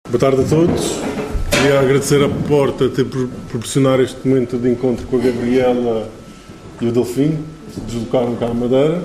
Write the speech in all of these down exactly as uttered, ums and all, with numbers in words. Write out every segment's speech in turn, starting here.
Boa tarde a todos. Queria agradecer a Porta ter proporcionado este momento de encontro com a Gabriela e o Delfim, que se deslocaram cá à Madeira.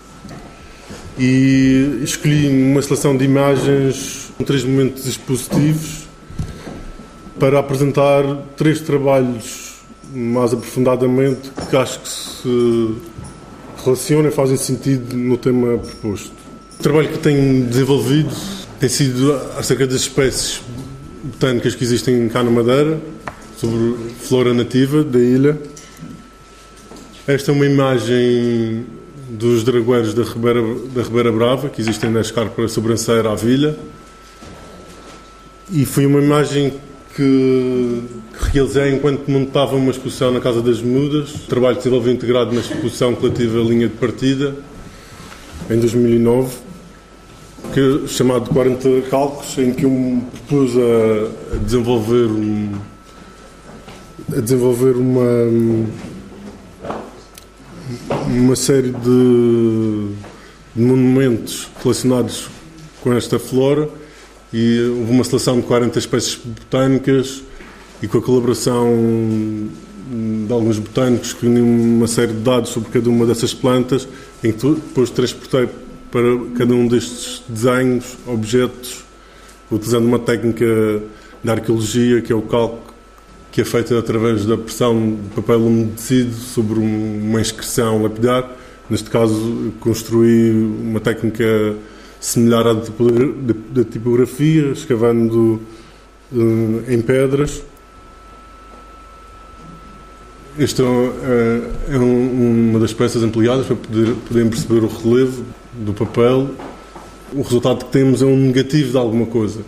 E escolhi uma seleção de imagens, três momentos expositivos, para apresentar três trabalhos mais aprofundadamente que acho que se relacionam e fazem sentido no tema proposto. O trabalho que tenho desenvolvido tem sido acerca das espécies botânicas que existem cá na Madeira, sobre flora nativa da ilha. Esta é uma imagem dos dragoeiros da Ribeira, da Ribeira Brava, que existem na escarpa sobranceira à Vilha. E foi uma imagem que, que realizei enquanto montava uma exposição na Casa das Mudas, trabalho que desenvolvi integrado na exposição coletiva Linha de Partida, em dois mil e nove, que, chamado quarenta Calcos, em que eu me propus a, a desenvolver, um, a desenvolver uma, uma série de, de monumentos relacionados com esta flora. E houve uma seleção de quarenta espécies botânicas e com a colaboração de alguns botânicos que uniam uma série de dados sobre cada uma dessas plantas, em que depois transportei para cada um destes desenhos, objetos, utilizando uma técnica da arqueologia, que é o calco, que é feita através da pressão de papel umedecido sobre uma inscrição lapidar. Neste caso, construí uma técnica similar à da tipografia, escavando uh, em pedras. Esta é, é um, uma das peças ampliadas para poder, poderem perceber o relevo do papel. O resultado que temos é um negativo de alguma coisa.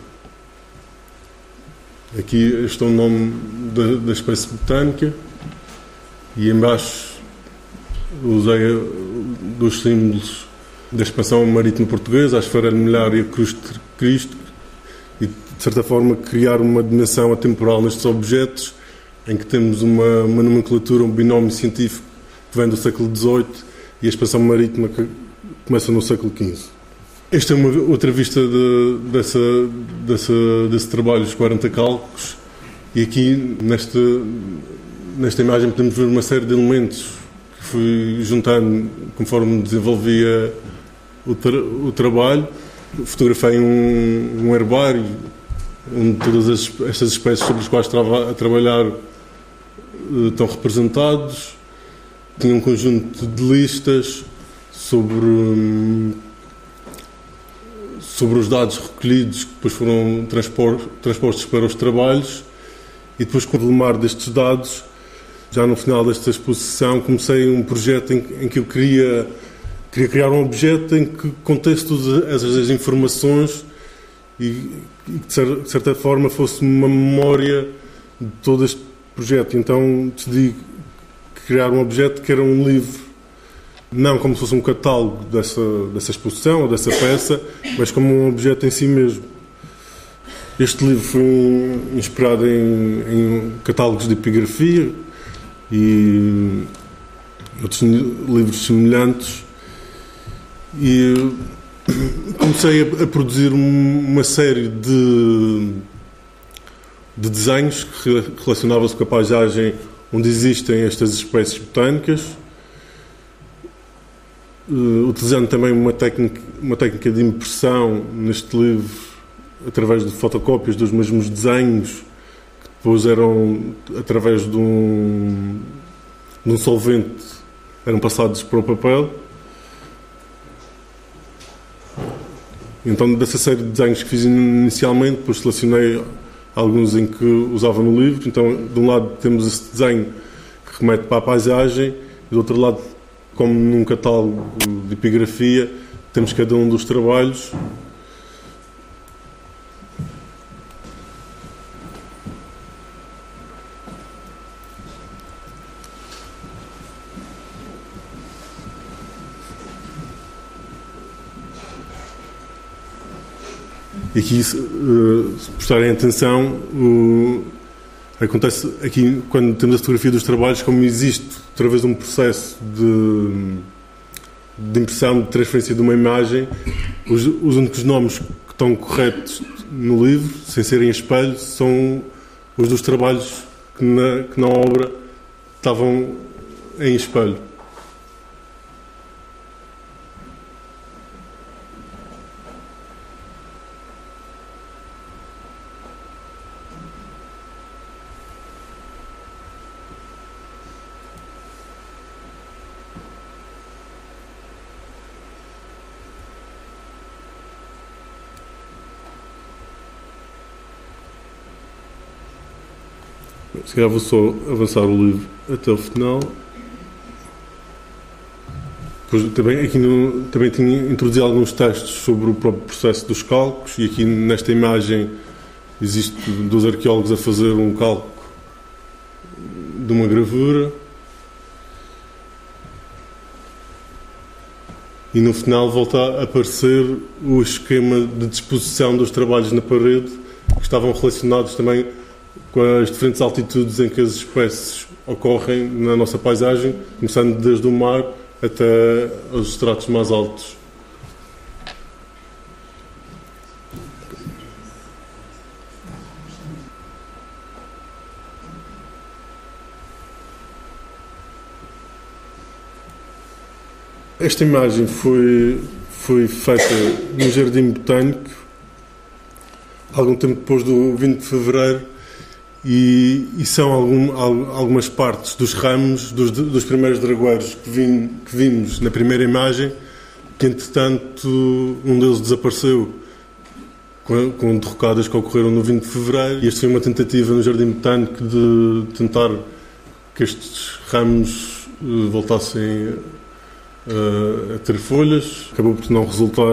Aqui este é o nome da, da espécie botânica e em baixo usei dois símbolos da expansão marítima portuguesa, a esfera anelar e a cruz de Cristo, e de certa forma criar uma dimensão atemporal nestes objetos, em que temos uma, uma nomenclatura, um binómio científico que vem do século dezoito e a expansão marítima que começa no século quinze. Esta é uma outra vista de, dessa, dessa, desse trabalho, os quarenta Calcos, e aqui nesta, nesta imagem podemos ver uma série de elementos que fui juntando conforme desenvolvia o, tra o trabalho. Fotografei um, um herbário onde todas as, estas espécies sobre as quais estava a trabalhar uh, estão representados. Tinha um conjunto de listas sobre, um, sobre os dados recolhidos que depois foram transpor transpostos para os trabalhos, e depois com o relemar destes dados, já no final desta exposição, comecei um projeto em, em que eu queria, queria criar um objeto em que contesse todas essas informações e, e de certa forma fosse uma memória de todo este projeto. Então decidi criar um objeto que era um livro, não como se fosse um catálogo dessa, dessa exposição ou dessa peça, mas como um objeto em si mesmo. Este livro foi inspirado em, em catálogos de epigrafia e outros livros semelhantes, e comecei a, a produzir uma série de, de desenhos que relacionavam-se com a paisagem onde existem estas espécies botânicas, uh, utilizando também uma técnica, uma técnica de impressão neste livro através de fotocópias dos mesmos desenhos, que depois eram, através de um, de um solvente, eram passados para o papel. Então, dessa série de desenhos que fiz inicialmente, depois selecionei alguns em que usava no livro. Então, de um lado temos esse desenho que remete para a paisagem, e do outro lado, como num catálogo de epigrafia, temos cada um dos trabalhos. E aqui, se prestarem atenção, o, acontece aqui, quando temos a fotografia dos trabalhos, como existe, através de um processo de, de impressão, de transferência de uma imagem, os, os únicos nomes que estão corretos no livro, sem serem espelho, são os dos trabalhos que na, que na obra estavam em espelho. Se calhar vou só avançar o livro até o final. Depois, também, aqui no, também tinha introduzido alguns textos sobre o próprio processo dos cálculos, e aqui nesta imagem existe dois arqueólogos a fazer um cálculo de uma gravura. E no final volta a aparecer o esquema de disposição dos trabalhos na parede, que estavam relacionados também com as diferentes altitudes em que as espécies ocorrem na nossa paisagem, começando desde o mar até os estratos mais altos. Esta imagem foi, foi feita no Jardim Botânico, algum tempo depois do vinte de fevereiro, e, e são algum, algumas partes dos ramos dos, dos primeiros dragueiros que, vim, que vimos na primeira imagem, que entretanto um deles desapareceu com, com derrocadas que ocorreram no vinte de fevereiro, e esta foi uma tentativa no Jardim Botânico de tentar que estes ramos uh, voltassem uh, a ter folhas. Acabou por não resultar.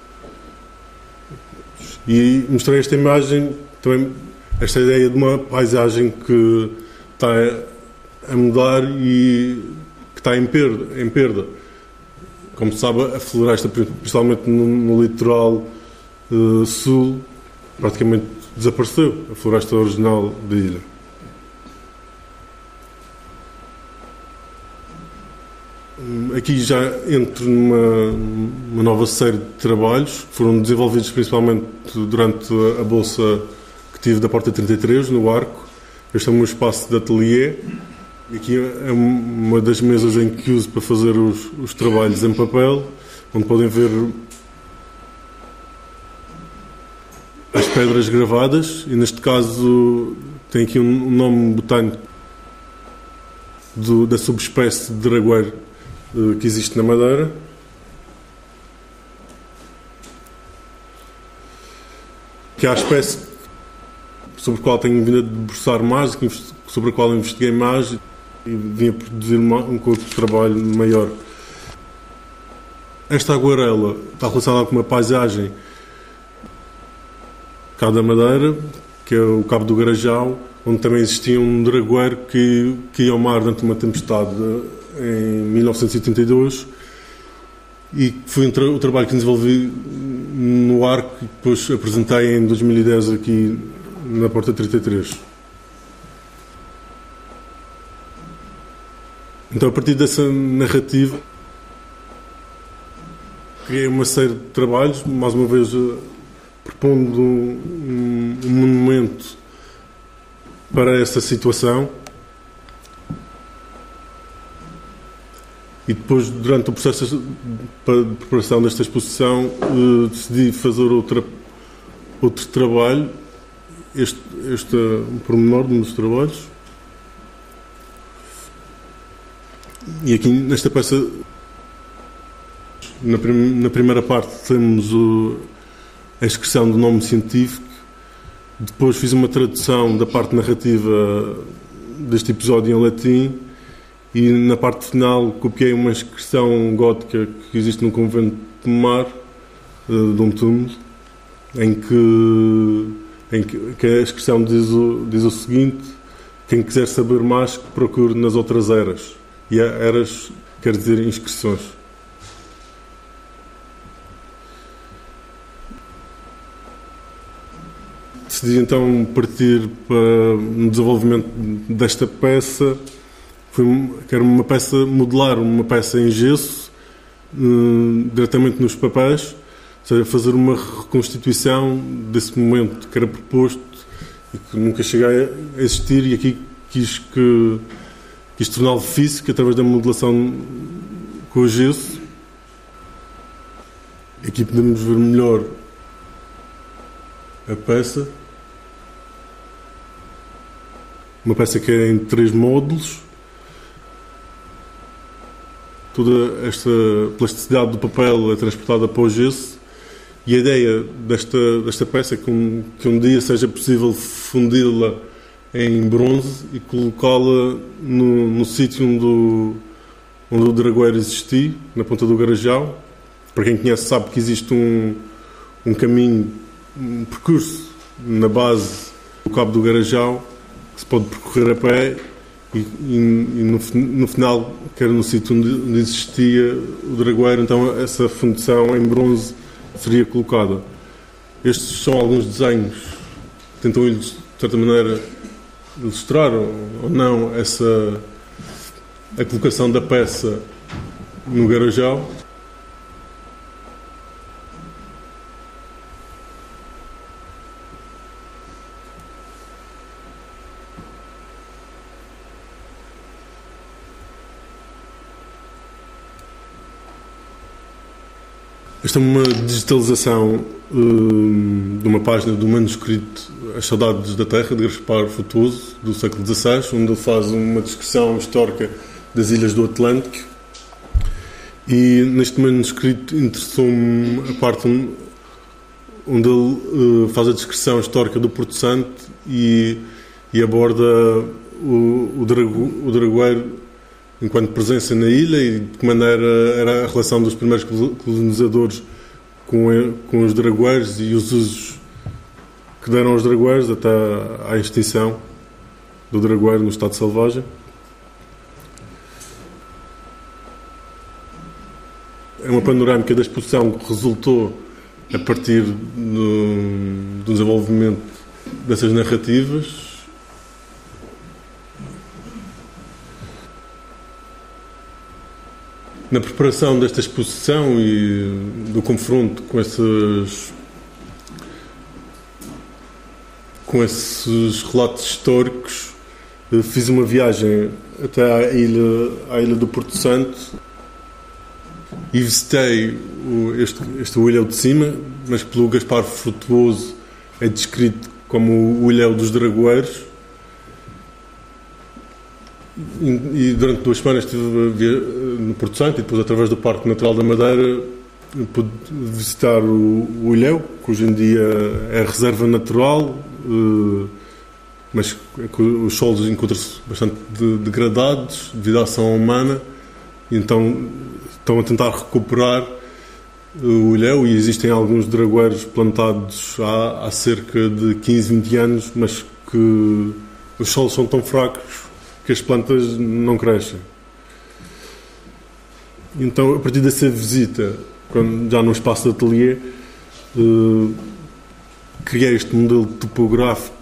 E mostrei esta imagem também, esta ideia de uma paisagem que está a mudar e que está em perda. Em perda. Como se sabe, a floresta, principalmente no, no litoral uh, sul, praticamente desapareceu, a floresta original da ilha. Aqui já entro numa uma nova série de trabalhos que foram desenvolvidos principalmente durante a bolsa tive da Porta trinta e três, no Arco. Este é o meu espaço de ateliê. Aqui é uma das mesas em que uso para fazer os, os trabalhos em papel, onde podem ver as pedras gravadas, e neste caso tem aqui um nome botânico do, da subespécie de dragueiro uh, que existe na Madeira. Que é a espécie sobre a qual tenho vindo a debruçar mais, sobre a qual eu investiguei mais e vim a produzir um corpo de trabalho maior. Esta aguarela está relacionada com uma paisagem cá da Madeira, que é o Cabo do Garajal, onde também existia um dragueiro que, que ia ao mar durante uma tempestade em mil novecentos e oitenta e dois, e foi um tra- o trabalho que desenvolvi no Arco e depois apresentei em dois mil e dez aqui na Porta trinta e três. Então, a partir dessa narrativa, criei uma série de trabalhos, mais uma vez propondo um, um monumento para essa situação. E depois, durante o processo de preparação desta exposição, decidi fazer outra, outro trabalho. Este, este é um pormenor de um dos trabalhos. E aqui nesta peça, na, prim, na primeira parte, temos o, a inscrição do nome científico. Depois fiz uma tradução da parte narrativa deste episódio em latim, e na parte final copiei uma inscrição gótica que existe no convento de Pomar, de um túmulo, em que em que a inscrição diz o, diz o seguinte: quem quiser saber mais, que procure nas outras eras. E eras quer dizer inscrições. Decidi então partir para o desenvolvimento desta peça. Foi, que era uma peça modular, uma peça em gesso, uh, diretamente nos papéis. seja, fazer uma reconstituição desse momento que era proposto e que nunca chegou a existir, e aqui quis, que, quis torná-lo físico através da modelação com o gesso. Aqui podemos ver melhor a peça. Uma peça que é em três módulos. Toda esta plasticidade do papel é transportada para o gesso, e a ideia desta, desta peça é que um, que um dia seja possível fundi-la em bronze e colocá-la no, no sítio onde o, onde o dragueiro existia, na ponta do Garajal. Para quem conhece sabe que existe um, um caminho, um percurso na base do Cabo do Garajal, que se pode percorrer a pé, e, e, e no, no final, que era no sítio onde, onde existia o dragueiro, então essa fundição em bronze seria colocada. Estes são alguns desenhos que tentam, de certa maneira, ilustrar ou, ou não essa, a colocação da peça no Garajal. Esta é uma digitalização hum, de uma página do manuscrito As Saudades da Terra, de Gaspar Frutuoso, do século dezasseis, onde ele faz uma descrição histórica das ilhas do Atlântico. E neste manuscrito interessou-me a parte onde ele uh, faz a descrição histórica do Porto Santo e, e aborda o, o, drago, o dragueiro enquanto presença na ilha, e de que maneira era a relação dos primeiros colonizadores com, com os dragueiros e os usos que deram aos dragueiros até à extinção do dragueiro no estado selvagem. É uma panorâmica da exposição que resultou a partir do, do desenvolvimento dessas narrativas. Na preparação desta exposição e do confronto com esses, com esses relatos históricos, fiz uma viagem até à ilha, à ilha do Porto Santo e visitei o, este, este o Ilhéu de Cima, mas pelo Gaspar Frutuoso é descrito como o Ilhéu dos Dragoeiros. E durante duas semanas estive no Porto Santo e depois, através do Parque Natural da Madeira, pude visitar o, o Ilhéu, que hoje em dia é reserva natural, mas os solos encontram-se bastante degradados devido à ação humana, e então estão a tentar recuperar o Ilhéu, e existem alguns dragueiros plantados há, há cerca de quinze, vinte anos, mas que os solos são tão fracos que as plantas não crescem. Então, a partir dessa visita, quando, já no espaço de ateliê, eh, criei este modelo topográfico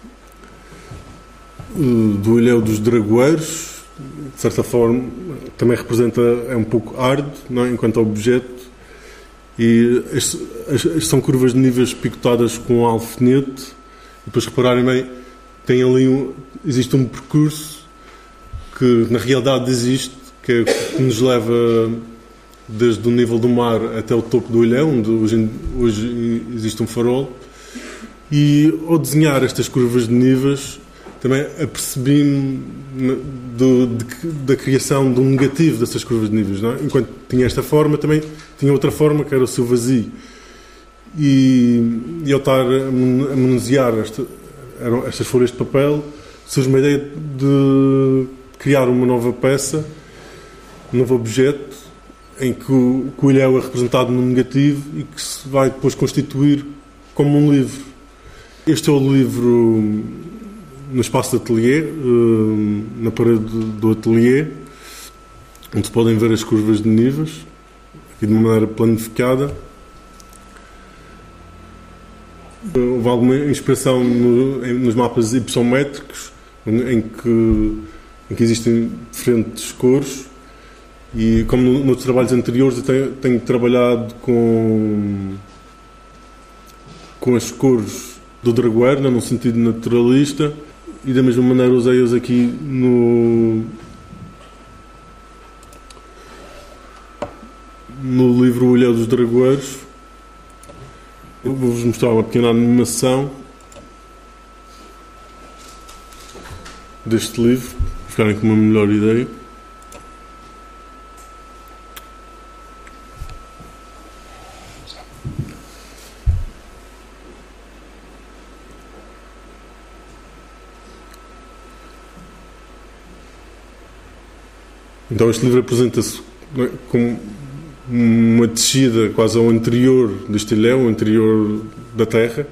eh, do Ilhéu dos Dragoeiros. De certa forma, também representa, é um pouco árduo, não é? Enquanto objeto. E estes, estes são curvas de níveis picotadas com um alfinete. E depois, repararem bem, tem ali um, existe um percurso que na realidade existe, que, é, que nos leva desde o nível do mar até o topo do Ilhéu, onde hoje, hoje existe um farol. E ao desenhar estas curvas de níveis, também apercebi-me do, de, da criação de um negativo dessas curvas de níveis. Não é? Enquanto tinha esta forma, também tinha outra forma, que era o seu vazio. E, e ao estar a manusear esta, eram estas folhas de papel, surge uma ideia de criar uma nova peça, um novo objeto, em que o, que o Ilhéu é representado no negativo e que se vai depois constituir como um livro. Este é o livro no espaço de ateliê, na parede do ateliê, onde se podem ver as curvas de níveis, aqui de uma maneira planificada. Houve alguma inspiração no, nos mapas hipossométricos, em que, em que existem diferentes cores, e como nos trabalhos anteriores eu tenho, tenho trabalhado com, com as cores do dragueiro, não, num sentido naturalista, e da mesma maneira usei-as aqui no, no livro O Olhar dos Dragueiros. Eu vou-vos mostrar uma pequena animação deste livro, para ficarem com uma melhor ideia. Então este livro apresenta-se como uma descida quase ao interior deste ilhéu, ao interior da Terra,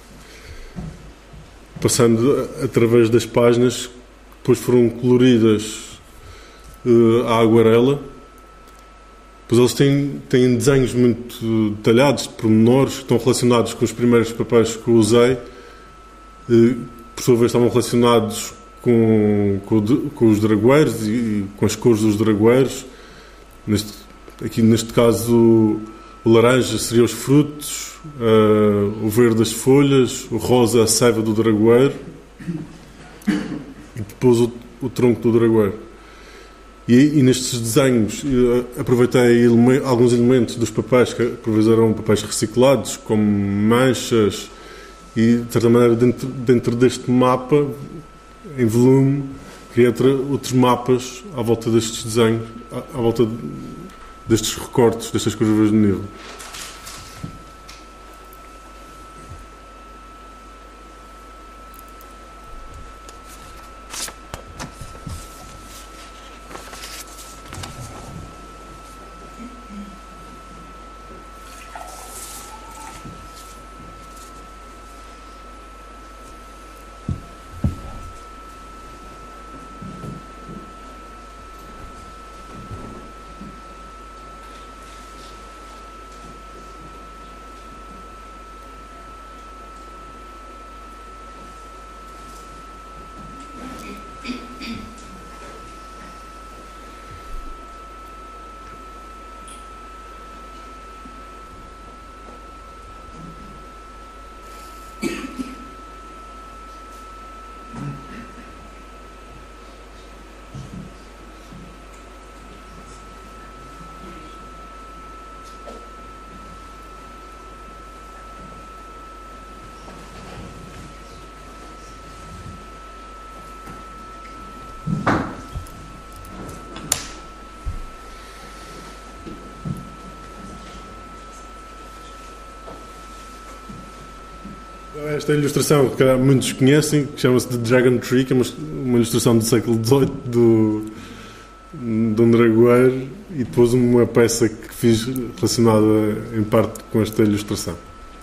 passando através das páginas que depois foram coloridas uh, à aguarela. Pois eles têm, têm desenhos muito detalhados, de pormenores, que estão relacionados com os primeiros papéis que eu usei, uh, por sua vez estavam relacionados Com, com, com os dragueiros e com as cores dos dragueiros. Neste, aqui neste caso o, o laranja seria os frutos, uh, o verde as folhas, o rosa a seiva do dragueiro e depois o, o tronco do dragueiro. E, e nestes desenhos uh, aproveitei eleme- alguns elementos dos papéis, que por vezes eram papéis reciclados, como manchas, e de certa maneira dentro, dentro deste mapa em volume, criei outros mapas à volta destes desenhos, à, à volta destes recortes, destas curvas de nível. Esta ilustração, que muitos conhecem, que chama-se The Dragon Tree, que é uma, uma ilustração do século dezoito do, de um dragueiro, e depois uma peça que fiz relacionada em parte com esta ilustração.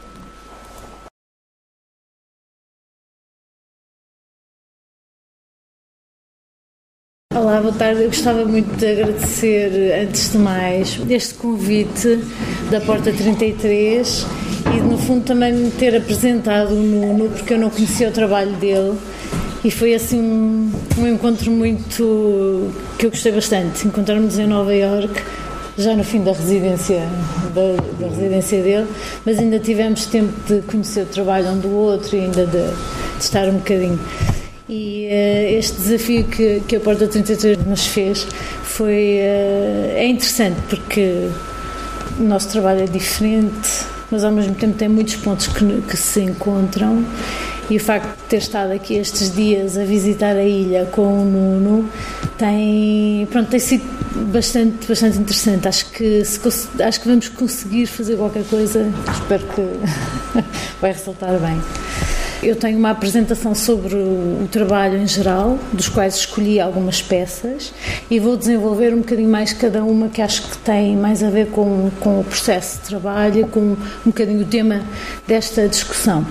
Olá, boa tarde. Eu gostava muito de agradecer, antes de mais, este convite da Porta trinta e três e, no fundo, também me ter apresentado o Nuno, porque eu não conhecia o trabalho dele e foi, assim, um, um encontro muito... que eu gostei bastante. Encontramos-nos em Nova Iorque, já no fim da residência, da, da residência dele, mas ainda tivemos tempo de conhecer o trabalho um do outro e ainda de, de estar um bocadinho. E uh, este desafio que, que a Porta trinta e três nos fez foi, uh, é interessante porque o nosso trabalho é diferente, mas ao mesmo tempo tem muitos pontos que, que se encontram, e o facto de ter estado aqui estes dias a visitar a ilha com o Nuno tem, pronto, tem sido bastante, bastante interessante. Acho que, se, acho que vamos conseguir fazer qualquer coisa, espero que vai resultar bem. Eu tenho uma apresentação sobre o, o trabalho em geral, dos quais escolhi algumas peças, e vou desenvolver um bocadinho mais cada uma, que acho que tem mais a ver com, com o processo de trabalho, com um bocadinho o tema desta discussão.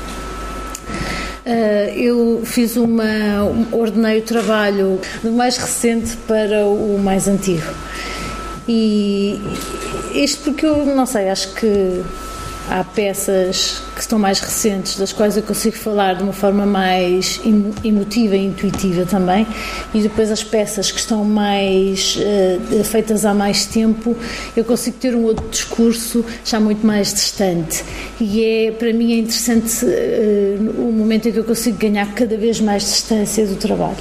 Uh, eu fiz uma, ordenei o trabalho do mais recente para o mais antigo. E isto porque eu, não sei, acho que há peças que estão mais recentes, das quais eu consigo falar de uma forma mais emotiva e intuitiva também, e depois as peças que estão mais uh, feitas há mais tempo, eu consigo ter um outro discurso já muito mais distante, e é, para mim é interessante uh, o momento em que eu consigo ganhar cada vez mais distância do trabalho.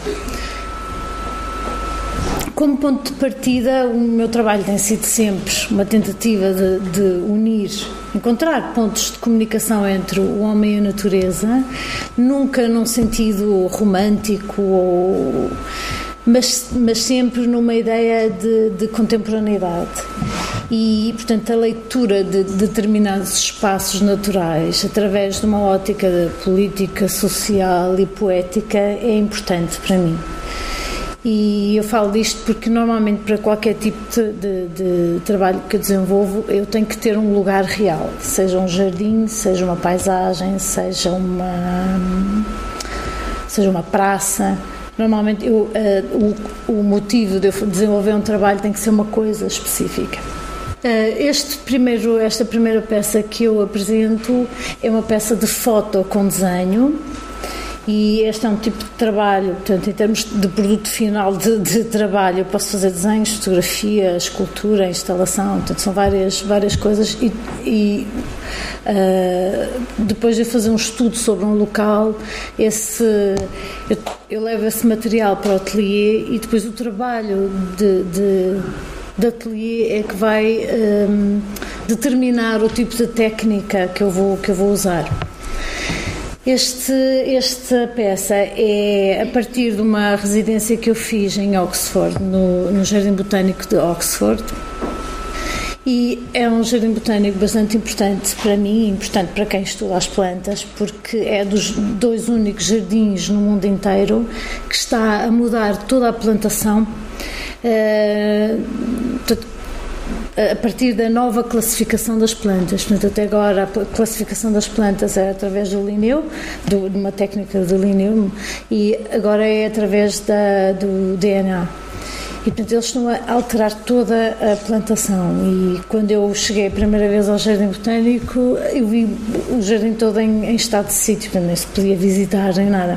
Como ponto de partida, o meu trabalho tem sido sempre uma tentativa de, de unir, encontrar pontos de comunicação entre o homem e a natureza, nunca num sentido romântico, ou, mas, mas sempre numa ideia de, de contemporaneidade. E, portanto, a leitura de, de determinados espaços naturais através de uma ótica política, social e poética é importante para mim. E eu falo disto porque normalmente para qualquer tipo de, de, de trabalho que eu desenvolvo eu tenho que ter um lugar real, seja um jardim, seja uma paisagem, seja uma, seja uma praça. Normalmente eu, uh, o, o motivo de eu desenvolver um trabalho tem que ser uma coisa específica. Este primeiro, esta primeira peça que eu apresento é uma peça de foto com desenho. E este é um tipo de trabalho, portanto, em termos de produto final de, de trabalho, eu posso fazer desenhos, fotografia, escultura, instalação, portanto, são várias, várias coisas. E, e uh, depois de fazer um estudo sobre um local, esse, eu, eu levo esse material para o ateliê e depois o trabalho de, de, de ateliê é que vai um, determinar o tipo de técnica que eu vou, que eu vou usar. Este, esta peça é a partir de uma residência que eu fiz em Oxford, no, no Jardim Botânico de Oxford, e é um jardim botânico bastante importante para mim, importante para quem estuda as plantas, porque é dos dois únicos jardins no mundo inteiro que está a mudar toda a plantação, uh, a partir da nova classificação das plantas. Portanto, até agora a classificação das plantas era através do Linneu, do, de uma técnica do Linneu, e agora é através da, do D N A. E, portanto, eles estão a alterar toda a plantação. E quando eu cheguei a primeira vez ao Jardim Botânico, eu vi o jardim todo em, em estado de sítio, portanto, nem se podia visitar nem nada.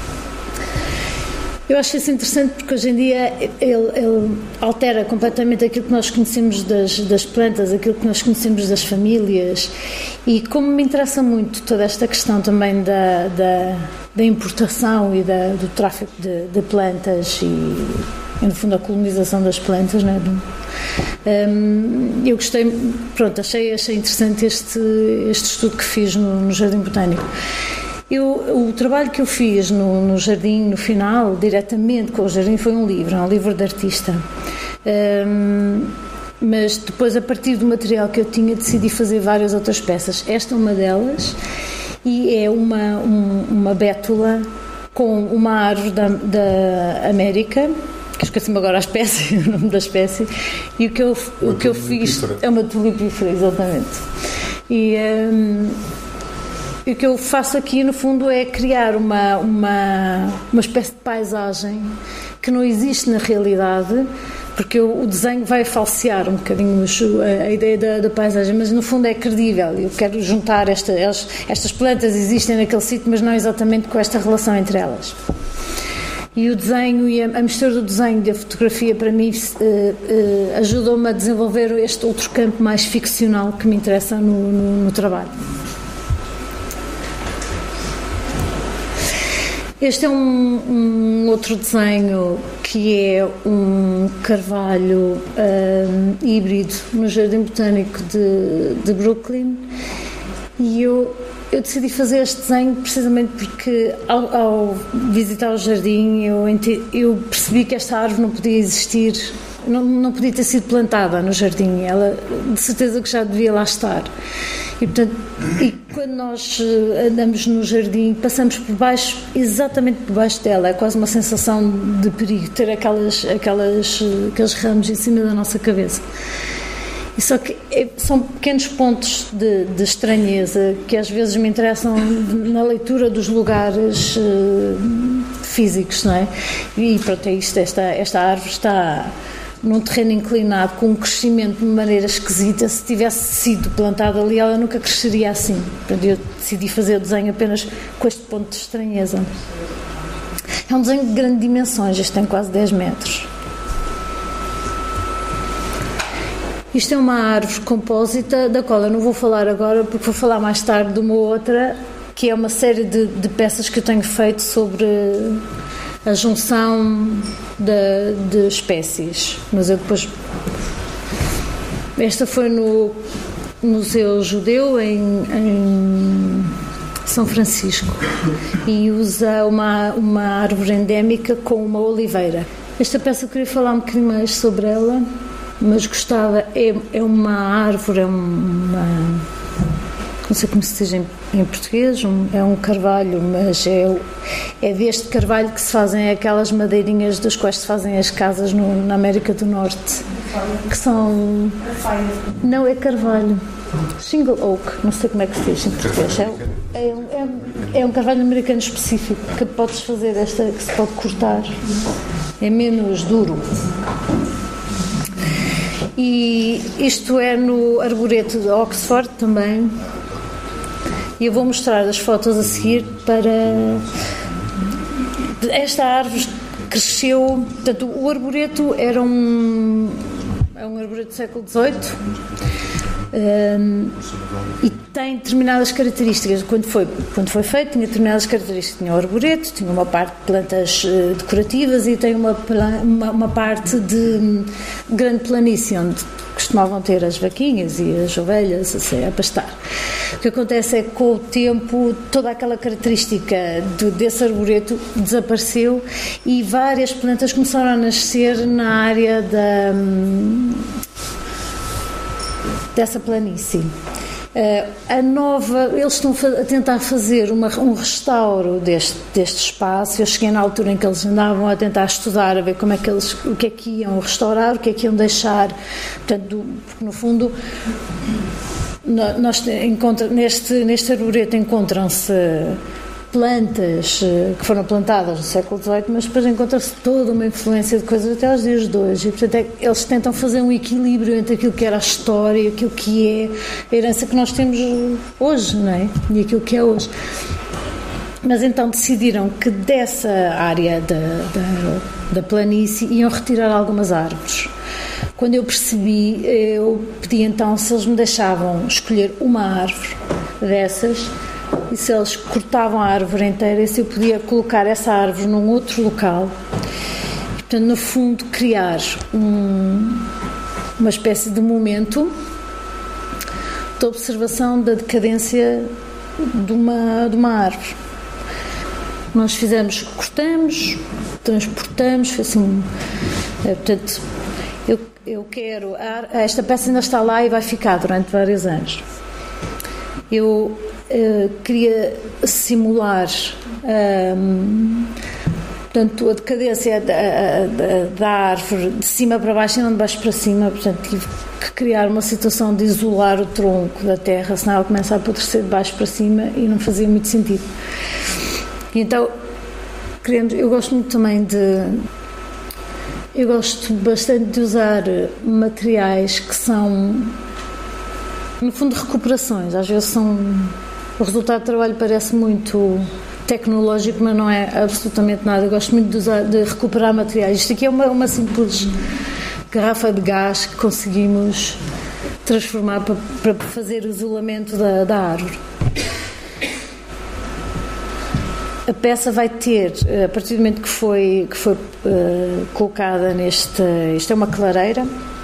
Eu acho isso interessante porque hoje em dia ele, ele altera completamente aquilo que nós conhecemos das, das plantas, aquilo que nós conhecemos das famílias, e como me interessa muito toda esta questão também da, da, da importação e da, do tráfico de, de plantas e, no fundo, a colonização das plantas, não é? Um, eu gostei, pronto, achei, achei interessante este, este estudo que fiz no, no Jardim Botânico. Eu, o trabalho que eu fiz no, no jardim, no final, diretamente com o jardim, foi um livro, um livro de artista. Um, mas depois, a partir do material que eu tinha, decidi fazer várias outras peças. Esta é uma delas, e é uma, um, uma bétula com uma árvore da, da América, que esqueci-me agora a espécie, o nome da espécie, e o que eu, o que eu fiz é uma tulipífera, exatamente. E... Um, E o que eu faço aqui, no fundo, é criar uma, uma, uma espécie de paisagem que não existe na realidade, porque o, o desenho vai falsear um bocadinho a, a ideia da, da paisagem, mas no fundo é credível. Eu quero juntar esta, elas, estas plantas existem naquele sítio, mas não exatamente com esta relação entre elas. E o desenho e a, a mistura do desenho e da fotografia, para mim, uh, uh, ajudou-me a desenvolver este outro campo mais ficcional que me interessa no, no, no trabalho. Este é um, um outro desenho que é um carvalho um, híbrido no Jardim Botânico de, de Brooklyn, e eu, eu decidi fazer este desenho precisamente porque ao, ao visitar o jardim eu, eu percebi que esta árvore não podia existir, não, não podia ter sido plantada no jardim, ela de certeza que já devia lá estar. E, portanto, e quando nós andamos no jardim, passamos por baixo, exatamente por baixo dela, é quase uma sensação de perigo, ter aquelas, aquelas, aqueles ramos em cima da nossa cabeça. E só que é, são pequenos pontos de, de estranheza que às vezes me interessam na leitura dos lugares uh, físicos, não é? E pronto, é isto, esta, esta árvore está... num terreno inclinado, com um crescimento de maneira esquisita. Se tivesse sido plantada ali, ela nunca cresceria assim. Portanto, eu decidi fazer o desenho apenas com este ponto de estranheza. É um desenho de grandes dimensões, este tem quase dez metros. Isto é uma árvore compósita, da qual eu não vou falar agora, porque vou falar mais tarde de uma outra, que é uma série de, de peças que eu tenho feito sobre a junção de, de espécies. Mas eu depois... Esta foi no Museu Judeu, em, em São Francisco, e usa uma, uma árvore endémica com uma oliveira. Esta peça eu queria falar um bocadinho mais sobre ela, mas gostava, é, é uma árvore, é uma, não sei como se diz em, em português, um, é um carvalho, mas é, é deste carvalho que se fazem aquelas madeirinhas das quais se fazem as casas no, na América do Norte, que são... Não, é carvalho. Shingle oak, não sei como é que se diz em português. É, é, é, é um carvalho americano específico que podes fazer esta, que se pode cortar. É menos duro. E isto é no Arboreto de Oxford também. E eu vou mostrar as fotos a seguir para... Esta árvore cresceu... Portanto, o arboreto era um... É um arboreto do século dezoito. Um, e tem determinadas características. Quando foi, quando foi feito, tinha determinadas características. Tinha o arboreto, tinha uma parte de plantas uh, decorativas e tem uma, uma, uma parte de grande planície, onde costumavam ter as vaquinhas e as ovelhas assim, a pastar. O que acontece é que com o tempo toda aquela característica do, desse arboreto desapareceu e várias plantas começaram a nascer na área da... Um, dessa planície. Uh, a nova, eles estão a tentar fazer uma, um restauro deste, deste espaço. Eu cheguei na altura em que eles andavam a tentar estudar, a ver como é que eles, o que é que iam restaurar, o que é que iam deixar. Portanto, porque no fundo nós encontra, neste, neste arboreto encontram-se plantas que foram plantadas no século dezoito, mas depois encontra-se toda uma influência de coisas até aos dias de hoje, e portanto é, eles tentam fazer um equilíbrio entre aquilo que era a história e aquilo que é a herança que nós temos hoje, não é? E aquilo que é hoje. Mas então decidiram que dessa área da, da, da planície iam retirar algumas árvores. Quando eu percebi, eu pedi então se eles me deixavam escolher uma árvore dessas, e se eles cortavam a árvore inteira, e se eu podia colocar essa árvore num outro local, e, portanto, no fundo, criar um, uma espécie de momento de observação da decadência de uma, de uma árvore. Nós fizemos, cortamos, transportamos, assim, é, portanto, eu, eu quero, a, esta peça ainda está lá e vai ficar durante vários anos. Eu Uh, queria simular um, portanto, a decadência da, da, da árvore de cima para baixo e não de baixo para cima. Portanto, tive que criar uma situação de isolar o tronco da terra, senão ela começa a apodrecer de baixo para cima e não fazia muito sentido. E então, querendo, eu gosto muito também de... Eu gosto bastante de usar materiais que são, no fundo, recuperações. Às vezes são... O resultado do trabalho parece muito tecnológico, mas não é absolutamente nada. Eu gosto muito de, usar, de recuperar materiais. Isto aqui é uma, uma simples garrafa de gás que conseguimos transformar para, para fazer o isolamento da, da árvore. A peça vai ter, a partir do momento que foi, que foi uh, colocada neste... Isto é uma clareira.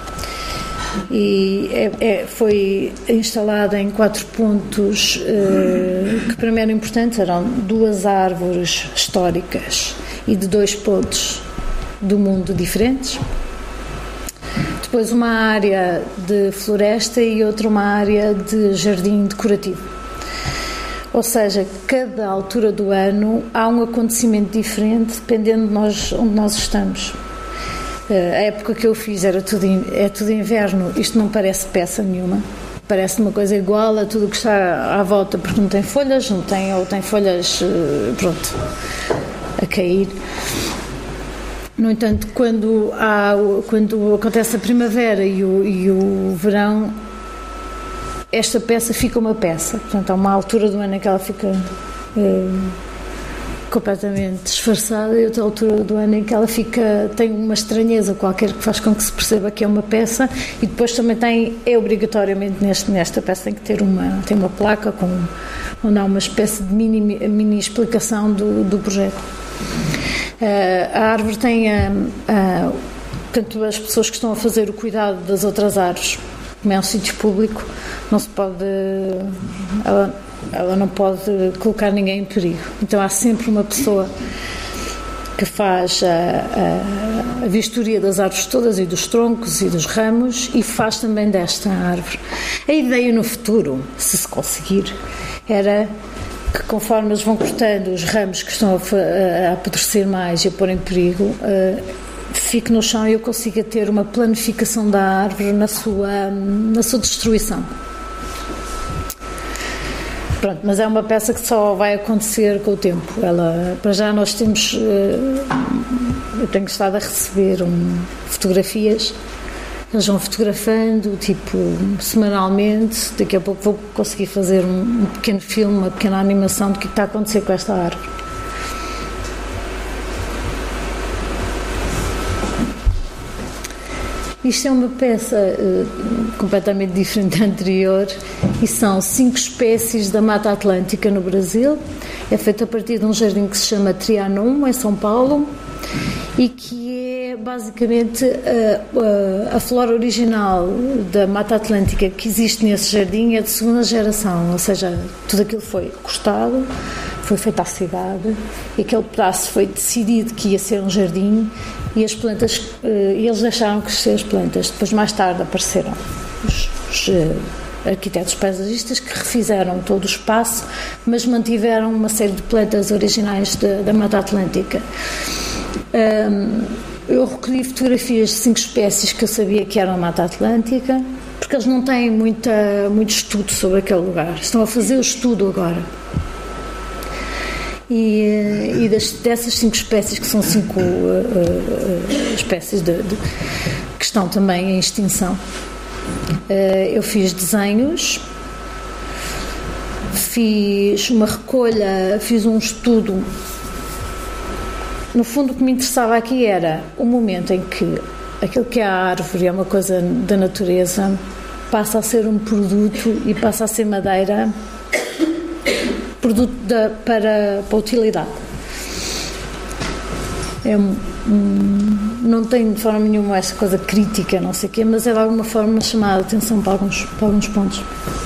E é, é, foi instalada em quatro pontos uh, que para mim eram importantes. Eram duas árvores históricas e de dois pontos do mundo diferentes, depois uma área de floresta e outra uma área de jardim decorativo. Ou seja, cada altura do ano há um acontecimento diferente dependendo de nós, onde nós estamos. A época que eu fiz era tudo, é tudo inverno. Isto não parece peça nenhuma, parece uma coisa igual a tudo que está à volta, porque não tem folhas, não tem, ou tem folhas, pronto, a cair. No entanto, quando, há, quando acontece a primavera e o, e o verão, esta peça fica uma peça. Portanto, há uma altura do ano em que ela fica é, completamente disfarçada e outra altura do ano em que ela fica, tem uma estranheza qualquer que faz com que se perceba que é uma peça, e depois também tem, é obrigatoriamente neste, nesta peça tem que ter uma, tem uma placa com, onde há uma espécie de mini, mini explicação do, do projeto. Uh, a árvore tem a, a, portanto, as pessoas que estão a fazer o cuidado das outras árvores, como é um sítio público, não se pode ela, ela não pode colocar ninguém em perigo, então há sempre uma pessoa que faz a, a, a vistoria das árvores todas e dos troncos e dos ramos, e faz também desta árvore. A ideia no futuro, se se conseguir, era que conforme eles vão cortando os ramos que estão a, a apodrecer mais e a pôr em perigo, uh, fique no chão e eu consiga ter uma planificação da árvore na sua, na sua destruição. Pronto, mas é uma peça que só vai acontecer com o tempo. Ela, para já nós temos, uh, eu tenho estado a receber um, fotografias. Eles vão fotografando, tipo, semanalmente. Daqui a pouco vou conseguir fazer um, um pequeno filme, uma pequena animação do que está a acontecer com esta árvore. Isto é uma peça uh, completamente diferente da anterior, e são cinco espécies da Mata Atlântica no Brasil. É feita a partir de um jardim que se chama Trianon, em São Paulo, e que é basicamente a, a, a flora original da Mata Atlântica que existe nesse jardim é de segunda geração, ou seja, tudo aquilo foi cortado, foi feito à cidade, e aquele pedaço foi decidido que ia ser um jardim, e as plantas, e eles deixaram crescer as plantas. Depois, mais tarde, apareceram os, os arquitetos paisagistas que refizeram todo o espaço, mas mantiveram uma série de plantas originais de, da Mata Atlântica. Um, eu recolhi fotografias de cinco espécies que eu sabia que eram Mata Atlântica, porque eles não têm muita, muito estudo sobre aquele lugar, estão a fazer o estudo agora. E, e das, dessas cinco espécies, que são cinco uh, uh, espécies de, de, que estão também em extinção, uh, eu fiz desenhos, fiz uma recolha, fiz um estudo. No fundo, o que me interessava aqui era o momento em que aquilo que é a árvore é uma coisa da natureza, passa a ser um produto e passa a ser madeira, produto da, para, para utilidade. É um, um, não tem de forma nenhuma essa coisa crítica, não sei o quê, mas é de alguma forma chamar a atenção para alguns, para alguns pontos.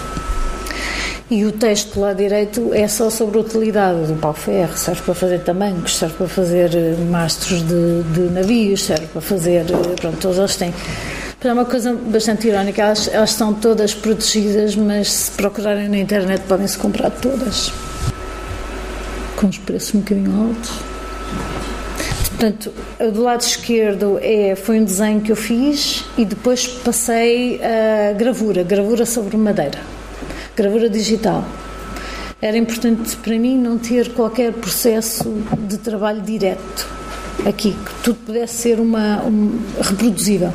E o texto lá direito é só sobre a utilidade do pau-ferro, serve para fazer tamancos, serve para fazer mastros de, de navios, serve para fazer, pronto, todos eles têm. É uma coisa bastante irónica, elas, elas estão todas protegidas, mas se procurarem na internet podem-se comprar todas, com os preços um bocadinho altos. Portanto, do lado esquerdo é, foi um desenho que eu fiz, e depois passei a gravura, gravura sobre madeira. Gravura digital. Era importante para mim não ter qualquer processo de trabalho direto aqui, que tudo pudesse ser uma, um, reproduzível.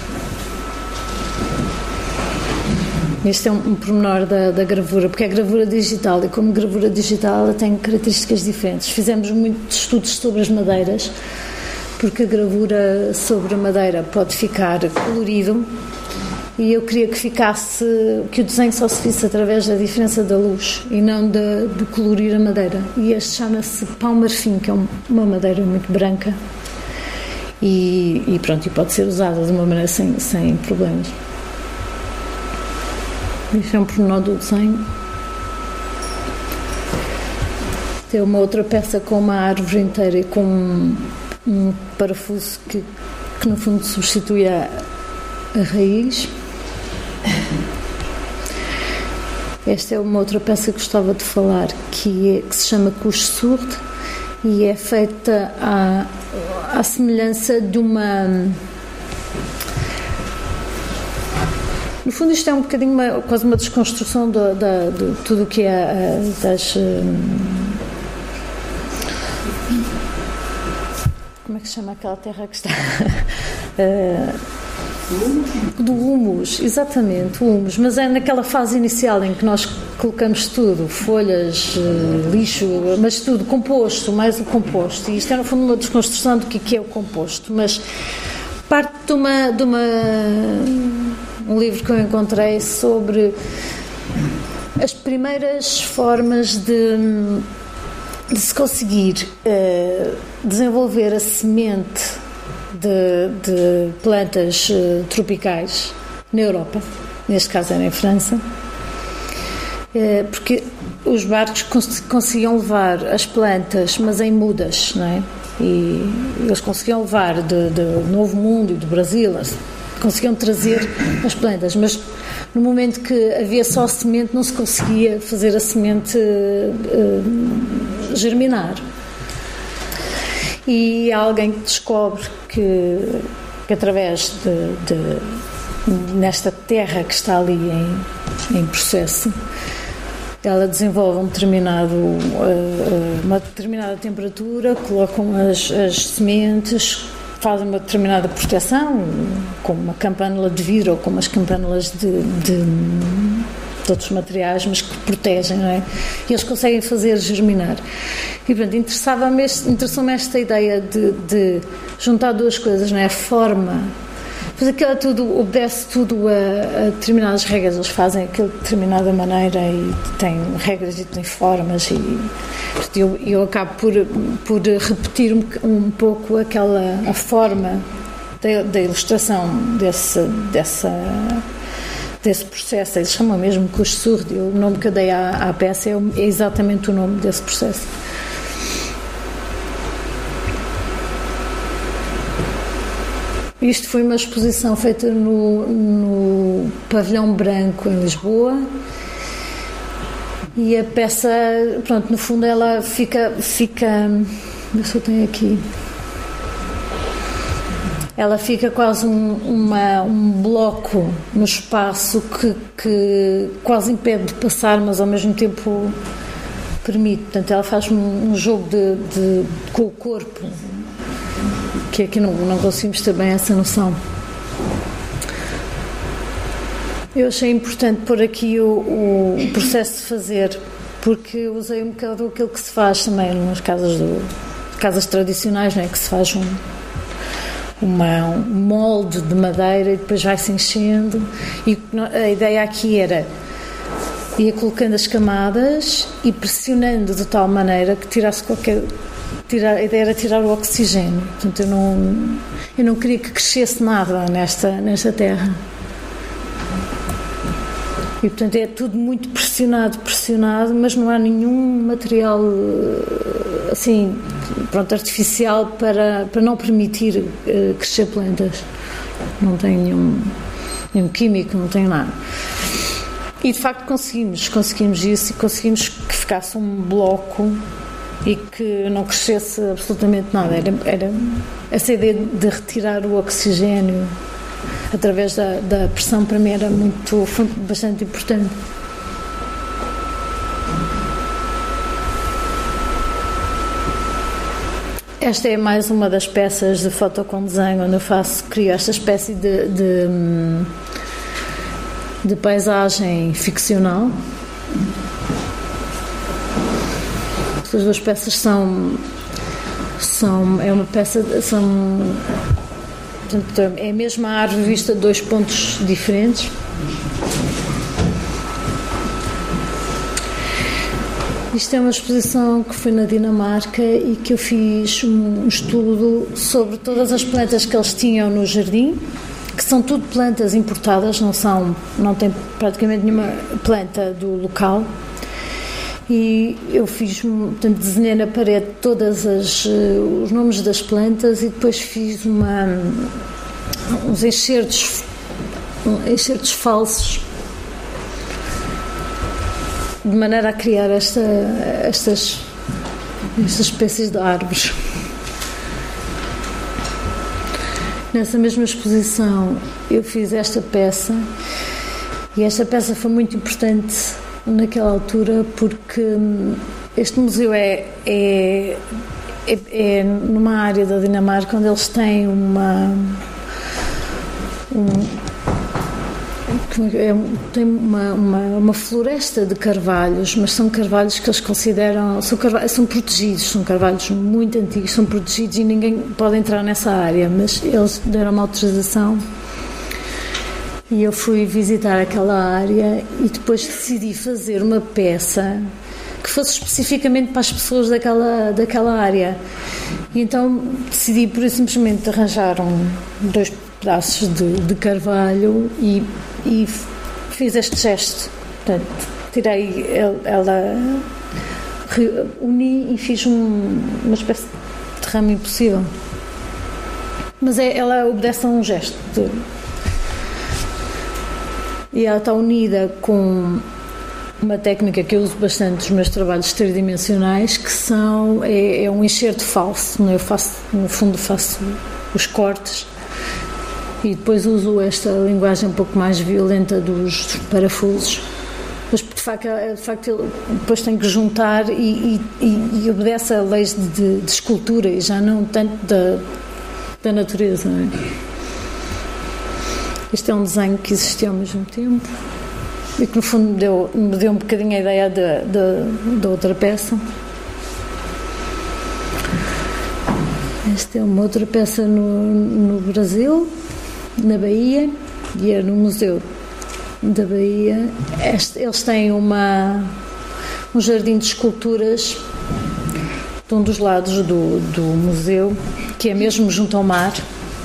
Este é um, um pormenor da, da gravura, porque é gravura digital, e como gravura digital ela tem características diferentes. Fizemos muitos estudos sobre as madeiras, porque a gravura sobre a madeira pode ficar colorido, e eu queria que ficasse, que o desenho só se visse através da diferença da luz e não de, de colorir a madeira. E este chama-se pau-marfim, que é uma madeira muito branca, e, e pronto, e pode ser usada de uma maneira sem, sem problemas. Este é um pormenor do desenho. Tem uma outra peça com uma árvore inteira e com um, um parafuso que, que no fundo substitui a, a raiz. Esta é uma outra peça que gostava de falar, que, é, que se chama Couche Sourde, e é feita à, à semelhança de uma... No fundo, isto é um bocadinho uma, quase uma desconstrução de, de, de tudo o que é das, como é que se chama aquela terra que está? uh, do humus, exatamente, o humus, mas é naquela fase inicial em que nós colocamos tudo, folhas, uh, lixo, mas tudo composto, mais o composto, e isto é no fundo uma desconstrução do que é o composto, mas parte de uma, de uma um livro que eu encontrei sobre as primeiras formas de, de se conseguir uh, desenvolver a semente de, de plantas uh, tropicais na Europa, neste caso era em França, uh, porque os barcos cons- conseguiam levar as plantas, mas em mudas, não é? E eles conseguiam levar de, de Novo Mundo e do Brasil, conseguiam trazer as plantas, mas no momento que havia só semente não se conseguia fazer a semente uh, germinar. E há alguém que descobre que, que através de, de nesta terra que está ali em, em processo, ela desenvolve um determinado, uma determinada temperatura, colocam as, as sementes, fazem uma determinada proteção, com uma campânula de vidro ou com umas campânulas de, de, de outros materiais, mas que protegem, não é? E eles conseguem fazer germinar. E, portanto, interessava-me, interessou-me esta ideia de, de juntar duas coisas, não é? A forma. Pois aquilo tudo, obedece tudo a, a determinadas regras, eles fazem aquilo de determinada maneira e têm regras e têm formas e eu, eu acabo por, por repetir um, um pouco aquela, a forma da, da ilustração desse, dessa, desse processo, eles chamam mesmo couche sourde, o nome que eu dei à, à peça é, é exatamente o nome desse processo. Isto foi uma exposição feita no, no Pavilhão Branco, em Lisboa, e a peça, pronto, no fundo ela fica, fica, eu só tenho aqui, ela fica quase um, uma, um bloco no espaço que, que quase impede de passar, mas ao mesmo tempo permite, portanto ela faz um, um jogo de, de, com o corpo, que aqui não, não conseguimos ter bem essa noção. Eu achei importante pôr aqui o, o processo de fazer, porque usei um bocado aquilo que se faz também nas casas, do, casas tradicionais, não é? Que se faz um, uma, um molde de madeira e depois vai-se enchendo, e a ideia aqui era ia colocando as camadas e pressionando de tal maneira que tirasse qualquer... Tirar, a ideia era tirar o oxigênio, portanto eu não, eu não queria que crescesse nada nesta, nesta terra e portanto é tudo muito pressionado, pressionado, mas não há nenhum material assim, pronto, artificial para, para não permitir uh, crescer plantas, não tem nenhum, nenhum químico, não tem nada. E de facto conseguimos, conseguimos isso e conseguimos que ficasse um bloco e que não crescesse absolutamente nada. Era, era essa ideia de retirar o oxigênio através da, da pressão, para mim era muito, foi bastante importante. Esta é mais uma das peças de foto com desenho onde eu faço, crio esta espécie de, de, de paisagem ficcional. As duas peças são, são é uma peça, são, portanto, é a mesma árvore vista de dois pontos diferentes. Isto é uma exposição que foi na Dinamarca e que eu fiz um estudo sobre todas as plantas que eles tinham no jardim, que são tudo plantas importadas, não são, não tem praticamente nenhuma planta do local. E eu fiz, portanto, desenhei na parede todas as, os nomes das plantas e depois fiz uma, uns enxertos, enxertos falsos, de maneira a criar esta, estas, estas espécies de árvores. Nessa mesma exposição eu fiz esta peça e esta peça foi muito importante naquela altura porque este museu é, é, é, é numa área da Dinamarca onde eles têm uma um, é, tem uma, uma, uma floresta de carvalhos, mas são carvalhos que eles consideram são, carvalhos, são protegidos, são carvalhos muito antigos, são protegidos e ninguém pode entrar nessa área, mas eles deram uma autorização. E eu fui visitar aquela área e depois decidi fazer uma peça que fosse especificamente para as pessoas daquela, daquela área. E então decidi, por isso, simplesmente arranjar um, dois pedaços de, de carvalho e, e fiz este gesto. Portanto, tirei ela, uni e fiz um, uma espécie de ramo impossível. Mas é, ela obedece a um gesto de, e ela está unida com uma técnica que eu uso bastante nos meus trabalhos tridimensionais, que são, é, é um enxerto falso, não é? Eu faço, no fundo faço os cortes e depois uso esta linguagem um pouco mais violenta dos, dos parafusos, mas de facto, de facto ele depois tem que juntar e, e, e obedece a leis de, de escultura e já não tanto da, da natureza, não é? Este é um desenho que existiu ao mesmo tempo e que no fundo me deu, me deu um bocadinho a ideia da, da, da outra peça. Esta é uma outra peça no, no Brasil, na Bahia, e é no Museu da Bahia. Este, eles têm uma, um jardim de esculturas de um dos lados do, do museu, que é mesmo junto ao mar.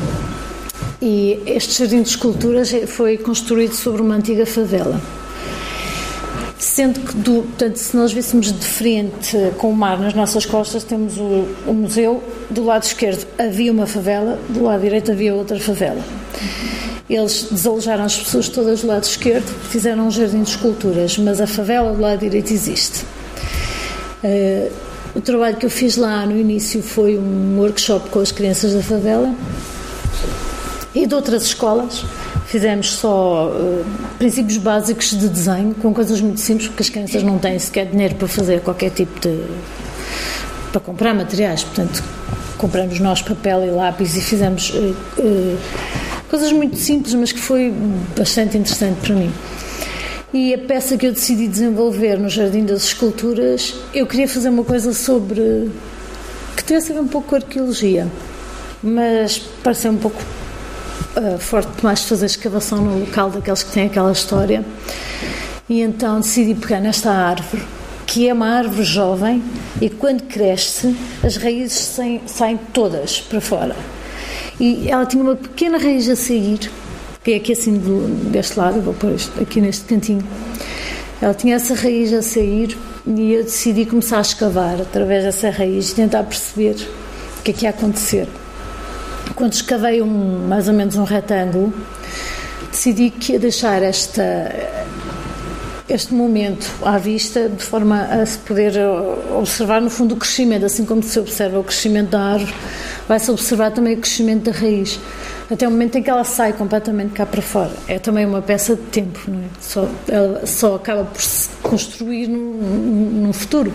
E este jardim de esculturas foi construído sobre uma antiga favela. Sendo que, do, portanto, se nós víssemos de frente com o mar nas nossas costas, temos o, o museu, do lado esquerdo havia uma favela, do lado direito havia outra favela. Eles desalojaram as pessoas todas do lado esquerdo, fizeram um jardim de esculturas, mas a favela do lado direito existe. Uh, o trabalho que eu fiz lá no início foi um workshop com as crianças da favela e de outras escolas. Fizemos só uh, princípios básicos de desenho, com coisas muito simples, porque as crianças não têm sequer dinheiro para fazer qualquer tipo de... para comprar materiais, portanto compramos nós papel e lápis e fizemos uh, uh, coisas muito simples, mas que foi bastante interessante para mim. E a peça que eu decidi desenvolver no Jardim das Esculturas, eu queria fazer uma coisa sobre... que tivesse a ver um pouco com arqueologia, mas pareceu um pouco Uh, forte demais de fazer escavação no local daqueles que têm aquela história, e então decidi pegar nesta árvore, que é uma árvore jovem e quando cresce as raízes saem, saem todas para fora, e ela tinha uma pequena raiz a sair, que é aqui assim do, deste lado, eu vou pôr isto aqui neste cantinho, ela tinha essa raiz a sair e eu decidi começar a escavar através dessa raiz e tentar perceber o que é que ia acontecer. Quando escavei um, mais ou menos um retângulo, decidi que ia deixar esta, este momento à vista, de forma a se poder observar, no fundo, o crescimento. Assim como se observa o crescimento da árvore, vai-se observar também o crescimento da raiz, até o momento em que ela sai completamente cá para fora. É também uma peça de tempo, não é? Só, ela só acaba por se construir num, num futuro.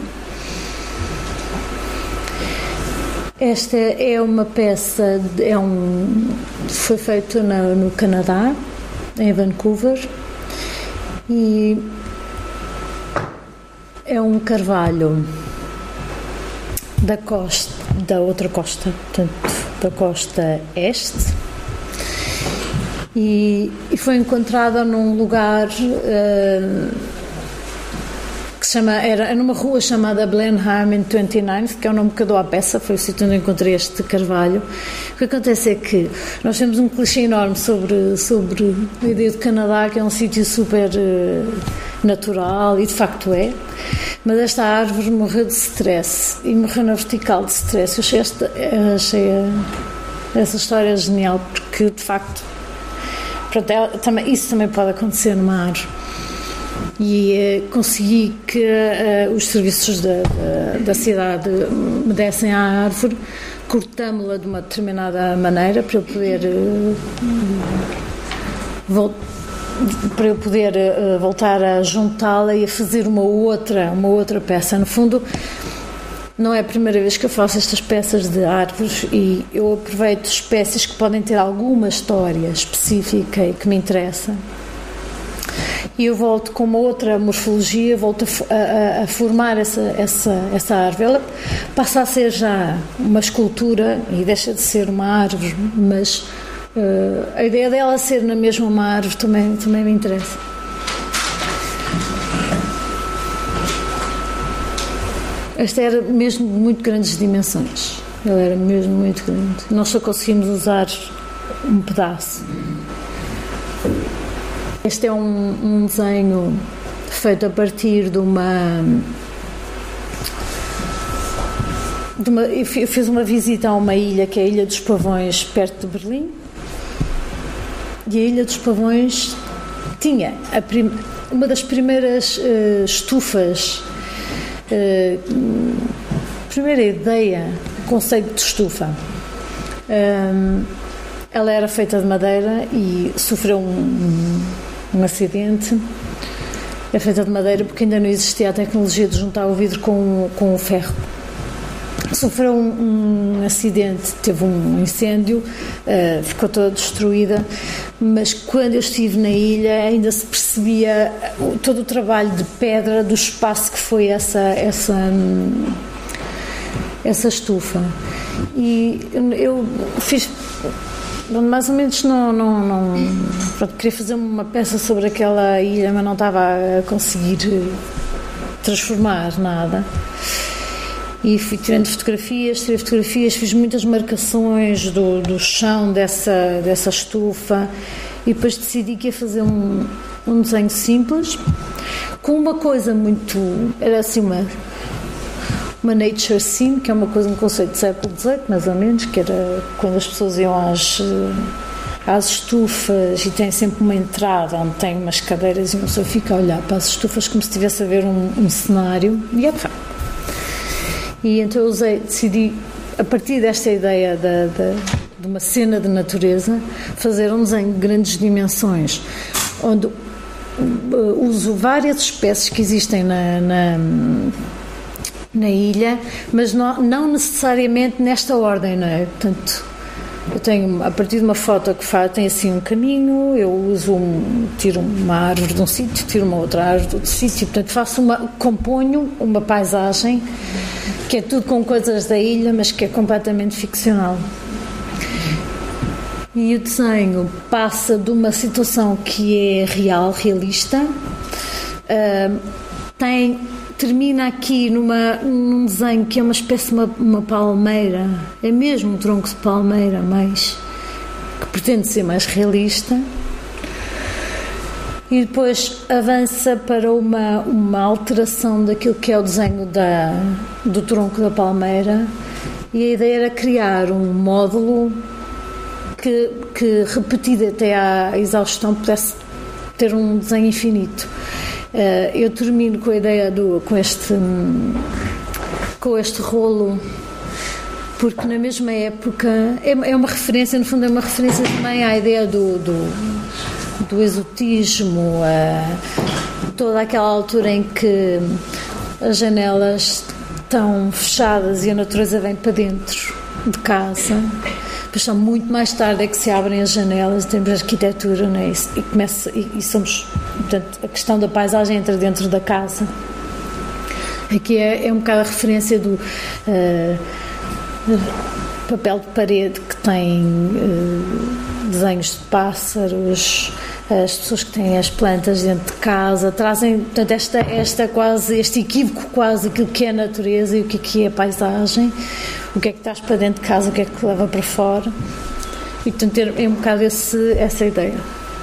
Esta é uma peça, é um, foi feita no, no Canadá, em Vancouver, e é um carvalho da costa, da outra costa, portanto, da costa este, e, e foi encontrada num lugar uh, que se chama, era, era numa rua chamada Blenheim in vinte e nove, que é o nome que eu dou à peça, foi o sítio onde eu encontrei este carvalho. O que acontece é que nós temos um clichê enorme sobre, sobre a ideia do Canadá, que é um sítio super uh, natural, e de facto é, mas esta árvore morreu de stress, e morreu na vertical de stress. Eu achei, esta, achei a, essa história genial, porque de facto, pronto, é, também, isso também pode acontecer numa árvore. E uh, consegui que uh, os serviços da, da, da cidade me dessem à árvore, cortámo-la de uma determinada maneira para eu poder uh, vol- para eu poder uh, voltar a juntá-la e a fazer uma outra, uma outra peça. No fundo, Não é a primeira vez que eu faço estas peças de árvores e eu aproveito espécies que podem ter alguma história específica e que me interessa. E eu volto com uma outra morfologia, volto a, a, a formar essa, essa, essa árvore. Ela passa a ser já uma escultura e deixa de ser uma árvore, mas uh, a ideia dela ser na mesma uma árvore também, também me interessa. Esta era mesmo de muito grandes dimensões. Ela era mesmo muito grande. Nós só conseguimos usar um pedaço. Este é um, um desenho feito a partir de uma, de uma... Eu fiz uma visita a uma ilha, que é a Ilha dos Pavões, perto de Berlim. E a Ilha dos Pavões tinha a prim, uma das primeiras uh, estufas, uh, primeira ideia, conceito de estufa. Um, ela era feita de madeira e sofreu um, um, um acidente. É feita de madeira porque ainda não existia a tecnologia de juntar o vidro com, com o ferro. Sofreu um, um acidente, teve um incêndio, uh, ficou toda destruída, mas quando eu estive na ilha ainda se percebia todo o trabalho de pedra do espaço que foi essa, essa, essa estufa. E eu fiz, mais ou menos, não, não, não pronto, queria fazer uma peça sobre aquela ilha, mas não estava a conseguir transformar nada. E fui tirando fotografias, tirei fotografias, fiz muitas marcações do, do chão dessa, dessa estufa e depois decidi que ia fazer um, um desenho simples com uma coisa muito... Era assim uma, uma nature scene, que é uma coisa, um conceito do século dezoito, mais ou menos, que era quando as pessoas iam às, às estufas e tem sempre uma entrada onde tem umas cadeiras e uma pessoa fica a olhar para as estufas como se estivesse a ver um, um cenário. E é de facto. E então eu usei, decidi, a partir desta ideia de, de, de uma cena de natureza, fazer um desenho de grandes dimensões, onde uh, uso várias espécies que existem na, na, na ilha, mas não, não necessariamente nesta ordem, não é? Portanto, eu tenho, a partir de uma foto que faz, tem assim um caminho, eu uso um, tiro uma árvore de um sítio, tiro uma outra árvore de outro sítio, portanto faço uma, componho uma paisagem que é tudo com coisas da ilha, mas que é completamente ficcional. E o desenho passa de uma situação que é real, realista, uh, tem, termina aqui numa, num desenho que é uma espécie de uma, uma palmeira, é mesmo um tronco de palmeira, mas que pretende ser mais realista. E depois avança para uma, uma alteração daquilo que é o desenho da, do tronco da palmeira, e a ideia era criar um módulo que, que repetido até à exaustão, pudesse ter um desenho infinito. Uh, eu termino com a ideia do, com este, com este rolo, porque na mesma época é, é uma referência, no fundo é uma referência também à ideia do, do do exotismo, a toda aquela altura em que as janelas estão fechadas e a natureza vem para dentro de casa. Depois só muito mais tarde é que se abrem as janelas, temos a arquitetura, não é? e, começa, e, e somos, portanto, a questão da paisagem entra dentro da casa. Aqui é, é um bocado a referência do uh, papel de parede que tem uh, desenhos de pássaros, as pessoas que têm as plantas dentro de casa trazem, portanto, esta, esta quase, este equívoco quase, aquilo que é a natureza e o que é, que é a paisagem, o que é que estás para dentro de casa, o que é que te leva para fora, e portanto é um bocado esse, essa ideia.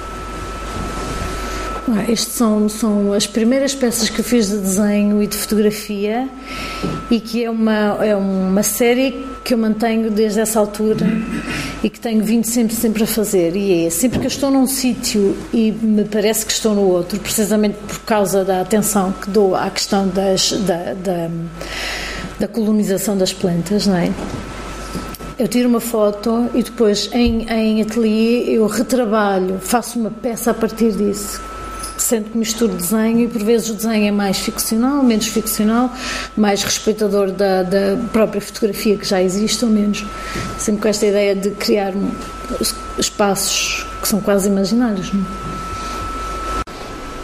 Estas são, são as primeiras peças que eu fiz de desenho e de fotografia, e que é uma, é uma série que eu mantenho desde essa altura e que tenho vindo sempre, sempre a fazer. E é sempre que eu estou num sítio e me parece que estou no outro, precisamente por causa da atenção que dou à questão das, da, da, da colonização das plantas, não é? Eu tiro uma foto e depois em, em ateliê eu retrabalho, faço uma peça a partir disso. sendo que misturo desenho e por vezes o desenho é mais ficcional, menos ficcional, mais respeitador da, da própria fotografia que já existe, ou menos. Sempre com esta ideia de criar um, espaços que são quase imaginários, não é?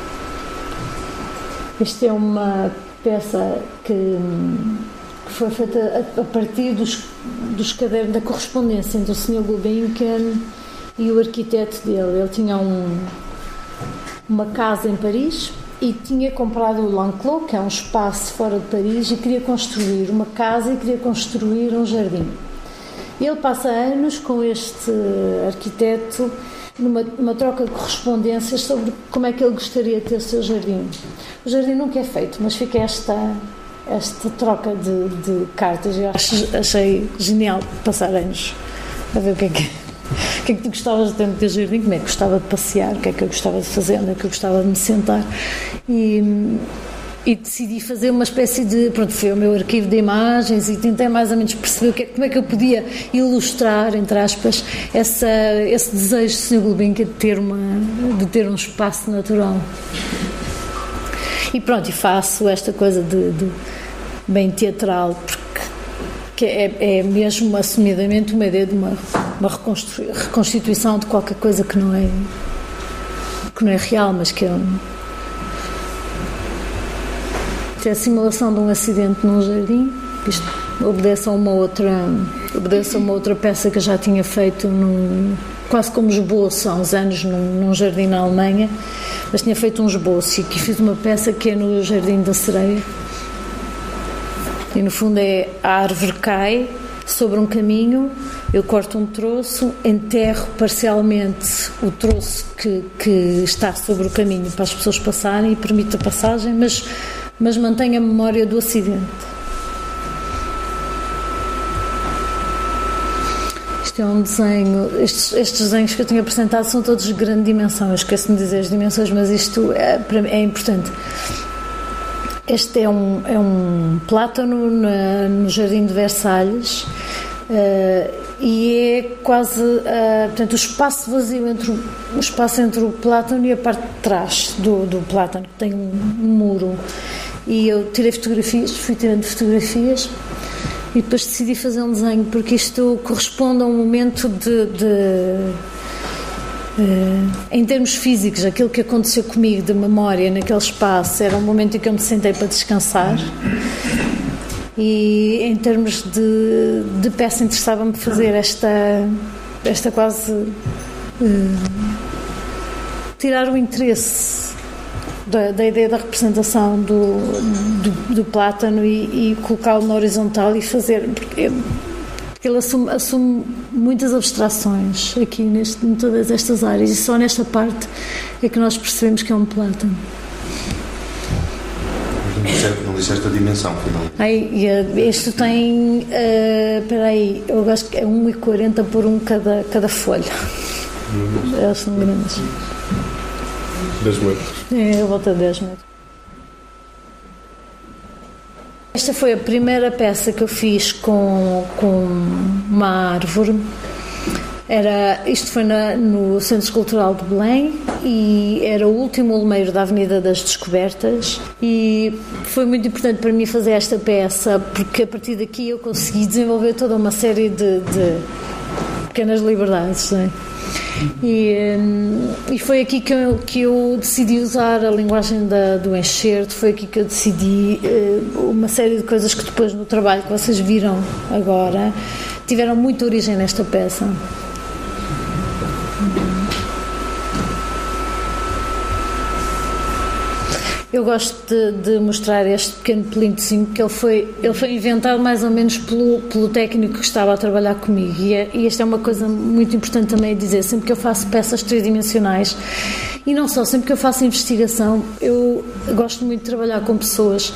Esta é uma peça que, que foi feita a, a partir dos, dos cadernos da correspondência entre o senhor Gulbenkian e o arquiteto dele. Ele tinha um, uma casa em Paris e tinha comprado o L'Enclos, que é um espaço fora de Paris, e queria construir uma casa e queria construir um jardim. Ele passa anos com este arquiteto numa, numa troca de correspondências sobre como é que ele gostaria de ter o seu jardim. O jardim nunca é feito, mas fica esta, esta troca de, de cartas. Eu acho, achei genial passar anos a ver o que é que, o que é que tu gostavas de ter no teu jardim, como é que gostava de passear, o que é que eu gostava de fazer, onde é que eu gostava de me sentar. E... E decidi fazer uma espécie de... Pronto, foi o meu arquivo de imagens e tentei mais ou menos perceber o que é, como é que eu podia ilustrar, entre aspas, essa, esse desejo do senhor Gulbenkian de ter, uma, de ter um espaço natural. E pronto, e faço esta coisa de, de bem teatral, porque que é, é mesmo assumidamente uma ideia de uma, uma reconstituição de qualquer coisa que não é, que não é real, mas que é um... É a simulação de um acidente num jardim. Isto obedece a uma outra, obedece a uma outra peça que eu já tinha feito num, quase como esboço há uns anos num, num jardim na Alemanha, mas tinha feito um esboço e aqui fiz uma peça que é no Jardim da Sereia e no fundo é a árvore cai sobre um caminho, eu corto um troço, enterro parcialmente o troço que, que está sobre o caminho para as pessoas passarem e permite a passagem, mas mas mantém a memória do acidente. Isto é um desenho, estes, estes desenhos que eu tinha apresentado são todos de grande dimensão, eu esqueço-me de dizer as dimensões, mas isto é, para mim, é importante. Este é um, é um plátano na, no Jardim de Versalhes, uh, e é quase, uh, portanto, o espaço vazio entre o, o espaço entre o plátano e a parte de trás do, do plátano, que tem um, um muro. E eu tirei fotografias, fui tirando fotografias e depois decidi fazer um desenho, porque isto corresponde a um momento de, de uh, em termos físicos, aquilo que aconteceu comigo de memória naquele espaço era um momento em que eu me sentei para descansar, e em termos de, de peça interessava-me fazer esta, esta quase uh, tirar o interesse Da, da ideia da representação do, do, do plátano e, e colocá-lo na horizontal e fazer, porque, porque ele assume, assume muitas abstrações aqui neste, em todas estas áreas, e só nesta parte é que nós percebemos que é um plátano. Não disseste a dimensão, finalmente. Aí, este tem, uh, espera aí, eu acho que é um e quarenta por um cada, cada folha. Elas são grandes. dez metros. É, eu volto a dez metros. Esta foi a primeira peça que eu fiz com, com uma árvore. Era, isto foi na, no Centro Escultural de Belém e era o último olmeiro da Avenida das Descobertas, e foi muito importante para mim fazer esta peça porque a partir daqui eu consegui desenvolver toda uma série de, de pequenas liberdades, não é? E, e foi aqui que eu, que eu decidi usar a linguagem da, do enxerto, foi aqui que eu decidi uh, uma série de coisas que depois no trabalho que vocês viram agora tiveram muita origem nesta peça. Eu gosto de, de mostrar este pequeno plintozinho, porque ele foi, ele foi inventado mais ou menos pelo, pelo técnico que estava a trabalhar comigo, e, é, e esta é uma coisa muito importante também a dizer. Sempre que eu faço peças tridimensionais, e não só, sempre que eu faço investigação, eu gosto muito de trabalhar com pessoas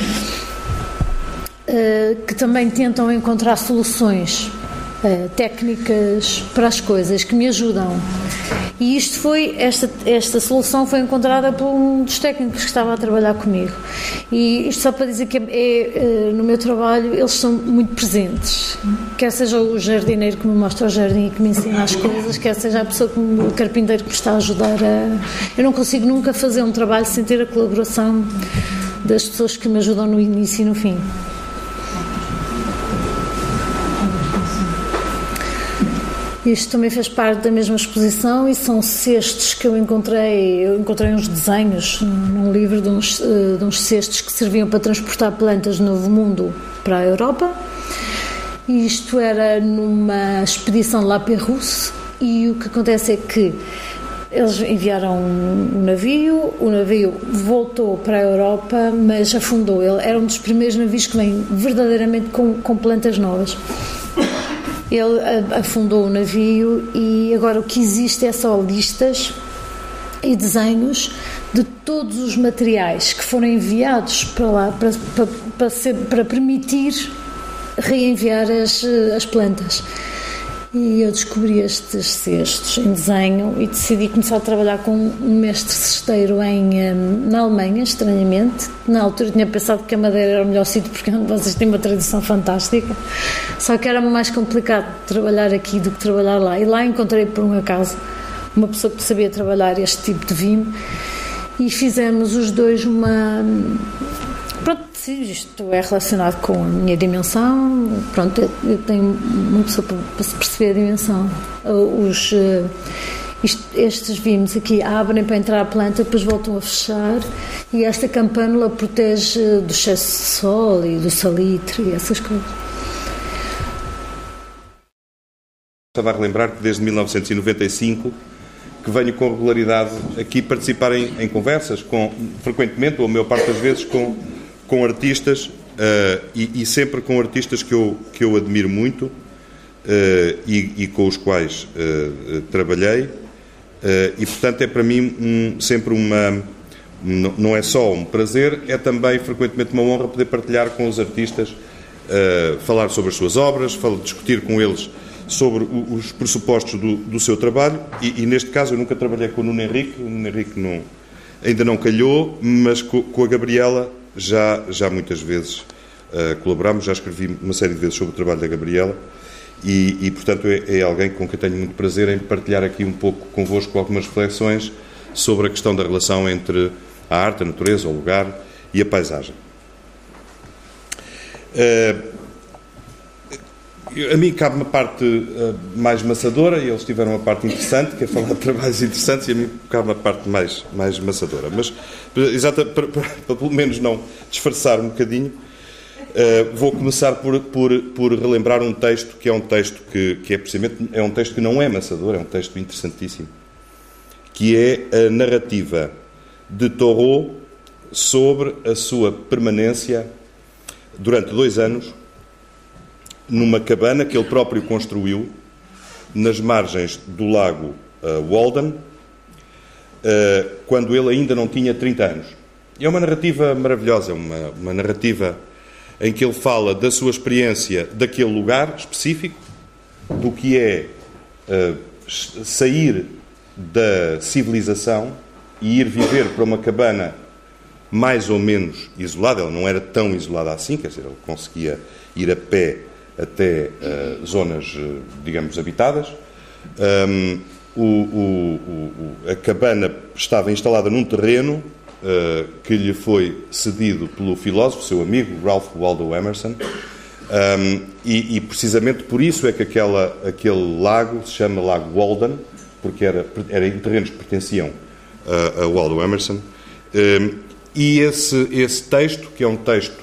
uh, que também tentam encontrar soluções uh, técnicas para as coisas, que me ajudam. E isto foi, esta, esta solução foi encontrada por um dos técnicos que estava a trabalhar comigo. E isto só para dizer que é, é, no meu trabalho eles são muito presentes. Quer seja o jardineiro que me mostra o jardim e que me ensina as coisas, quer seja a pessoa que me, o carpinteiro que me está a ajudar a... Eu não consigo nunca fazer um trabalho sem ter a colaboração das pessoas que me ajudam no início e no fim. Isto também fez parte da mesma exposição e são cestos que eu encontrei, eu encontrei uns desenhos num livro de uns, de uns cestos que serviam para transportar plantas do Novo Mundo para a Europa. E isto era numa expedição de La Pérouse e o que acontece é que eles enviaram um navio, o navio voltou para a Europa, mas afundou. Ele era um dos primeiros navios que vem verdadeiramente com, com plantas novas. Ele afundou o navio e agora o que existe é só listas e desenhos de todos os materiais que foram enviados para lá para, para, para, ser, para permitir reenviar as, as plantas. E eu descobri estes cestos em desenho e decidi começar a trabalhar com um mestre cesteiro em, na Alemanha, estranhamente. Na altura tinha pensado que a Madeira era o melhor sítio porque vocês têm uma tradição fantástica, só que era mais complicado trabalhar aqui do que trabalhar lá. E lá encontrei por um acaso uma pessoa que sabia trabalhar este tipo de vinho e fizemos os dois uma... Pronto, isto é relacionado com a minha dimensão, pronto, eu tenho uma pessoa para se perceber a dimensão. Os, isto, estes vinhos aqui abrem para entrar a planta, depois voltam a fechar e esta campânula protege do excesso de sol e do salitre e essas coisas. Estava a relembrar que desde mil novecentos e noventa e cinco que venho com regularidade aqui participar em, em conversas, com, frequentemente, ou a maior parte das vezes, com com artistas uh, e, e sempre com artistas que eu, que eu admiro muito uh, e, e com os quais uh, trabalhei uh, e portanto é para mim um, sempre uma, não, não é só um prazer, é também frequentemente uma honra poder partilhar com os artistas, uh, falar sobre as suas obras, falar, discutir com eles sobre o, os pressupostos do, do seu trabalho e, e neste caso eu nunca trabalhei com o Nuno Henrique, o Nuno Henrique não, ainda não calhou, mas com, com a Gabriela Já, já muitas vezes uh, colaboramos, já escrevi uma série de vezes sobre o trabalho da Gabriela e, e portanto, é, é alguém com quem tenho muito prazer em partilhar aqui um pouco convosco algumas reflexões sobre a questão da relação entre a arte, a natureza, o lugar e a paisagem. Uh, a mim cabe uma parte uh, mais maçadora e eles tiveram uma parte interessante, que é falar de trabalhos interessantes, e a mim cabe uma parte mais, mais maçadora. Mas, exata, para, para, para pelo menos não disfarçar um bocadinho, uh, vou começar por, por, por relembrar um texto que é um texto que, que é precisamente é um texto que não é maçador, é um texto interessantíssimo, que é a narrativa de Thoreau sobre a sua permanência durante dois anos numa cabana que ele próprio construiu nas margens do lago uh, Walden, uh, quando ele ainda não tinha trinta anos. E é uma narrativa maravilhosa, uma, uma narrativa em que ele fala da sua experiência daquele lugar específico, do que é uh, sair da civilização e ir viver para uma cabana mais ou menos isolada. Ele não era tão isolada assim, quer dizer, ele conseguia ir a pé até uh, zonas, uh, digamos, habitadas. Um, o, o, o, a cabana estava instalada num terreno uh, que lhe foi cedido pelo filósofo, seu amigo, Ralph Waldo Emerson, um, e, e precisamente por isso é que aquela, aquele lago se chama Lago Walden, porque era, era em terrenos que pertenciam uh, a Waldo Emerson. Um, e esse, esse texto, que é um texto,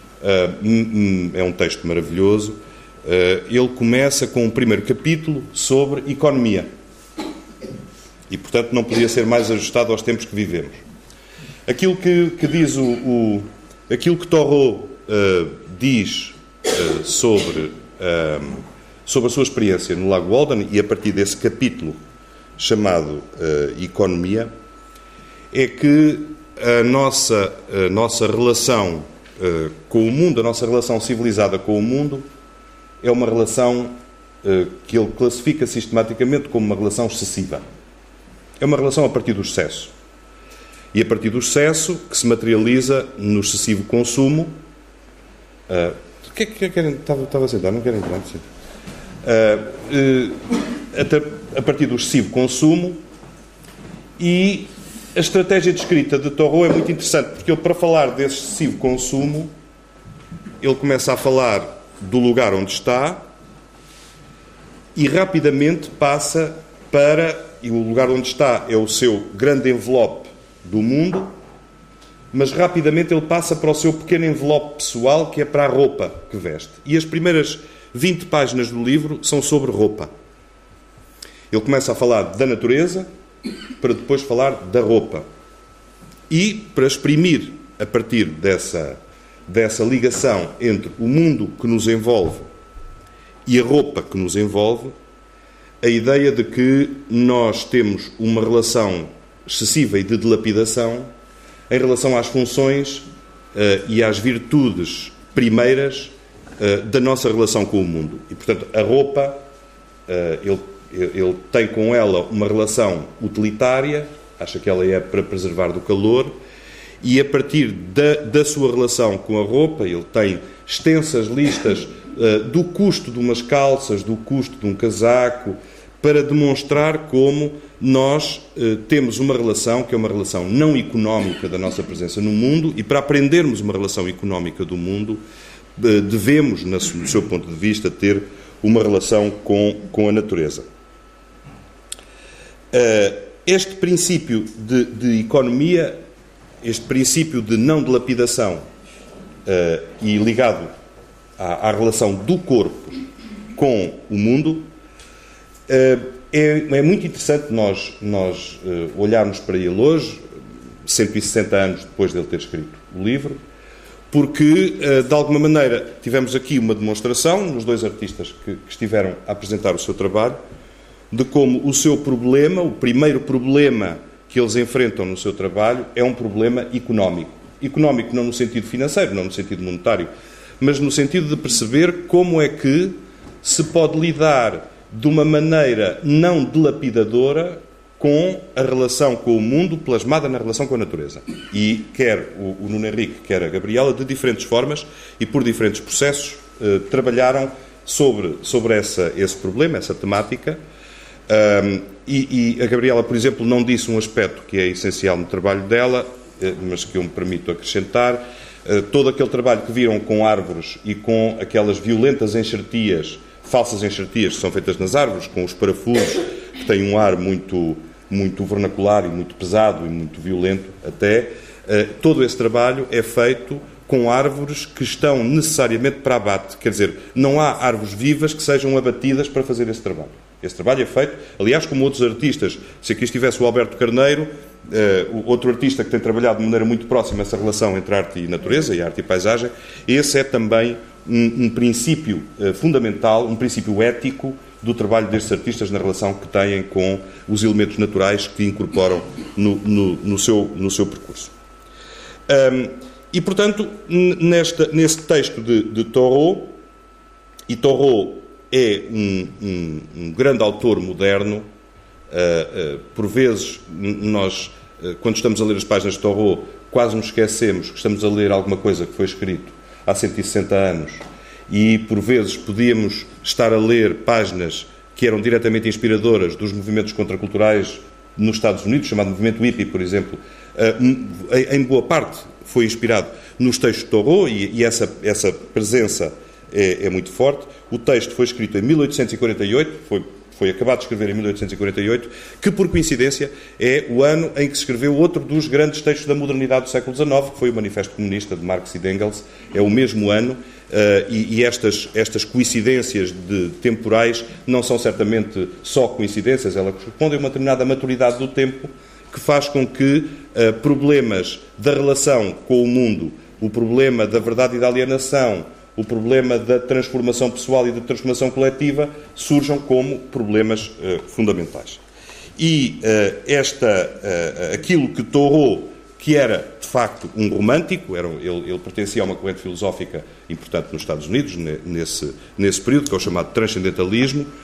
uh, é um texto maravilhoso, Uh, ele começa com um primeiro capítulo sobre economia. E, portanto, não podia ser mais ajustado aos tempos que vivemos. Aquilo que, que diz o, o... Aquilo que Thoreau uh, diz uh, sobre, uh, sobre a sua experiência no Lago Walden, e a partir desse capítulo chamado uh, Economia, é que a nossa, a nossa relação uh, com o mundo, a nossa relação civilizada com o mundo, é uma relação uh, que ele classifica sistematicamente como uma relação excessiva. é uma relação a partir do excesso. E a partir do excesso que se materializa no excessivo consumo. Uh, que é que querem? Estava, estava a sentar, não querem entrar? Sim. Uh, uh, a, a partir do excessivo consumo. E a estratégia descrita de Thoreau é muito interessante, porque ele, para falar desse excessivo consumo, ele começa a falar do lugar onde está e rapidamente passa para, e o lugar onde está é o seu grande envelope do mundo, mas rapidamente ele passa para o seu pequeno envelope pessoal, que é para a roupa que veste. E as primeiras vinte páginas do livro são sobre roupa. Ele começa a falar da natureza, para depois falar da roupa. E para exprimir, a partir dessa, dessa ligação entre o mundo que nos envolve e a roupa que nos envolve, a ideia de que nós temos uma relação excessiva e de dilapidação em relação às funções uh, e às virtudes primeiras uh, da nossa relação com o mundo. E, portanto, a roupa, uh, ele, ele tem com ela uma relação utilitária, acha que ela é para preservar do calor, e a partir da, da sua relação com a roupa, ele tem extensas listas uh, do custo de umas calças, do custo de um casaco, para demonstrar como nós uh, temos uma relação que é uma relação não económica da nossa presença no mundo, e para aprendermos uma relação económica do mundo, uh, devemos, no seu ponto de vista, ter uma relação com, com a natureza. Uh, este princípio de, de economia, este princípio de não dilapidação uh, e ligado à, à relação do corpo com o mundo, uh, é, é muito interessante nós, nós uh, olharmos para ele hoje, cento e sessenta anos depois de ele ter escrito o livro, porque, uh, de alguma maneira, tivemos aqui uma demonstração, nos dois artistas que, que estiveram a apresentar o seu trabalho, de como o seu problema, o primeiro problema que eles enfrentam no seu trabalho, é um problema económico. Económico não no sentido financeiro, não no sentido monetário, mas no sentido de perceber como é que se pode lidar de uma maneira não dilapidadora com a relação com o mundo plasmada na relação com a natureza. E quer o, o Nuno Henrique, quer a Gabriela, de diferentes formas e por diferentes processos, eh, trabalharam sobre, sobre essa, esse problema, essa temática. Um, e, e a Gabriela, por exemplo, não disse um aspecto que é essencial no trabalho dela, mas que eu me permito acrescentar. Uh, todo aquele trabalho que viram com árvores e com aquelas violentas enxertias, falsas enxertias que são feitas nas árvores, com os parafusos, que têm um ar muito, muito vernacular e muito pesado e muito violento até, uh, todo esse trabalho é feito com árvores que estão necessariamente para abate. Quer dizer, não há árvores vivas que sejam abatidas para fazer esse trabalho. Esse trabalho é feito, aliás, como outros artistas. Se aqui estivesse o Alberto Carneiro, uh, outro artista que tem trabalhado de maneira muito próxima essa relação entre arte e natureza, e arte e paisagem, esse é também um, um princípio uh, fundamental, um princípio ético do trabalho destes artistas na relação que têm com os elementos naturais que incorporam no, no, no, seu, no seu percurso. Um, e, portanto, nesta, neste texto de, de Thoreau, e Thoreau é um, um, um grande autor moderno, uh, uh, por vezes nós, uh, quando estamos a ler as páginas de Thoreau, quase nos esquecemos que estamos a ler alguma coisa que foi escrito há cento e sessenta anos, e por vezes podíamos estar a ler páginas que eram diretamente inspiradoras dos movimentos contraculturais nos Estados Unidos, chamado movimento hippie, por exemplo, uh, em boa parte foi inspirado nos textos de Thoreau, e, e essa, essa presença É, é muito forte. O texto foi escrito em mil oitocentos e quarenta e oito, foi, foi acabado de escrever em mil oitocentos e quarenta e oito, que, por coincidência, é o ano em que se escreveu outro dos grandes textos da modernidade do século dezenove, que foi o Manifesto Comunista de Marx e de Engels. É o mesmo ano, uh, e, e estas, estas coincidências de temporais não são certamente só coincidências, elas correspondem a uma determinada maturidade do tempo que faz com que uh, problemas da relação com o mundo, o problema da verdade e da alienação, o problema da transformação pessoal e da transformação coletiva surjam como problemas uh, fundamentais. E uh, esta, uh, aquilo que Thoreau, que era de facto um romântico, era, ele, ele pertencia a uma corrente filosófica importante nos Estados Unidos, nesse, nesse período, que é o chamado transcendentalismo,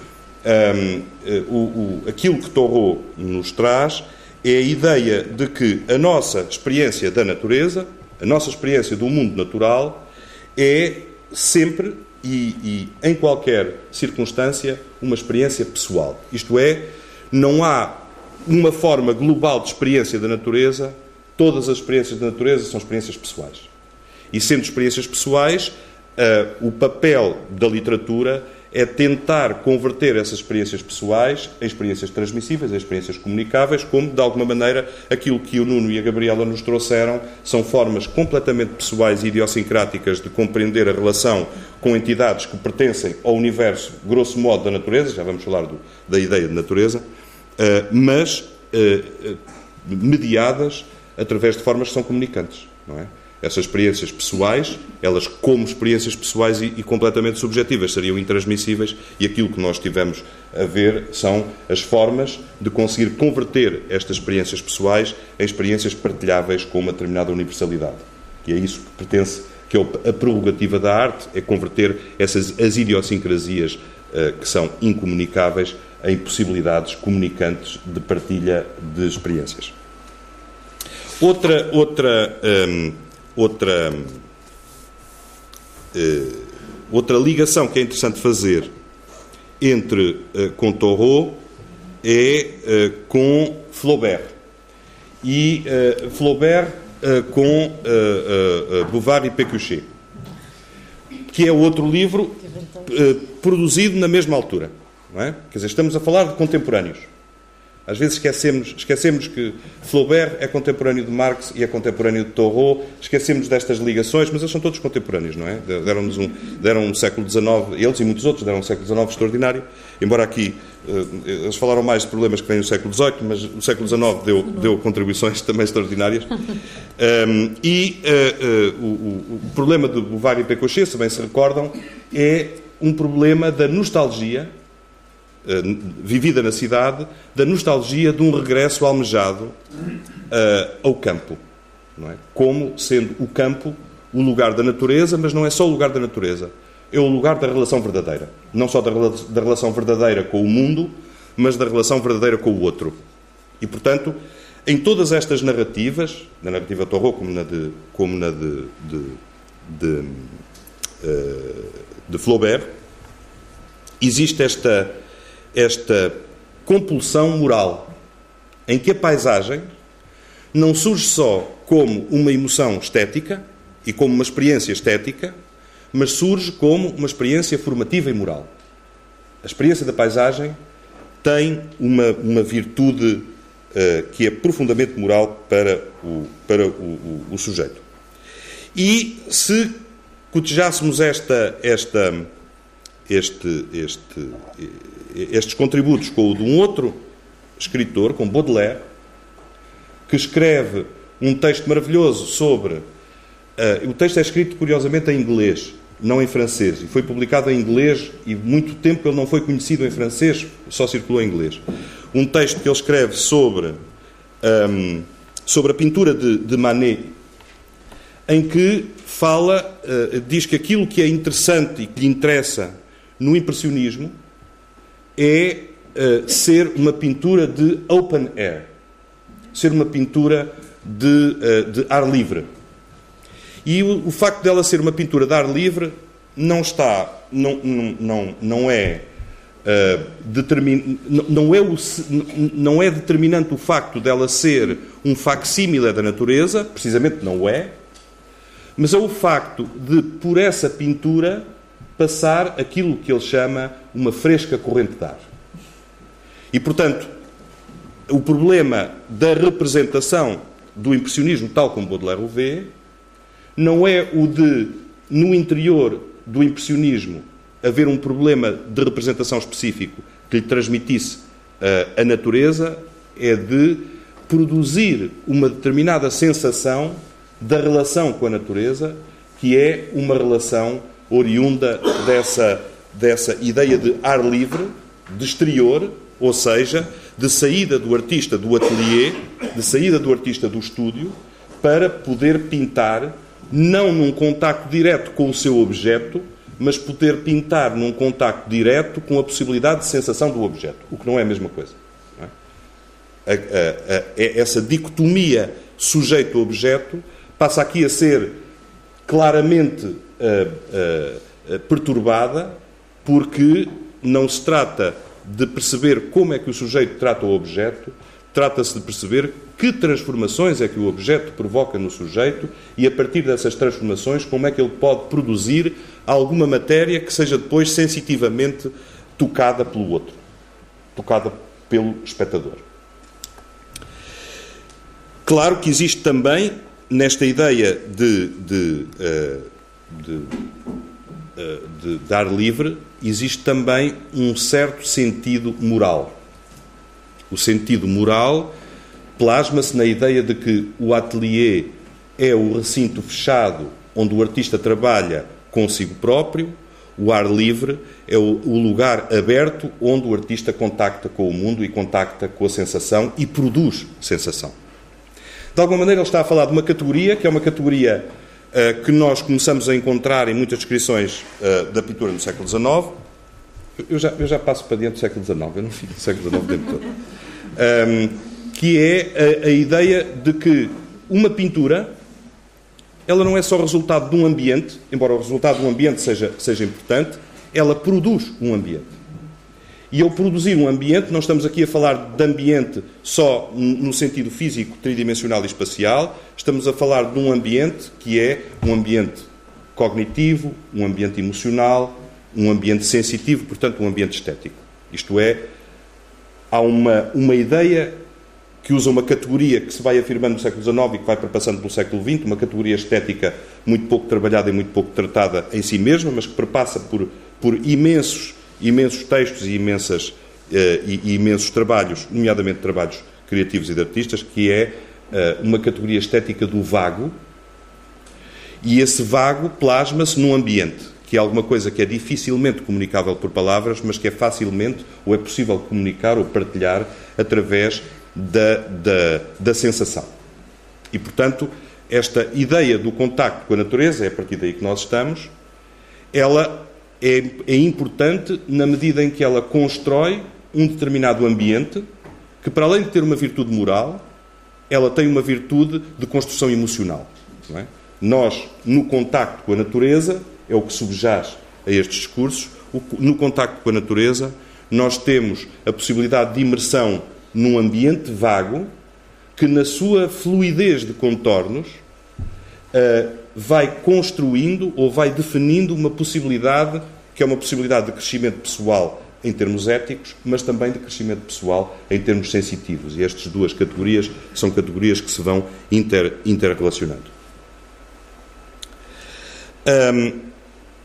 Um, o, o, aquilo que Thoreau nos traz é a ideia de que a nossa experiência da natureza, a nossa experiência do mundo natural, é sempre e, e em qualquer circunstância uma experiência pessoal. Isto é, não há uma forma global de experiência da natureza, todas as experiências da natureza são experiências pessoais. E sendo experiências pessoais, uh, o papel da literatura é tentar converter essas experiências pessoais em experiências transmissíveis, em experiências comunicáveis, como, de alguma maneira, aquilo que o Nuno e a Gabriela nos trouxeram são formas completamente pessoais e idiosincráticas de compreender a relação com entidades que pertencem ao universo, grosso modo, da natureza, já vamos falar do, da ideia de natureza, mas mediadas através de formas que são comunicantes, não é? Essas experiências pessoais, elas como experiências pessoais e, e completamente subjetivas, seriam intransmissíveis, e aquilo que nós tivemos a ver são as formas de conseguir converter estas experiências pessoais em experiências partilháveis com uma determinada universalidade. E é isso que pertence, que é a prerrogativa da arte, é converter essas as idiosincrasias uh, que são incomunicáveis em possibilidades comunicantes de partilha de experiências. Outra... outra um, Outra, uh, outra ligação que é interessante fazer entre uh, com Thoreau é uh, com Flaubert. E uh, Flaubert uh, com uh, uh, uh, Bouvard e Pécuchet, que é outro livro uh, produzido na mesma altura. Não é? Quer dizer, estamos a falar de contemporâneos. Às vezes esquecemos, esquecemos que Flaubert é contemporâneo de Marx e é contemporâneo de Thoreau, esquecemos destas ligações, mas eles são todos contemporâneos, não é? Deram-nos um, deram um século dezenove, eles e muitos outros deram um século dezenove extraordinário, embora aqui uh, eles falaram mais de problemas que vêm no século dezoito, mas o século dezenove deu, deu contribuições também extraordinárias. Um, e uh, uh, o, o, o problema de Bouvard e Pécuchet, se bem se recordam, é um problema da nostalgia vivida na cidade, da nostalgia de um regresso almejado uh, ao campo, não é? Como sendo o campo o lugar da natureza, mas não é só o lugar da natureza, é o lugar da relação verdadeira, não só da, da relação verdadeira com o mundo, mas da relação verdadeira com o outro. E, portanto, em todas estas narrativas, na narrativa Thoreau como na de, como na de, de, de, uh, de Flaubert, existe esta esta compulsão moral, em que a paisagem não surge só como uma emoção estética e como uma experiência estética, mas surge como uma experiência formativa e moral. A experiência da paisagem tem uma, uma virtude uh, que é profundamente moral para o, para o, o, o sujeito. E se cotejássemos esta, esta, este, este, estes contributos com o de um outro escritor, com Baudelaire, que escreve um texto maravilhoso sobre... Uh, o texto é escrito, curiosamente, em inglês, não em francês, e foi publicado em inglês, e muito tempo ele não foi conhecido em francês, só circulou em inglês. Um texto que ele escreve sobre, um, sobre a pintura de, de Manet, em que fala, uh, diz que aquilo que é interessante e que lhe interessa no impressionismo é uh, ser uma pintura de open air, ser uma pintura de, uh, de ar livre. E o, o facto dela ser uma pintura de ar livre não está, não, não, não, não é uh, determin, não, não é o, não é determinante o facto dela ser um facsímile da natureza, precisamente não é, mas é o facto de, por essa pintura, passar aquilo que ele chama uma fresca corrente de ar. E, portanto, o problema da representação do impressionismo, tal como Baudelaire o vê, não é o de, no interior do impressionismo, haver um problema de representação específico que lhe transmitisse uh, a natureza, é de produzir uma determinada sensação da relação com a natureza, que é uma relação oriunda dessa, dessa ideia de ar livre, de exterior, ou seja, de saída do artista do atelier, de saída do artista do estúdio, para poder pintar, não num contacto direto com o seu objeto, mas poder pintar num contacto direto com a possibilidade de sensação do objeto, o que não é a mesma coisa. Não é? A, a, a, essa dicotomia sujeito-objeto passa aqui a ser claramente uh, uh, uh, perturbada, porque não se trata de perceber como é que o sujeito trata o objeto, trata-se de perceber que transformações é que o objeto provoca no sujeito e, a partir dessas transformações, como é que ele pode produzir alguma matéria que seja depois sensitivamente tocada pelo outro, tocada pelo espectador. Claro que existe também, nesta ideia de, de, de, de, de dar livre, existe também um certo sentido moral. O sentido moral plasma-se na ideia de que o ateliê é o recinto fechado onde o artista trabalha consigo próprio, o ar livre é o, o lugar aberto onde o artista contacta com o mundo e contacta com a sensação e produz sensação. De alguma maneira ele está a falar de uma categoria, que é uma categoria uh, que nós começamos a encontrar em muitas descrições uh, da pintura no século dezenove. Eu já, eu já passo para dentro do século dezenove, eu não fico do século dezenove dentro todo. Um, que é a, a ideia de que uma pintura, ela não é só resultado de um ambiente, embora o resultado de um ambiente seja, seja importante, ela produz um ambiente. E ao produzir um ambiente, não estamos aqui a falar de ambiente só no sentido físico, tridimensional e espacial, estamos a falar de um ambiente que é um ambiente cognitivo, um ambiente emocional, um ambiente sensitivo, portanto, um ambiente estético. Isto é, há uma, uma ideia que usa uma categoria que se vai afirmando no século dezenove e que vai perpassando pelo século vinte, uma categoria estética muito pouco trabalhada e muito pouco tratada em si mesma, mas que perpassa por, por imensos, imensos textos e, imensas, uh, e, e imensos trabalhos, nomeadamente trabalhos criativos e de artistas, que é uh, uma categoria estética do vago, e esse vago plasma-se num ambiente, que é alguma coisa que é dificilmente comunicável por palavras, mas que é facilmente, ou é possível comunicar ou partilhar através da, da, da sensação. E, portanto, esta ideia do contacto com a natureza, é a partir daí que nós estamos, ela é, é importante na medida em que ela constrói um determinado ambiente que, para além de ter uma virtude moral, ela tem uma virtude de construção emocional. Não é? Nós, no contacto com a natureza, é o que subjaz a estes discursos, no contacto com a natureza, nós temos a possibilidade de imersão num ambiente vago que, na sua fluidez de contornos, vai construindo ou vai definindo uma possibilidade que é uma possibilidade de crescimento pessoal em termos éticos, mas também de crescimento pessoal em termos sensitivos. E estas duas categorias são categorias que se vão inter, interrelacionando. Um,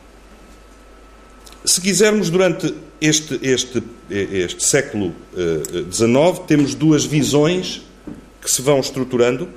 se quisermos, durante este, este, este século dezenove, uh, temos duas visões que se vão estruturando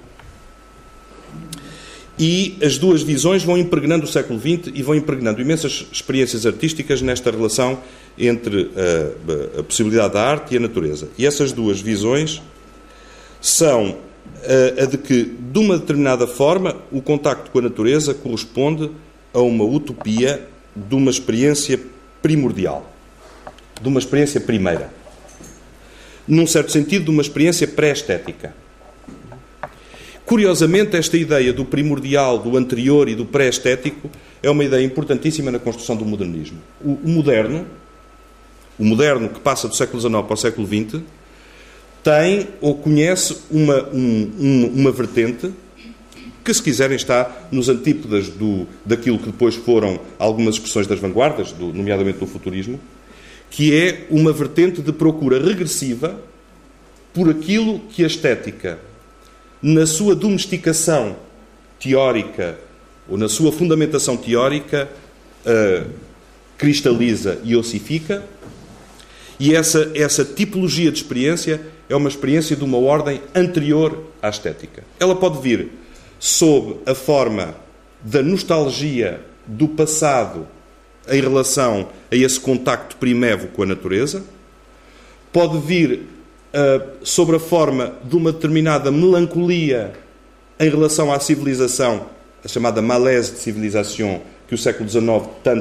e as duas visões vão impregnando o século vinte e vão impregnando imensas experiências artísticas nesta relação entre a, a possibilidade da arte e a natureza. E essas duas visões são a, a de que, de uma determinada forma, o contacto com a natureza corresponde a uma utopia de uma experiência primordial, de uma experiência primeira. Num certo sentido, de uma experiência pré-estética. Curiosamente, esta ideia do primordial, do anterior e do pré-estético é uma ideia importantíssima na construção do modernismo. O, o moderno, o moderno que passa do século dezenove para o século vinte, tem ou conhece uma, um, um, uma vertente que, se quiserem, está nos antípodas do, daquilo que depois foram algumas expressões das vanguardas, do, nomeadamente do futurismo, que é uma vertente de procura regressiva por aquilo que a estética, na sua domesticação teórica ou na sua fundamentação teórica, uh, cristaliza e ossifica, e essa, essa tipologia de experiência é uma experiência de uma ordem anterior à estética. Ela pode vir sob a forma da nostalgia do passado em relação a esse contacto primevo com a natureza, pode vir Uh, sobre a forma de uma determinada melancolia em relação à civilização, a chamada malaise de civilização, que o século dezenove tanto,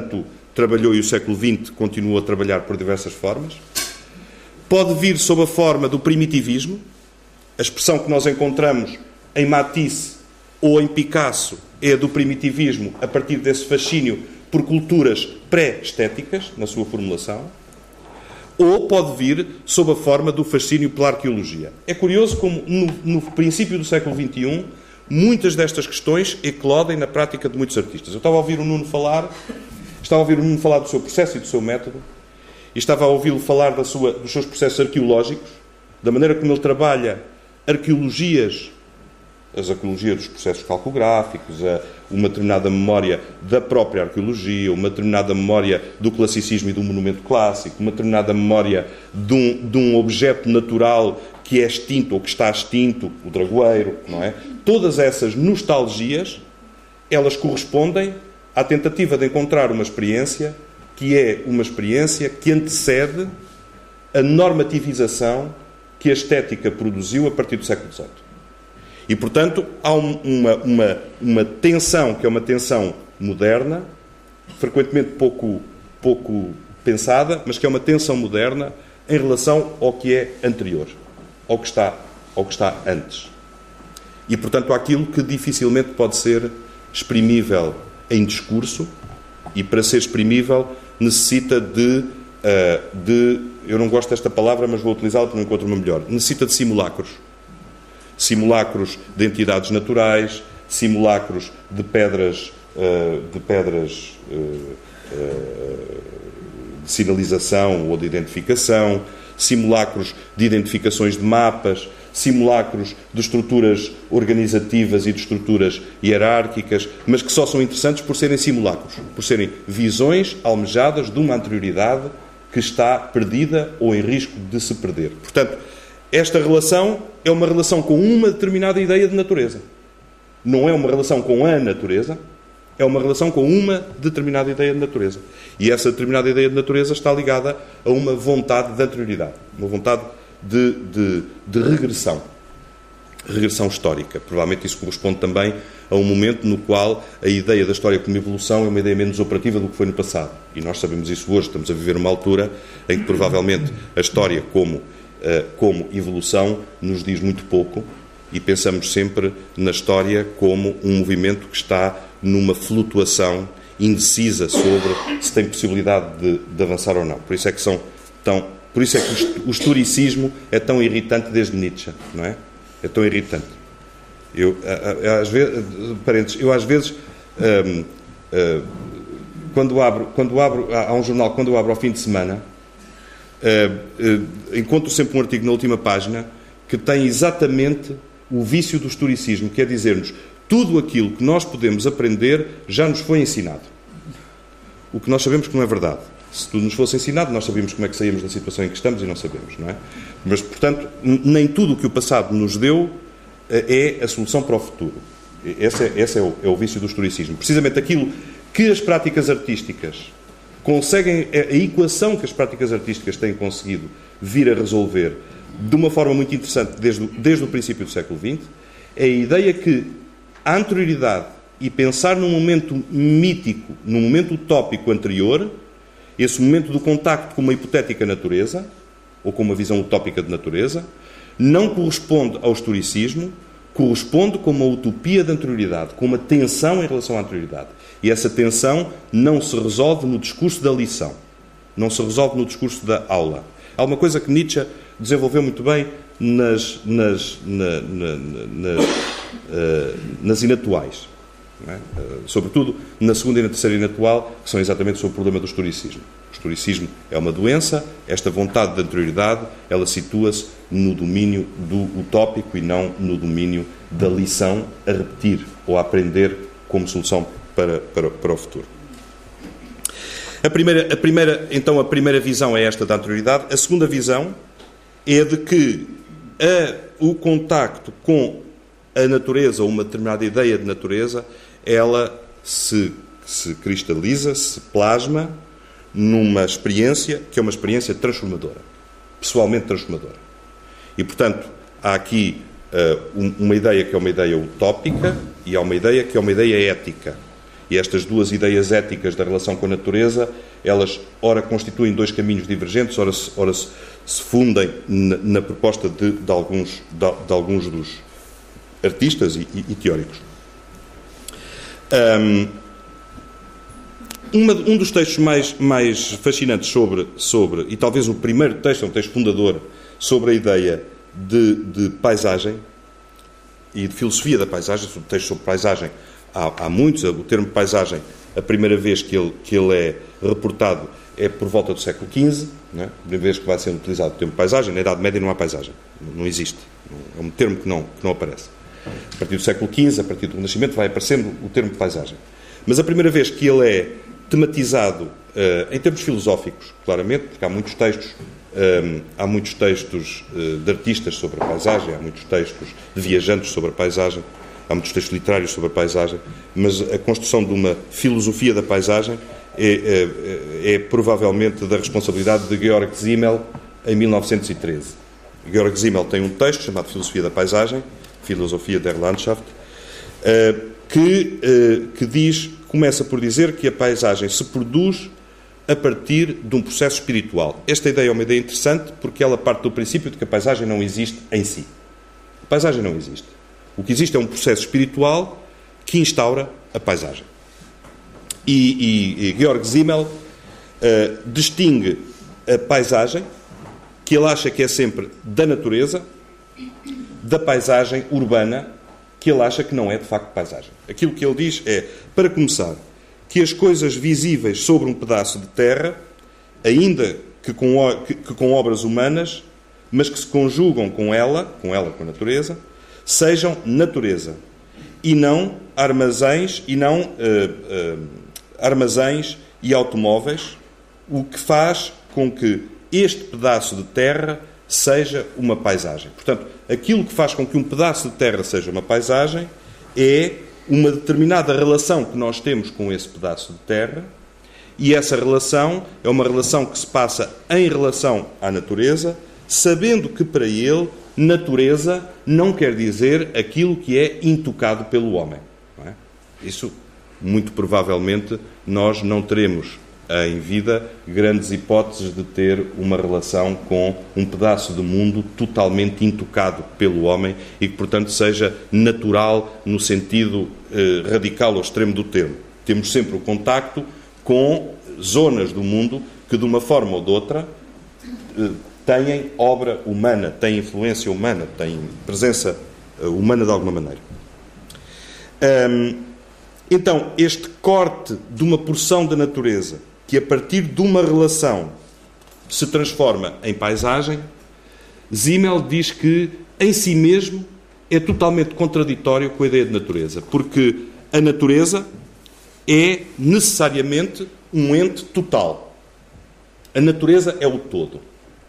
trabalhou e o século vinte continuou a trabalhar por diversas formas. Pode vir sob a forma do primitivismo, a expressão que nós encontramos em Matisse ou em Picasso é a do primitivismo a partir desse fascínio por culturas pré-estéticas, na sua formulação, ou pode vir sob a forma do fascínio pela arqueologia. É curioso como, no, no princípio do século vinte e um, muitas destas questões eclodem na prática de muitos artistas. Eu estava a ouvir o Nuno falar, estava a ouvir o Nuno falar do seu processo e do seu método, e estava a ouvi-lo falar da sua, dos seus processos arqueológicos, da maneira como ele trabalha arqueologias, as arqueologias dos processos calcográficos, a, uma determinada memória da própria arqueologia, uma determinada memória do classicismo e do monumento clássico, uma determinada memória de um, de um objeto natural que é extinto ou que está extinto, o dragoeiro, não é? Todas essas nostalgias, elas correspondem à tentativa de encontrar uma experiência que é uma experiência que antecede a normativização que a estética produziu a partir do século dezoito. E, portanto, há uma, uma, uma tensão, que é uma tensão moderna, frequentemente pouco, pouco pensada, mas que é uma tensão moderna em relação ao que é anterior, ao que está, ao que está antes. E, portanto, àquilo que dificilmente pode ser exprimível em discurso, e para ser exprimível necessita de, uh, de eu não gosto desta palavra, mas vou utilizá-la porque não encontro uma melhor, necessita de simulacros. Simulacros de entidades naturais, simulacros de pedras, uh, de pedras uh, uh, de sinalização ou de identificação, simulacros de identificações de mapas, simulacros de estruturas organizativas e de estruturas hierárquicas, mas que só são interessantes por serem simulacros, por serem visões almejadas de uma anterioridade que está perdida ou em risco de se perder. Portanto, esta relação é uma relação com uma determinada ideia de natureza. Não é uma relação com a natureza, é uma relação com uma determinada ideia de natureza. E essa determinada ideia de natureza está ligada a uma vontade de anterioridade, uma vontade de, de, de regressão, regressão histórica. Provavelmente isso corresponde também a um momento no qual a ideia da história como evolução é uma ideia menos operativa do que foi no passado. E nós sabemos isso hoje, estamos a viver uma altura em que provavelmente a história como, como evolução nos diz muito pouco e pensamos sempre na história como um movimento que está numa flutuação indecisa sobre se tem possibilidade de, de avançar ou não. Por isso é que são tão, por isso é que o historicismo é tão irritante desde Nietzsche, não é? É tão irritante. Eu, às vezes, parênteses, eu às vezes, hum, hum, quando abro, quando abro, há um jornal, quando eu abro ao fim de semana, hum, hum, encontro sempre um artigo na última página que tem exatamente o vício do historicismo, que é dizer-nos tudo aquilo que nós podemos aprender já nos foi ensinado. O que nós sabemos que não é verdade. Se tudo nos fosse ensinado, nós sabíamos como é que saímos da situação em que estamos e não sabemos, não é? Mas, portanto, nem tudo o que o passado nos deu é a solução para o futuro. Esse é, esse é, o, é o vício do historicismo. Precisamente aquilo que as práticas artísticas conseguem, a equação que as práticas artísticas têm conseguido vir a resolver de uma forma muito interessante desde, desde o princípio do século vinte, é a ideia que a anterioridade e pensar num momento mítico, num momento utópico anterior, esse momento do contacto com uma hipotética natureza, ou com uma visão utópica de natureza, não corresponde ao historicismo, corresponde com uma utopia de anterioridade, com uma tensão em relação à anterioridade. E essa tensão não se resolve no discurso da lição, não se resolve no discurso da aula. Há uma coisa que Nietzsche desenvolveu muito bem nas, nas, na, na, na, uh, nas inatuais, não é? uh, sobretudo na segunda e na terceira inatual, que são exatamente sobre o problema do historicismo. O historicismo é uma doença, esta vontade de anterioridade, ela situa-se no domínio do utópico e não no domínio da lição a repetir ou a aprender como solução para, para, para o futuro. A primeira, a primeira, então, a primeira visão é esta da anterioridade. A segunda visão é de que a, o contacto com a natureza, ou uma determinada ideia de natureza, ela se, se cristaliza, se plasma numa experiência que é uma experiência transformadora, pessoalmente transformadora. E, portanto, há aqui uh, uma ideia que é uma ideia utópica e há uma ideia que é uma ideia ética. E estas duas ideias éticas da relação com a natureza, elas ora constituem dois caminhos divergentes, ora se, ora se, se fundem na, na proposta de, de, alguns, de, de alguns dos artistas e, e, e teóricos. Um, uma, um dos textos mais, mais fascinantes sobre, sobre, e talvez o primeiro texto, é um texto fundador, sobre a ideia de, de paisagem e de filosofia da paisagem, sobre textos sobre paisagem, há, há muitos. O termo paisagem, a primeira vez que ele, que ele é reportado é por volta do século quinze, não é? A primeira vez que vai ser utilizado o termo paisagem. Na Idade Média não há paisagem, não existe, é um termo que não, que não aparece. A partir do século quinze, a partir do Renascimento, vai aparecendo o termo de paisagem. Mas a primeira vez que ele é tematizado uh, em termos filosóficos, claramente, porque há muitos textos, um, há muitos textos uh, de artistas sobre a paisagem, há muitos textos de viajantes sobre a paisagem, há muitos textos literários sobre a paisagem, mas a construção de uma filosofia da paisagem é, é, é provavelmente da responsabilidade de Georg Simmel em mil novecentos e treze. Georg Simmel tem um texto chamado Filosofia da Paisagem, Filosofia der Landschaft, que, que diz, começa por dizer que a paisagem se produz a partir de um processo espiritual. Esta ideia é uma ideia interessante porque ela parte do princípio de que a paisagem não existe em si. A paisagem não existe. O que existe é um processo espiritual que instaura a paisagem. E, e, e Georg Simmel uh, distingue a paisagem, que ele acha que é sempre da natureza, da paisagem urbana, que ele acha que não é de facto paisagem. Aquilo que ele diz é, para começar, que as coisas visíveis sobre um pedaço de terra, ainda que com, que, que com obras humanas, mas que se conjugam com ela, com ela, com a natureza, sejam natureza, e não armazéns, e não uh, uh, armazéns e automóveis, o que faz com que este pedaço de terra seja uma paisagem. Portanto, aquilo que faz com que um pedaço de terra seja uma paisagem é uma determinada relação que nós temos com esse pedaço de terra, e essa relação é uma relação que se passa em relação à natureza, sabendo que para ele natureza não quer dizer aquilo que é intocado pelo homem. Não é? Isso, muito provavelmente, nós não teremos em vida grandes hipóteses de ter uma relação com um pedaço de mundo totalmente intocado pelo homem e que, portanto, seja natural no sentido eh, radical ou extremo do termo. Temos sempre o contacto com zonas do mundo que, de uma forma ou de outra, eh, têm obra humana, têm influência humana, têm presença eh, humana de alguma maneira. Hum, então, este corte de uma porção da natureza que a partir de uma relação se transforma em paisagem, Simmel diz que, em si mesmo, é totalmente contraditório com a ideia de natureza, porque a natureza é necessariamente um ente total. A natureza é o todo.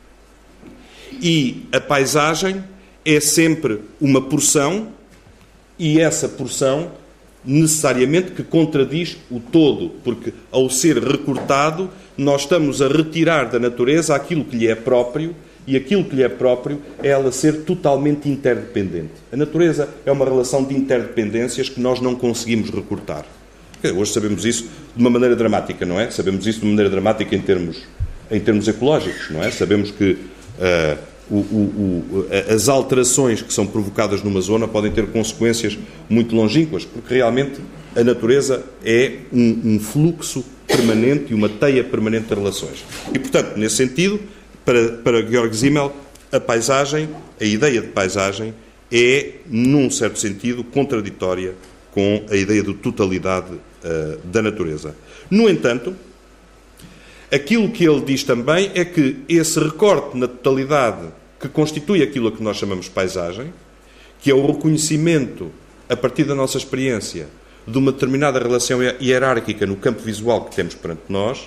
E a paisagem é sempre uma porção, e essa porção necessariamente que contradiz o todo, porque ao ser recortado nós estamos a retirar da natureza aquilo que lhe é próprio, e aquilo que lhe é próprio é ela ser totalmente interdependente. A natureza é uma relação de interdependências que nós não conseguimos recortar. Hoje sabemos isso de uma maneira dramática, não é? Sabemos isso de uma maneira dramática em termos, em termos ecológicos, não é? Sabemos que uh, O, o, o, as alterações que são provocadas numa zona podem ter consequências muito longínquas, porque realmente a natureza é um, um fluxo permanente e uma teia permanente de relações. E, portanto, nesse sentido, para, para Georg Simmel, a paisagem, a ideia de paisagem, é, num certo sentido, contraditória com a ideia de totalidade uh, da natureza. No entanto, aquilo que ele diz também é que esse recorte na totalidade que constitui aquilo a que nós chamamos paisagem, que é o reconhecimento, a partir da nossa experiência, de uma determinada relação hierárquica no campo visual que temos perante nós,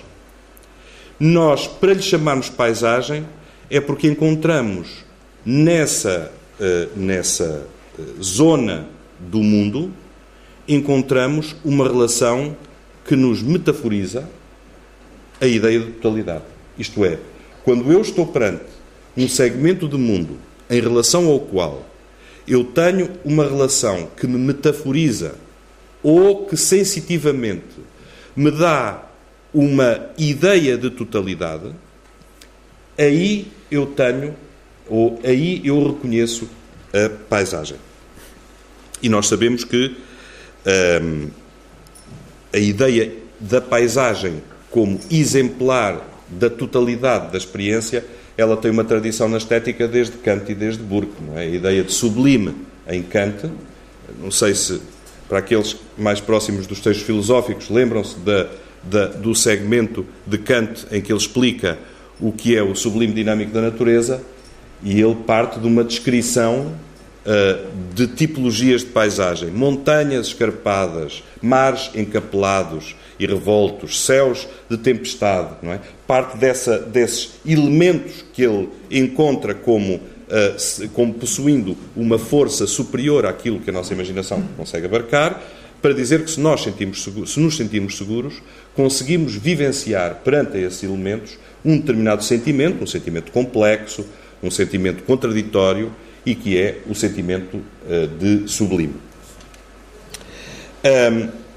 nós, para lhe chamarmos paisagem, é porque encontramos nessa, uh, nessa uh, zona do mundo, encontramos uma relação que nos metaforiza a ideia de totalidade. Isto é, quando eu estou perante um segmento de mundo em relação ao qual eu tenho uma relação que me metaforiza ou que sensitivamente me dá uma ideia de totalidade, aí eu tenho, ou aí eu reconheço a paisagem. E nós sabemos que hum, a ideia da paisagem como exemplar da totalidade da experiência, ela tem uma tradição na estética desde Kant e desde Burke, não é? A ideia de sublime em Kant, não sei se para aqueles mais próximos dos textos filosóficos lembram-se da, da, do segmento de Kant em que ele explica o que é o sublime dinâmico da natureza, e ele parte de uma descrição uh, de tipologias de paisagem: montanhas escarpadas, mares encapelados e revoltos, céus de tempestade, não é? Parte dessa, desses elementos que ele encontra como, uh, como possuindo uma força superior àquilo que a nossa imaginação consegue abarcar, para dizer que se nós sentimos seguros, se nos sentimos seguros, conseguimos vivenciar perante esses elementos um determinado sentimento, um sentimento complexo, um sentimento contraditório, e que é o sentimento uh, de sublime. Um,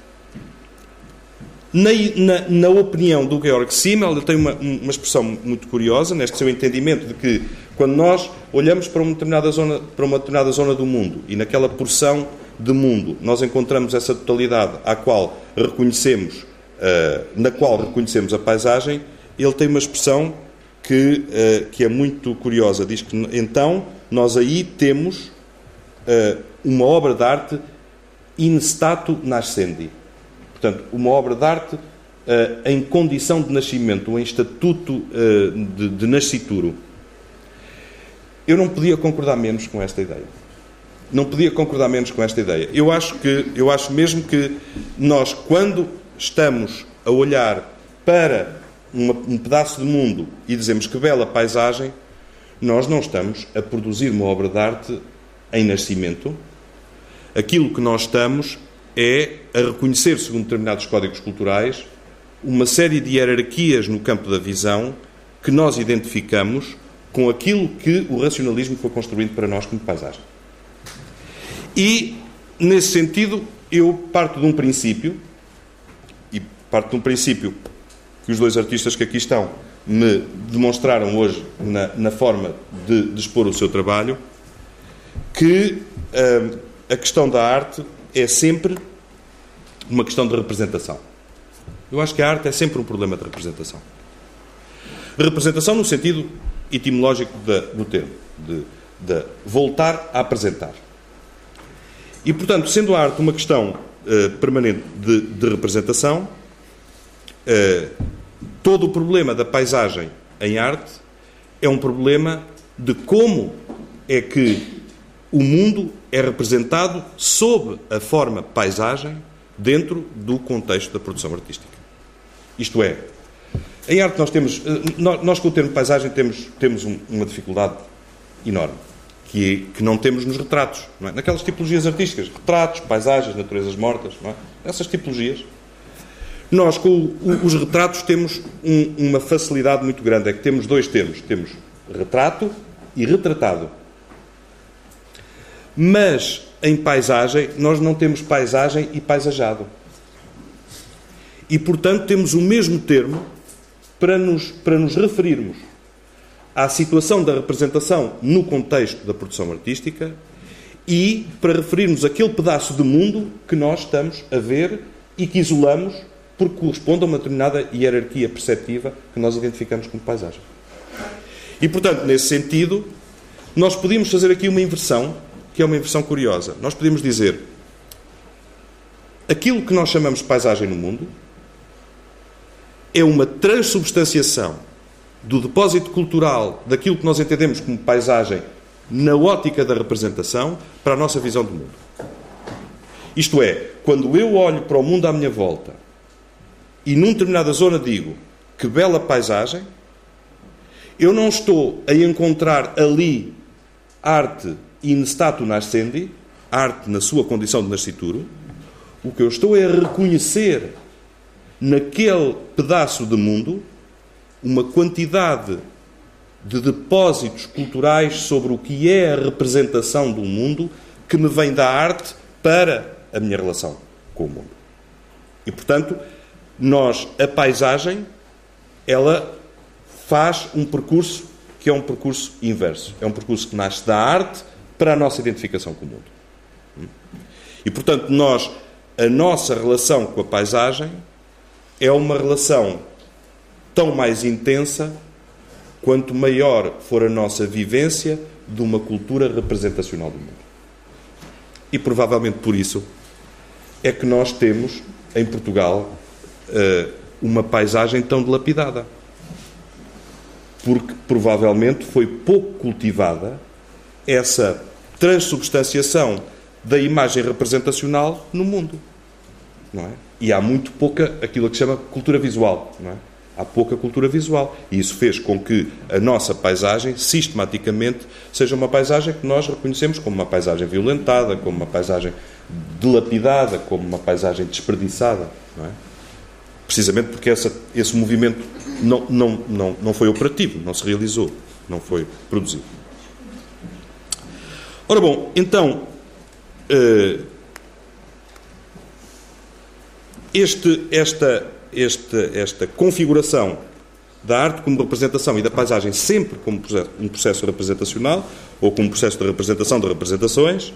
Na, na, na opinião do Georg Simmel, ele tem uma, uma expressão muito curiosa neste seu entendimento de que, quando nós olhamos para uma determinada zona, para uma determinada zona do mundo, e naquela porção de mundo nós encontramos essa totalidade à qual reconhecemos, uh, na qual reconhecemos a paisagem, ele tem uma expressão que, uh, que é muito curiosa. Diz que, então, nós aí temos uh, uma obra de arte in statu nascendi. Portanto, uma obra de arte uh, em condição de nascimento, em estatuto uh, de, de nascituro. Eu não podia concordar menos com esta ideia. Não podia concordar menos com esta ideia. Eu acho que, eu acho mesmo que nós, quando estamos a olhar para uma, um pedaço de mundo e dizemos que bela paisagem, nós não estamos a produzir uma obra de arte em nascimento. Aquilo que nós estamos é a reconhecer, segundo determinados códigos culturais, uma série de hierarquias no campo da visão que nós identificamos com aquilo que o racionalismo foi construindo para nós como paisagem. E, nesse sentido, eu parto de um princípio, e parto de um princípio que os dois artistas que aqui estão me demonstraram hoje na, na forma de, de expor o seu trabalho, que hum, a questão da arte é sempre uma questão de representação. Eu acho que a arte é sempre um problema de representação. Representação no sentido etimológico de, do termo, de, de voltar a apresentar. E, portanto, sendo a arte uma questão uh, permanente de, de representação, uh, todo o problema da paisagem em arte é um problema de como é que o mundo é representado sob a forma paisagem dentro do contexto da produção artística. Isto é, em arte nós temos, nós com o termo paisagem temos, temos uma dificuldade enorme, que, que não temos nos retratos, não é? Naquelas tipologias artísticas, retratos, paisagens, naturezas mortas, não é? Essas tipologias. Nós com o, os retratos temos um, uma facilidade muito grande, é que temos dois termos, temos retrato e retratado. Mas, em paisagem, nós não temos paisagem e paisajado. E, portanto, temos o mesmo termo para nos, para nos referirmos à situação da representação no contexto da produção artística e para referirmos àquele pedaço de mundo que nós estamos a ver e que isolamos porque corresponde a uma determinada hierarquia perceptiva que nós identificamos como paisagem. E, portanto, nesse sentido, nós podíamos fazer aqui uma inversão, que é uma inversão curiosa. Nós podemos dizer aquilo que nós chamamos de paisagem no mundo é uma transubstanciação do depósito cultural daquilo que nós entendemos como paisagem na ótica da representação para a nossa visão do mundo. Isto é, quando eu olho para o mundo à minha volta e numa determinada zona digo que bela paisagem, eu não estou a encontrar ali arte in statu nascendi, arte na sua condição de nascituro. O que eu estou é a reconhecer naquele pedaço de mundo uma quantidade de depósitos culturais sobre o que é a representação do mundo que me vem da arte para a minha relação com o mundo. E, portanto, nós, a paisagem, ela faz um percurso que é um percurso inverso. É um percurso que nasce da arte para a nossa identificação com o mundo. E, portanto, nós, a nossa relação com a paisagem é uma relação tão mais intensa quanto maior for a nossa vivência de uma cultura representacional do mundo. E, provavelmente, por isso, é que nós temos, em Portugal, uma paisagem tão dilapidada. Porque, provavelmente, foi pouco cultivada essa transubstanciação da imagem representacional no mundo. Não é? E há muito pouca, aquilo que se chama cultura visual. Não é? Há pouca cultura visual. E isso fez com que a nossa paisagem, sistematicamente, seja uma paisagem que nós reconhecemos como uma paisagem violentada, como uma paisagem dilapidada, como uma paisagem desperdiçada. Não é? Precisamente porque essa, esse movimento não, não, não, não foi operativo, não se realizou, não foi produzido. Ora bom, então, este, esta, este, esta configuração da arte como representação e da paisagem sempre como um processo representacional, ou como um processo de representação de representações,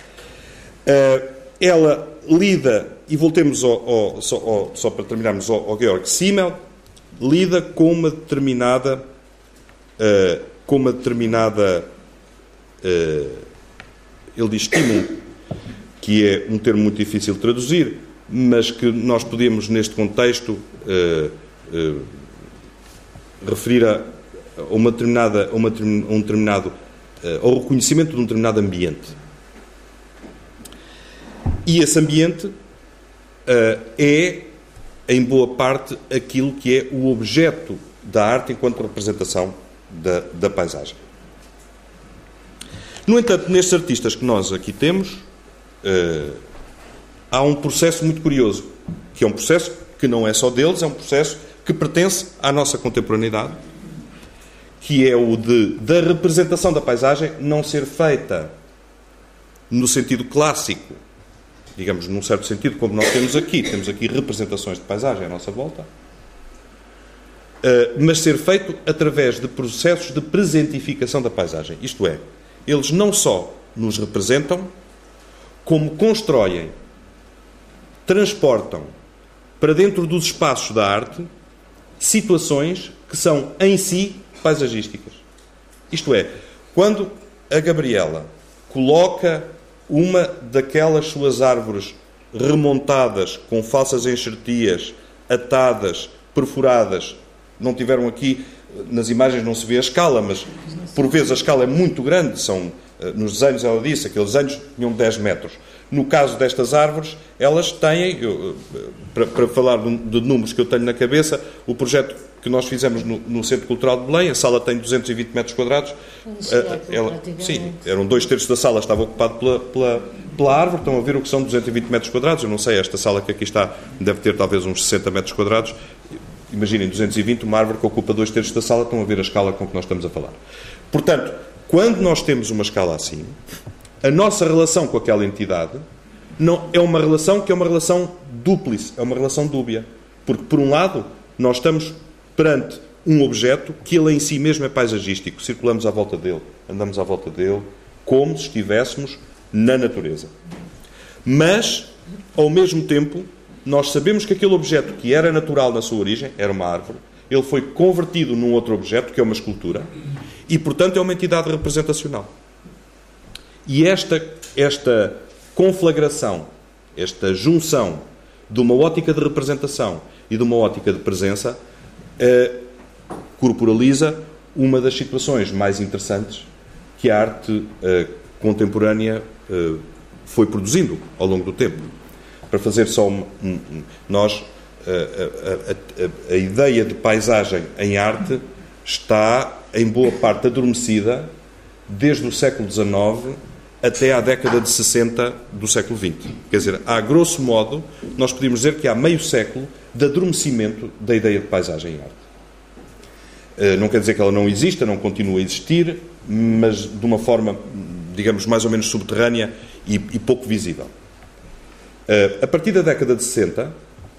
ela lida, e voltemos ao, ao, só, ao, só para terminarmos, ao, ao Georg Simmel, lida com uma determinada, uh, com uma determinada, uh, ele diz estímulo, que é um termo muito difícil de traduzir, mas que nós podemos, neste contexto, uh, uh, referir a, a uma determinada, a uma, a um determinado, uh, ao reconhecimento de um determinado ambiente. E esse ambiente uh, é, em boa parte, aquilo que é o objeto da arte enquanto representação da, da paisagem. No entanto, nestes artistas que nós aqui temos, uh, há um processo muito curioso, que é um processo que não é só deles, é um processo que pertence à nossa contemporaneidade, que é o de, da representação da paisagem não ser feita no sentido clássico, digamos, num certo sentido, como nós temos aqui. Temos aqui representações de paisagem à nossa volta. Uh, mas ser feito através de processos de presentificação da paisagem. Isto é, eles não só nos representam, como constroem, transportam para dentro dos espaços da arte situações que são, em si, paisagísticas. Isto é, quando a Gabriela coloca uma daquelas suas árvores remontadas, com falsas enxertias, atadas, perfuradas. Não tiveram aqui, nas imagens não se vê a escala, mas por vezes a escala é muito grande. São, nos desenhos ela disse, aqueles desenhos tinham dez metros. No caso destas árvores, elas têm, eu, para, para falar de números que eu tenho na cabeça, o projeto que nós fizemos no, no Centro Cultural de Belém, a sala tem duzentos e vinte metros quadrados. Ela, sim, eram dois terços da sala, estava ocupado pela, pela, pela árvore. Estão a ver o que são duzentos e vinte metros quadrados. Eu não sei, esta sala que aqui está deve ter talvez uns sessenta metros quadrados. Imaginem, duzentos e vinte, uma árvore que ocupa dois terços da sala. Estão a ver a escala com que nós estamos a falar. Portanto, quando nós temos uma escala assim, a nossa relação com aquela entidade não, é uma relação que é uma relação dúplice, é uma relação dúbia. Porque, por um lado, nós estamos perante um objeto que ele em si mesmo é paisagístico. Circulamos à volta dele, andamos à volta dele, como se estivéssemos na natureza. Mas, ao mesmo tempo, nós sabemos que aquele objeto que era natural na sua origem, era uma árvore, ele foi convertido num outro objeto, que é uma escultura, e, portanto, é uma entidade representacional. E esta, esta conflagração, esta junção de uma ótica de representação e de uma ótica de presença, Uh, corporaliza uma das situações mais interessantes que a arte uh, contemporânea uh, foi produzindo ao longo do tempo. Para fazer só um, um, um, nós uh, a, a, a, a ideia de paisagem em arte está em boa parte adormecida desde o século dezenove até à década de sessenta do século vinte. Quer dizer, a grosso modo, nós podemos dizer que há meio século de adormecimento da ideia de paisagem em arte. Não quer dizer que ela não exista, não continua a existir, mas de uma forma, digamos, mais ou menos subterrânea e, e pouco visível. Uh, a partir da década de sessenta,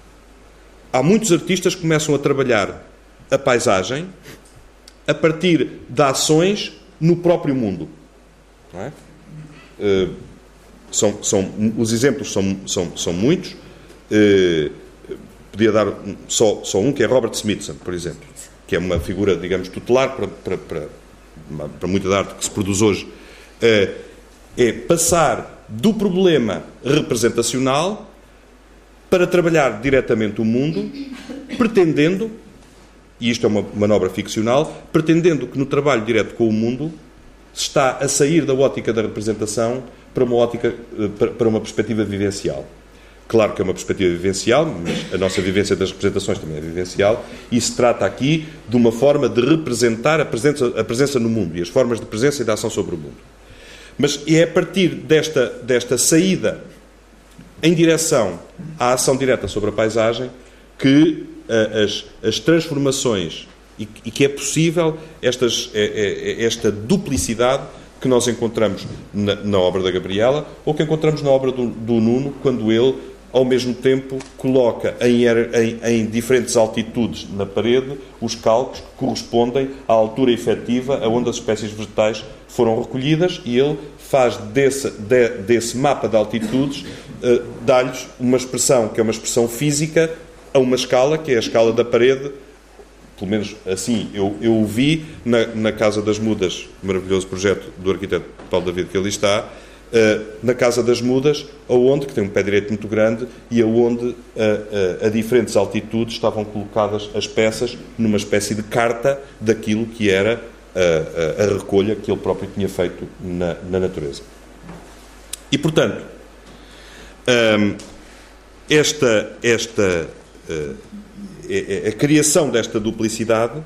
há muitos artistas que começam a trabalhar a paisagem a partir de ações no próprio mundo. Não é? Uh, são, são, os exemplos são, são, são muitos. Uh, podia dar só, só um, que é Robert Smithson, por exemplo, que é uma figura, digamos, tutelar para, para, para, para muita da arte que se produz hoje. Uh, é passar do problema representacional para trabalhar diretamente o mundo, pretendendo, e isto é uma manobra ficcional, pretendendo que no trabalho direto com o mundo se está a sair da ótica da representação para uma ótica, para uma perspectiva vivencial. Claro que é uma perspectiva vivencial, mas a nossa vivência das representações também é vivencial, e se trata aqui de uma forma de representar a presença, a presença no mundo e as formas de presença e de ação sobre o mundo. Mas é a partir desta, desta saída em direção à ação direta sobre a paisagem que uh, as, as transformações e, e que é possível estas, é, é, esta duplicidade que nós encontramos na, na obra da Gabriela ou que encontramos na obra do, do Nuno, quando ele, ao mesmo tempo, coloca em, em, em diferentes altitudes na parede os calcos que correspondem à altura efetiva aonde as espécies vegetais foram recolhidas, e ele faz desse, de, desse mapa de altitudes, uh, dá-lhes uma expressão que é uma expressão física a uma escala, que é a escala da parede. Pelo menos assim eu, eu o vi na, na Casa das Mudas, maravilhoso projeto do arquiteto Paulo David, que ali está, uh, na Casa das Mudas, aonde, que tem um pé direito muito grande, e aonde uh, uh, a diferentes altitudes estavam colocadas as peças numa espécie de carta daquilo que era a, a, a recolha que ele próprio tinha feito na, na natureza. E, portanto, um, esta... esta uh, a criação desta duplicidade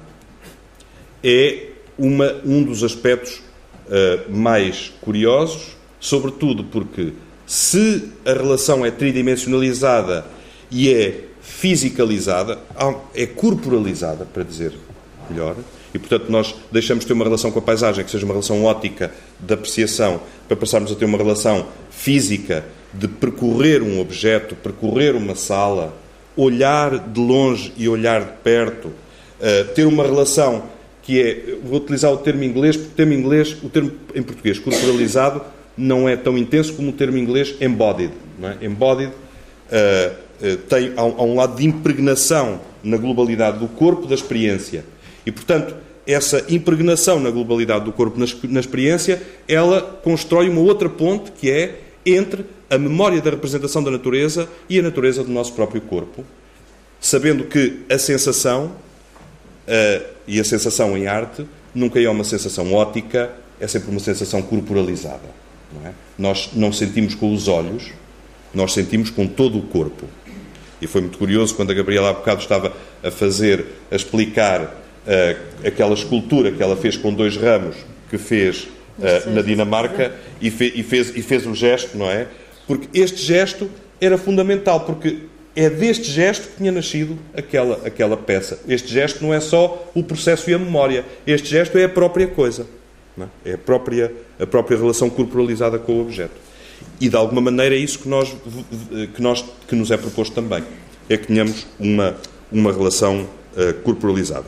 é uma, um dos aspectos uh, mais curiosos, sobretudo porque se a relação é tridimensionalizada e é fisicalizada, é corporalizada, para dizer melhor, e portanto nós deixamos de ter uma relação com a paisagem que seja uma relação óptica de apreciação para passarmos a ter uma relação física de percorrer um objeto, percorrer uma sala, olhar de longe e olhar de perto, uh, ter uma relação que é, vou utilizar o termo inglês, porque o termo inglês, o termo em português, corporalizado, não é tão intenso como o termo inglês embodied. Não é? Embodied uh, uh, tem, há, há um lado de impregnação na globalidade do corpo da experiência. E, portanto, essa impregnação na globalidade do corpo na, na experiência, ela constrói uma outra ponte que é entre a memória da representação da natureza e a natureza do nosso próprio corpo, sabendo que a sensação, uh, e a sensação em arte, nunca é uma sensação óptica, é sempre uma sensação corporalizada. Não é? Nós não sentimos com os olhos, nós sentimos com todo o corpo. E foi muito curioso quando a Gabriela há bocado estava a fazer, a explicar uh, aquela escultura que ela fez com dois ramos, que fez uh, na Dinamarca, e, fe, e, fez, e fez o gesto, não é? Porque este gesto era fundamental, porque é deste gesto que tinha nascido aquela, aquela peça. Este gesto não é só o processo e a memória. Este gesto é a própria coisa. Não é? É a própria, a própria relação corporalizada com o objeto. E, de alguma maneira, é isso que, nós, que, nós, que nos é proposto também. É que tenhamos uma, uma relação uh, corporalizada.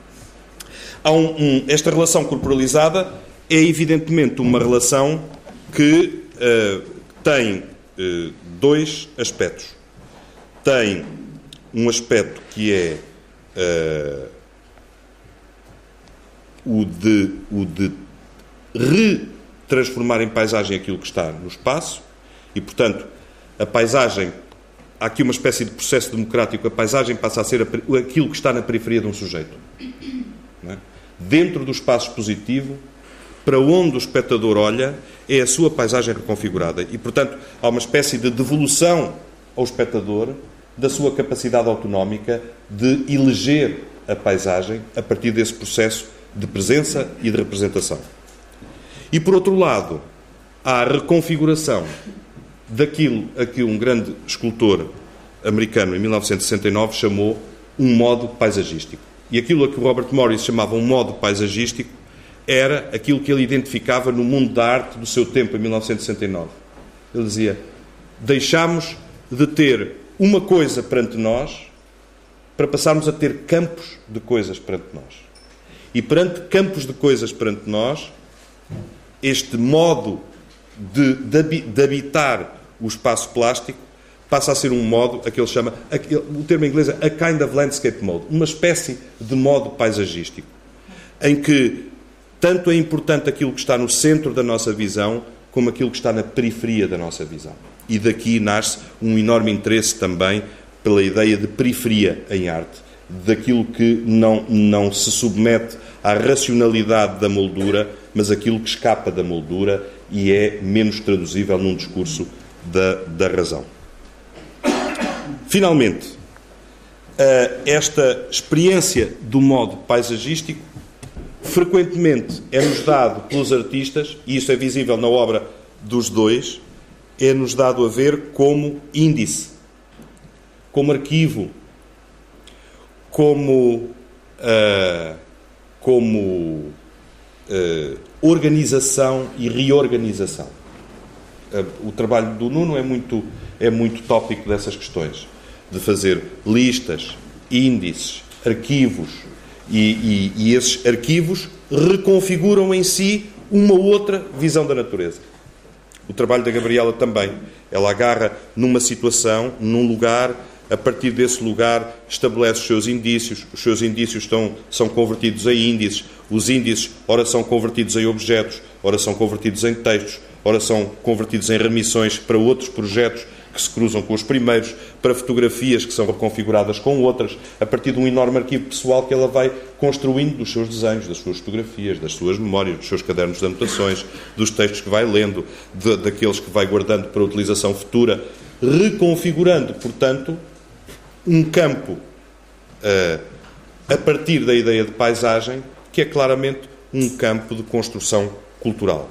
Há um, um, esta relação corporalizada é, evidentemente, uma relação que... Uh, tem eh, dois aspectos. Tem um aspecto que é uh, o, de, o de retransformar em paisagem aquilo que está no espaço e, portanto, a paisagem, há aqui uma espécie de processo democrático, a paisagem passa a ser a, aquilo que está na periferia de um sujeito. Não é? Dentro do espaço expositivo, para onde o espectador olha, é a sua paisagem reconfigurada. E, portanto, há uma espécie de devolução ao espectador da sua capacidade autonómica de eleger a paisagem a partir desse processo de presença e de representação. E, por outro lado, há a reconfiguração daquilo a que um grande escultor americano, em mil novecentos e sessenta e nove, chamou um modo paisagístico. E aquilo a que o Robert Morris chamava um modo paisagístico era aquilo que ele identificava no mundo da arte do seu tempo, em mil novecentos e sessenta e nove. Ele dizia, deixámos de ter uma coisa perante nós para passarmos a ter campos de coisas perante nós. E perante campos de coisas perante nós, este modo de, de, de habitar o espaço plástico passa a ser um modo, a que ele chama, o termo em inglês é a kind of landscape mode, uma espécie de modo paisagístico, em que tanto é importante aquilo que está no centro da nossa visão, como aquilo que está na periferia da nossa visão. E daqui nasce um enorme interesse também pela ideia de periferia em arte, daquilo que não, não se submete à racionalidade da moldura, mas aquilo que escapa da moldura e é menos traduzível num discurso da, da razão. Finalmente, esta experiência do modo paisagístico frequentemente é-nos dado pelos artistas, e isso é visível na obra dos dois, é-nos dado a ver como índice, como arquivo, como, uh, como uh, organização e reorganização. Uh, o trabalho do Nuno é muito, é muito tópico dessas questões, de fazer listas, índices, arquivos, e, e, e esses arquivos reconfiguram em si uma outra visão da natureza. O trabalho da Gabriela também. Ela agarra numa situação, num lugar, a partir desse lugar estabelece os seus indícios, os seus indícios estão, são convertidos em índices, os índices ora são convertidos em objetos, ora são convertidos em textos, ora são convertidos em remissões para outros projetos que se cruzam com os primeiros, para fotografias que são reconfiguradas com outras, a partir de um enorme arquivo pessoal que ela vai construindo dos seus desenhos, das suas fotografias, das suas memórias, dos seus cadernos de anotações, dos textos que vai lendo, de, daqueles que vai guardando para utilização futura, reconfigurando, portanto, um campo uh, a partir da ideia de paisagem, que é claramente um campo de construção cultural.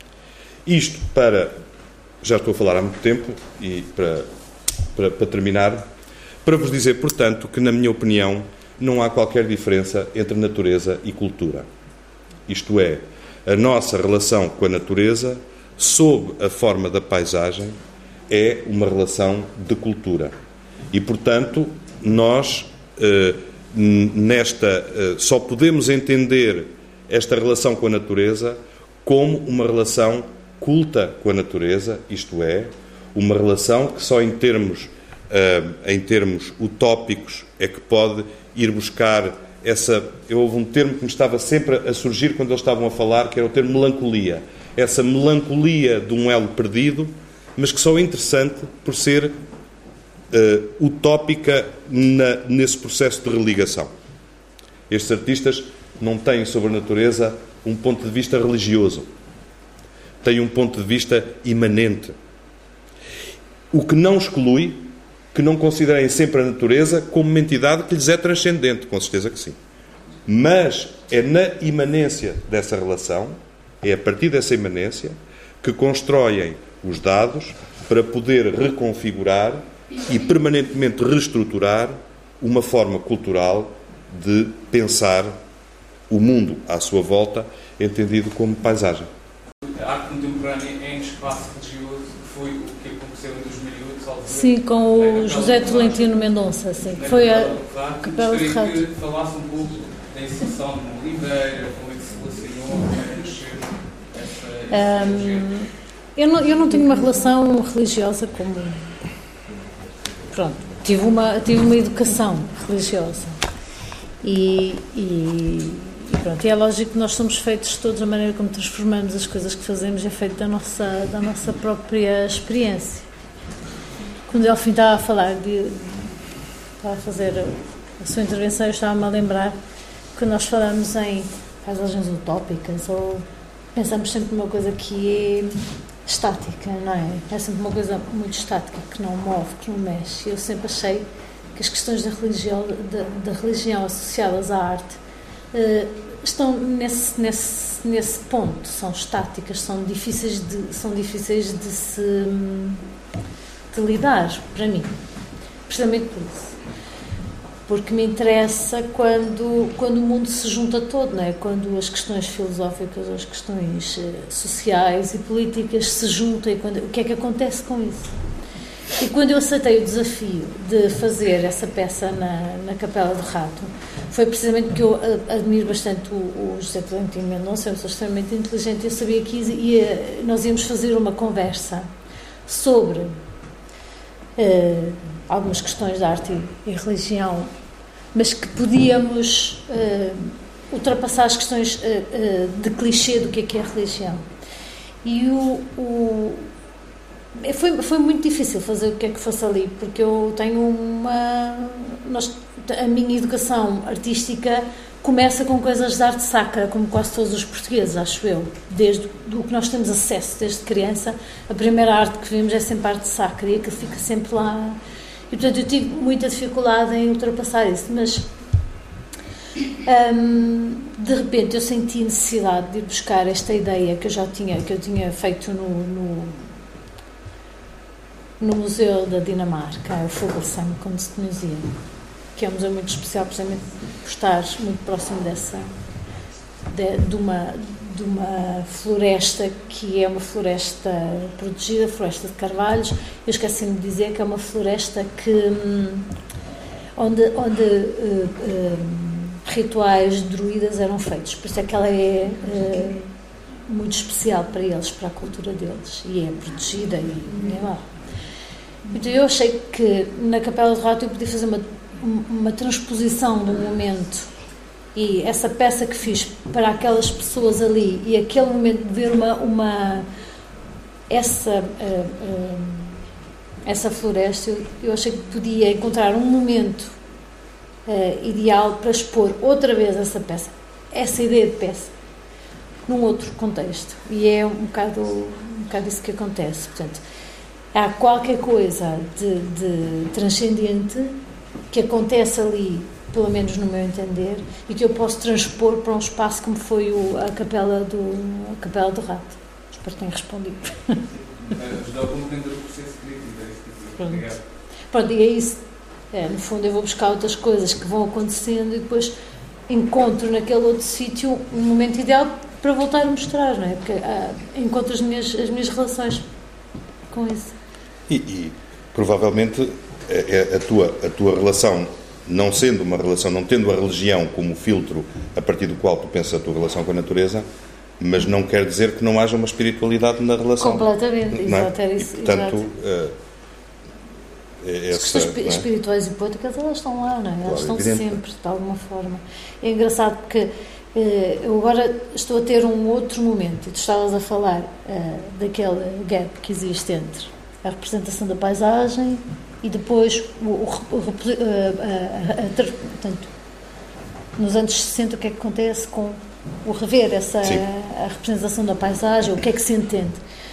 Isto para... Já estou a falar há muito tempo e para, para, para terminar, para vos dizer, portanto, que, na minha opinião, não há qualquer diferença entre natureza e cultura. Isto é, a nossa relação com a natureza, sob a forma da paisagem, é uma relação de cultura. E, portanto, nós, eh, nesta, eh, só podemos entender esta relação com a natureza como uma relação culta com a natureza, isto é, uma relação que só em termos, uh, em termos utópicos é que pode ir buscar essa... Eu, houve um termo que me estava sempre a surgir quando eles estavam a falar, que era o termo melancolia. Essa melancolia de um elo perdido, mas que só é interessante por ser uh, utópica na, nesse processo de religação. Estes artistas não têm sobre a natureza um ponto de vista religioso. Tem um ponto de vista imanente. O que não exclui que não considerem sempre a natureza como uma entidade que lhes é transcendente, com certeza que sim. Mas é na imanência dessa relação, é a partir dessa imanência, que constroem os dados para poder reconfigurar e permanentemente reestruturar uma forma cultural de pensar o mundo à sua volta, entendido como paisagem. A arte contemporânea em espaço religioso foi o que aconteceu em dois mil e oito, salvo Sim, com o José Tolentino Mendonça, sim. Foi a Capela de Rato. Gostaria que falasse um pouco da inserção de uma Oliveira, como é que se relacionou, como é que nasceu essa... Um, eu, não, eu não tenho uma relação religiosa como... Pronto, tive uma, tive uma educação religiosa. E... e E pronto, e é lógico que nós somos feitos todos, a maneira como transformamos as coisas que fazemos é feito da nossa, da nossa própria experiência. Quando Delfim estava a falar, de, estava a fazer a sua intervenção, eu estava-me a lembrar que nós falamos em paisagens utópicas, ou pensamos sempre numa coisa que é estática, não é? É sempre uma coisa muito estática, que não move, que não mexe. Eu sempre achei que as questões da religião, da, da religião associadas à arte Uh, estão nesse, nesse, nesse ponto, são estáticas, são difíceis de, são difíceis de se de lidar, para mim, precisamente por isso, porque me interessa quando, quando o mundo se junta todo, não é? Quando as questões filosóficas, as questões uh, sociais e políticas se juntam, e quando, o que é que acontece com isso? E quando eu aceitei o desafio de fazer essa peça na, na Capela do Rato, foi precisamente porque eu admiro bastante o, o José Tolentino Mendonça, é uma pessoa extremamente inteligente, e eu sabia que ia, nós íamos fazer uma conversa sobre uh, algumas questões de arte e, e religião, mas que podíamos uh, ultrapassar as questões uh, uh, de clichê do que é que é religião. E o... o Foi, foi muito difícil fazer o que é que fosse ali, porque eu tenho uma... Nós, a minha educação artística começa com coisas de arte sacra, como quase todos os portugueses, acho eu. Desde o que nós temos acesso desde criança, a primeira arte que vemos é sempre arte sacra, e aquilo fica sempre lá. E, portanto, eu tive muita dificuldade em ultrapassar isso, mas... Hum, de repente eu senti necessidade de ir buscar esta ideia que eu já tinha, que eu tinha feito no... no no Museu da Dinamarca, o Fuglsang, como se conhecia, que é um museu muito especial, precisamente por estar muito próximo dessa, de, de, uma, de uma floresta que é uma floresta protegida, floresta de carvalhos. Eu esqueci-me de dizer que é uma floresta que, onde, onde uh, uh, rituais druidas eram feitos, por isso é que ela é uh, muito especial para eles, para a cultura deles, e é protegida e é lá. Então eu achei que na Capela do Rato eu podia fazer uma, uma transposição do momento, e essa peça que fiz para aquelas pessoas ali, e aquele momento de ver uma, uma essa, uh, uh, essa floresta, eu, eu achei que podia encontrar um momento uh, ideal para expor outra vez essa peça, essa ideia de peça, num outro contexto, e é um bocado, um bocado isso que acontece. Portanto, há qualquer coisa de, de transcendente que acontece ali, pelo menos no meu entender, e que eu posso transpor para um espaço como foi o, a, Capela do, a Capela do Rato. Espero que tenha respondido. Ajudar a compreender o processo crítico, é isso que eu Pronto. Pronto, e é isso. É, no fundo, eu vou buscar outras coisas que vão acontecendo e depois encontro naquele outro sítio um momento ideal para voltar a mostrar, não é? Porque ah, encontro as minhas, as minhas relações com isso. E, e provavelmente a, a, tua, a tua relação, não sendo uma relação, não tendo a religião como filtro a partir do qual tu pensas a tua relação com a natureza, mas não quer dizer que não haja uma espiritualidade na relação. Completamente, não é? exato, era isso. E, portanto, exato. Uh, é As questões é? espirituais e poéticas, elas estão lá, não é? Elas claro, estão evidente. Sempre, de alguma forma. É engraçado porque uh, eu agora estou a ter um outro momento, e tu estavas a falar uh, daquele gap que existe entre a representação da paisagem e depois o, o, o, a, a, a, a, portanto, nos anos sessenta o que é que acontece com o rever essa a, a representação da paisagem, o que é que se entende,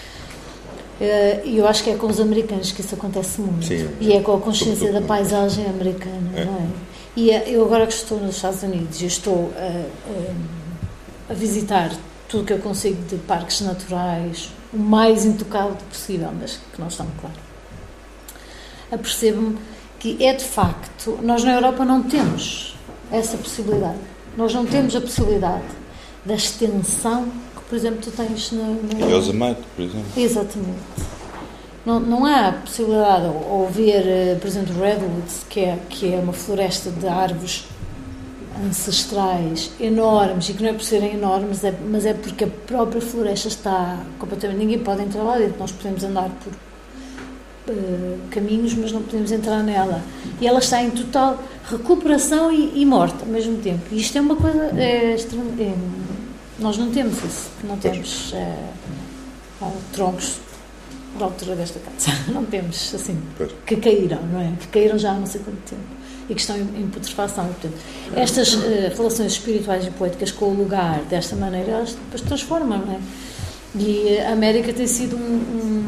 e eu acho que é com os americanos que isso acontece muito. Sim, e é com a consciência da paisagem americana, é. Não é? E eu agora que estou nos Estados Unidos e estou a, a, a visitar tudo o que eu consigo de parques naturais, o mais intocado possível, mas que não estão, claro. Apercebo-me que é de facto, nós na Europa não temos essa possibilidade. Nós não temos a possibilidade da extensão que, por exemplo, tu tens no... no... Yosemite, por exemplo. Exatamente. Não, não há possibilidade, ou ver, por exemplo, Redwoods, que é, que é uma floresta de árvores ancestrais enormes, e que não é por serem enormes, é, mas é porque a própria floresta está completamente... Ninguém pode entrar lá dentro, nós podemos andar por uh, caminhos, mas não podemos entrar nela. E ela está em total recuperação e, e morte ao mesmo tempo. E isto é uma coisa... É, é, nós não temos isso. Não temos é, troncos da altura desta casa. Não temos, assim, que caíram, não é? Que caíram já há não sei quanto tempo. E que estão em, em putrefação. Portanto, estas uh, relações espirituais e poéticas com o lugar, desta maneira, elas depois transformam, não é? E a América tem sido um... um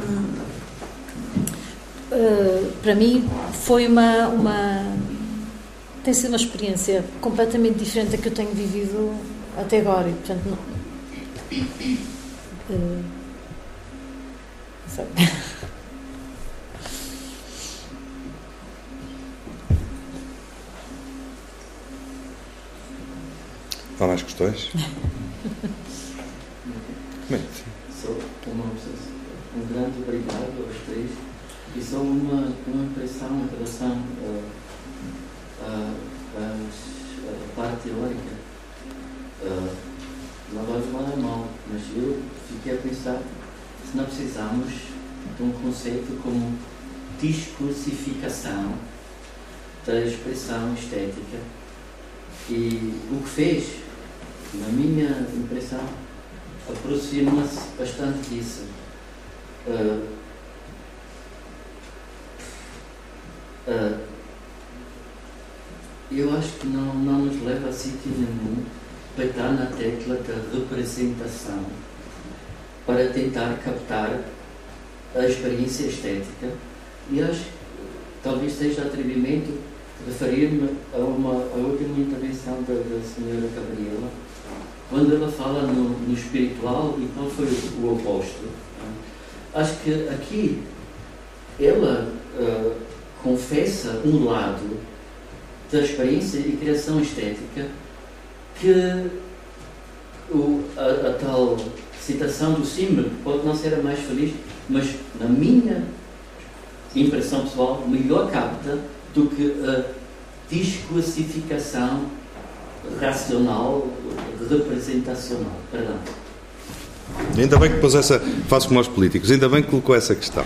uh, para mim, foi uma, uma... tem sido uma experiência completamente diferente da que eu tenho vivido até agora. E, portanto, não... Uh, não sei. Há mais questões? Só uma, um grande obrigado aos três e só uma, uma impressão em relação à parte teórica. Uh, não vamos falar mal, mas eu fiquei a pensar se não precisamos de um conceito como discursificação da expressão estética, e o que fez, na minha impressão, aproxima-se bastante disso. Uh, uh, eu acho que não, não nos leva a sítio nenhum bater na tecla da representação para tentar captar a experiência estética, e acho que talvez seja atrevimento referir-me a uma a última intervenção da, da senhora Gabriela, quando ela fala no, no espiritual e qual foi o, o oposto. Acho que aqui ela uh, confessa um lado da experiência e criação estética que o, a, a tal citação do Simmel pode não ser a mais feliz, mas na minha impressão pessoal melhor capta do que a discursificação racional, representacional. Perdão. Ainda bem que pôs essa, faço como aos políticos, ainda bem que colocou essa questão.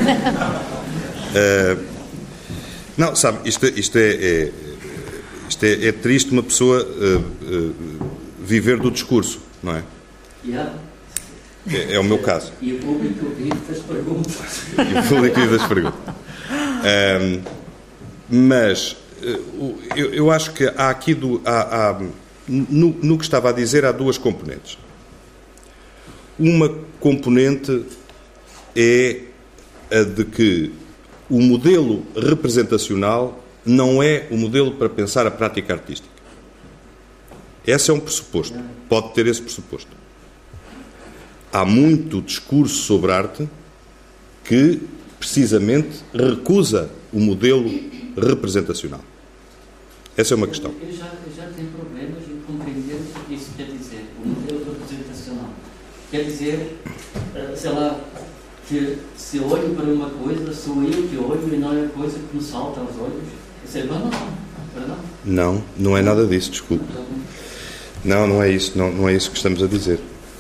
uh, não, sabe, isto, isto, é, é, isto é, é triste uma pessoa uh, uh, viver do discurso, não é? Yeah. É, é o meu caso. E o público vive das perguntas. E o público vive das perguntas. Um, mas uh, eu, eu acho que há aqui, do, há, há, no, no que estava a dizer, há duas componentes. Uma componente é a de que o modelo representacional não é o modelo para pensar a prática artística. Esse é um pressuposto. Pode ter esse pressuposto. Há muito discurso sobre arte que, precisamente, recusa o modelo representacional. Essa é uma questão. Eu já, eu já tenho problemas em compreender o que isso quer dizer, o modelo representacional. Quer dizer, sei lá, que se eu olho para uma coisa, sou eu que olho e não é a coisa que me salta aos olhos. Isso é banal, não? Não, não é nada disso, desculpe. Não, não é isso, não, não é isso que estamos a dizer.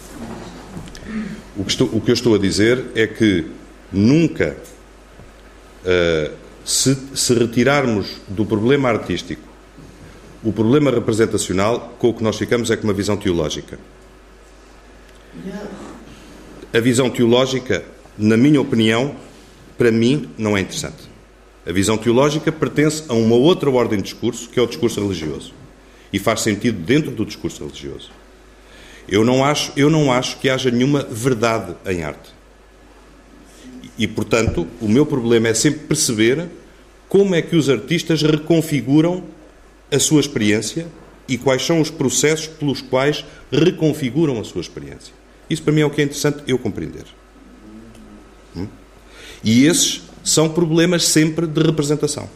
O que, estou, o que eu estou a dizer é que nunca, uh, se, se retirarmos do problema artístico o problema representacional, com o que nós ficamos é com uma visão teológica. A visão teológica, na minha opinião, para mim, não é interessante. A visão teológica pertence a uma outra ordem de discurso, que é o discurso religioso. E faz sentido dentro do discurso religioso. Eu não acho, eu não acho que haja nenhuma verdade em arte. E, portanto, o meu problema é sempre perceber como é que os artistas reconfiguram a sua experiência e quais são os processos pelos quais reconfiguram a sua experiência. Isso, para mim, é o que é interessante eu compreender. Hum? E esses são problemas sempre de representação.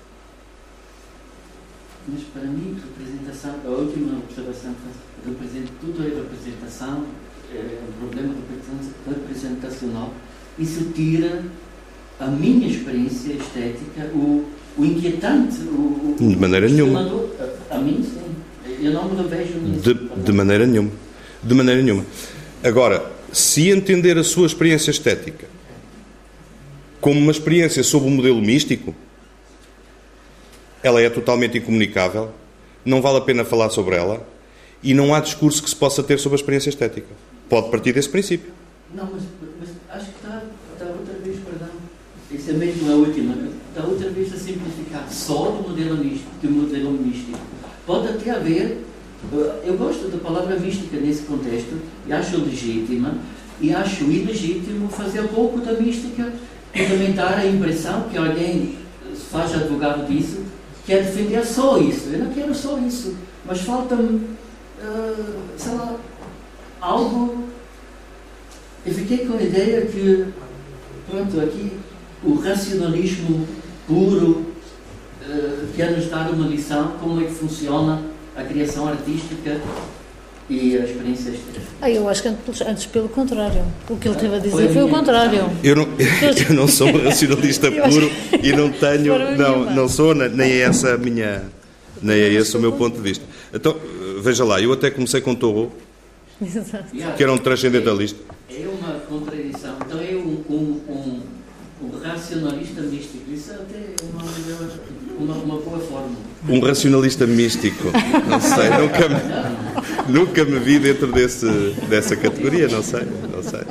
Mas, para mim, representação, a última observação, tudo é representação, é um problema representacional. Isso tira a minha experiência estética, o, o inquietante, o, de maneira o nenhuma. A, a mim, sim. Eu não me revejo nisso. De, de maneira nenhuma. De maneira nenhuma. Agora, se entender a sua experiência estética como uma experiência sob um modelo místico, ela é totalmente incomunicável, não vale a pena falar sobre ela e não há discurso que se possa ter sobre a experiência estética. Pode partir desse princípio. Não, mas, mas acho que está, está outra vez, perdão, isso é mesmo a última, está outra vez a simplificar só do modelo místico, do modelo místico. Pode até haver, eu gosto da palavra mística nesse contexto, e acho legítima, e acho ilegítimo fazer pouco da mística, fundamentar a impressão que alguém se faz advogado disso, que é defender só isso. Eu não quero só isso, mas falta-me, uh, sei lá, algo. Eu fiquei com a ideia que, pronto, aqui o racionalismo puro uh, quer nos dar uma lição como é que funciona a criação artística e a experiência estética. Ah, eu acho que antes, antes pelo contrário. O que ele teve a dizer foi o contrário. Eu não, eu não sou um racionalista puro e não tenho, não, não sou, nem é essa a minha, nem é esse o meu ponto de vista. Então, veja lá, eu até comecei com Thoreau, que era um transcendentalista. É uma contradição. Então é um, um, um, um racionalista místico. Isso até é uma, uma, uma boa forma. Um racionalista místico. Não sei, nunca me, nunca me vi dentro desse, dessa categoria, não sei, não sei.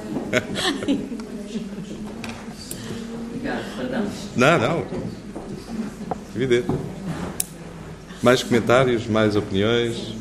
Obrigado, perdão. Não, não. Evidente. Mais comentários, mais opiniões?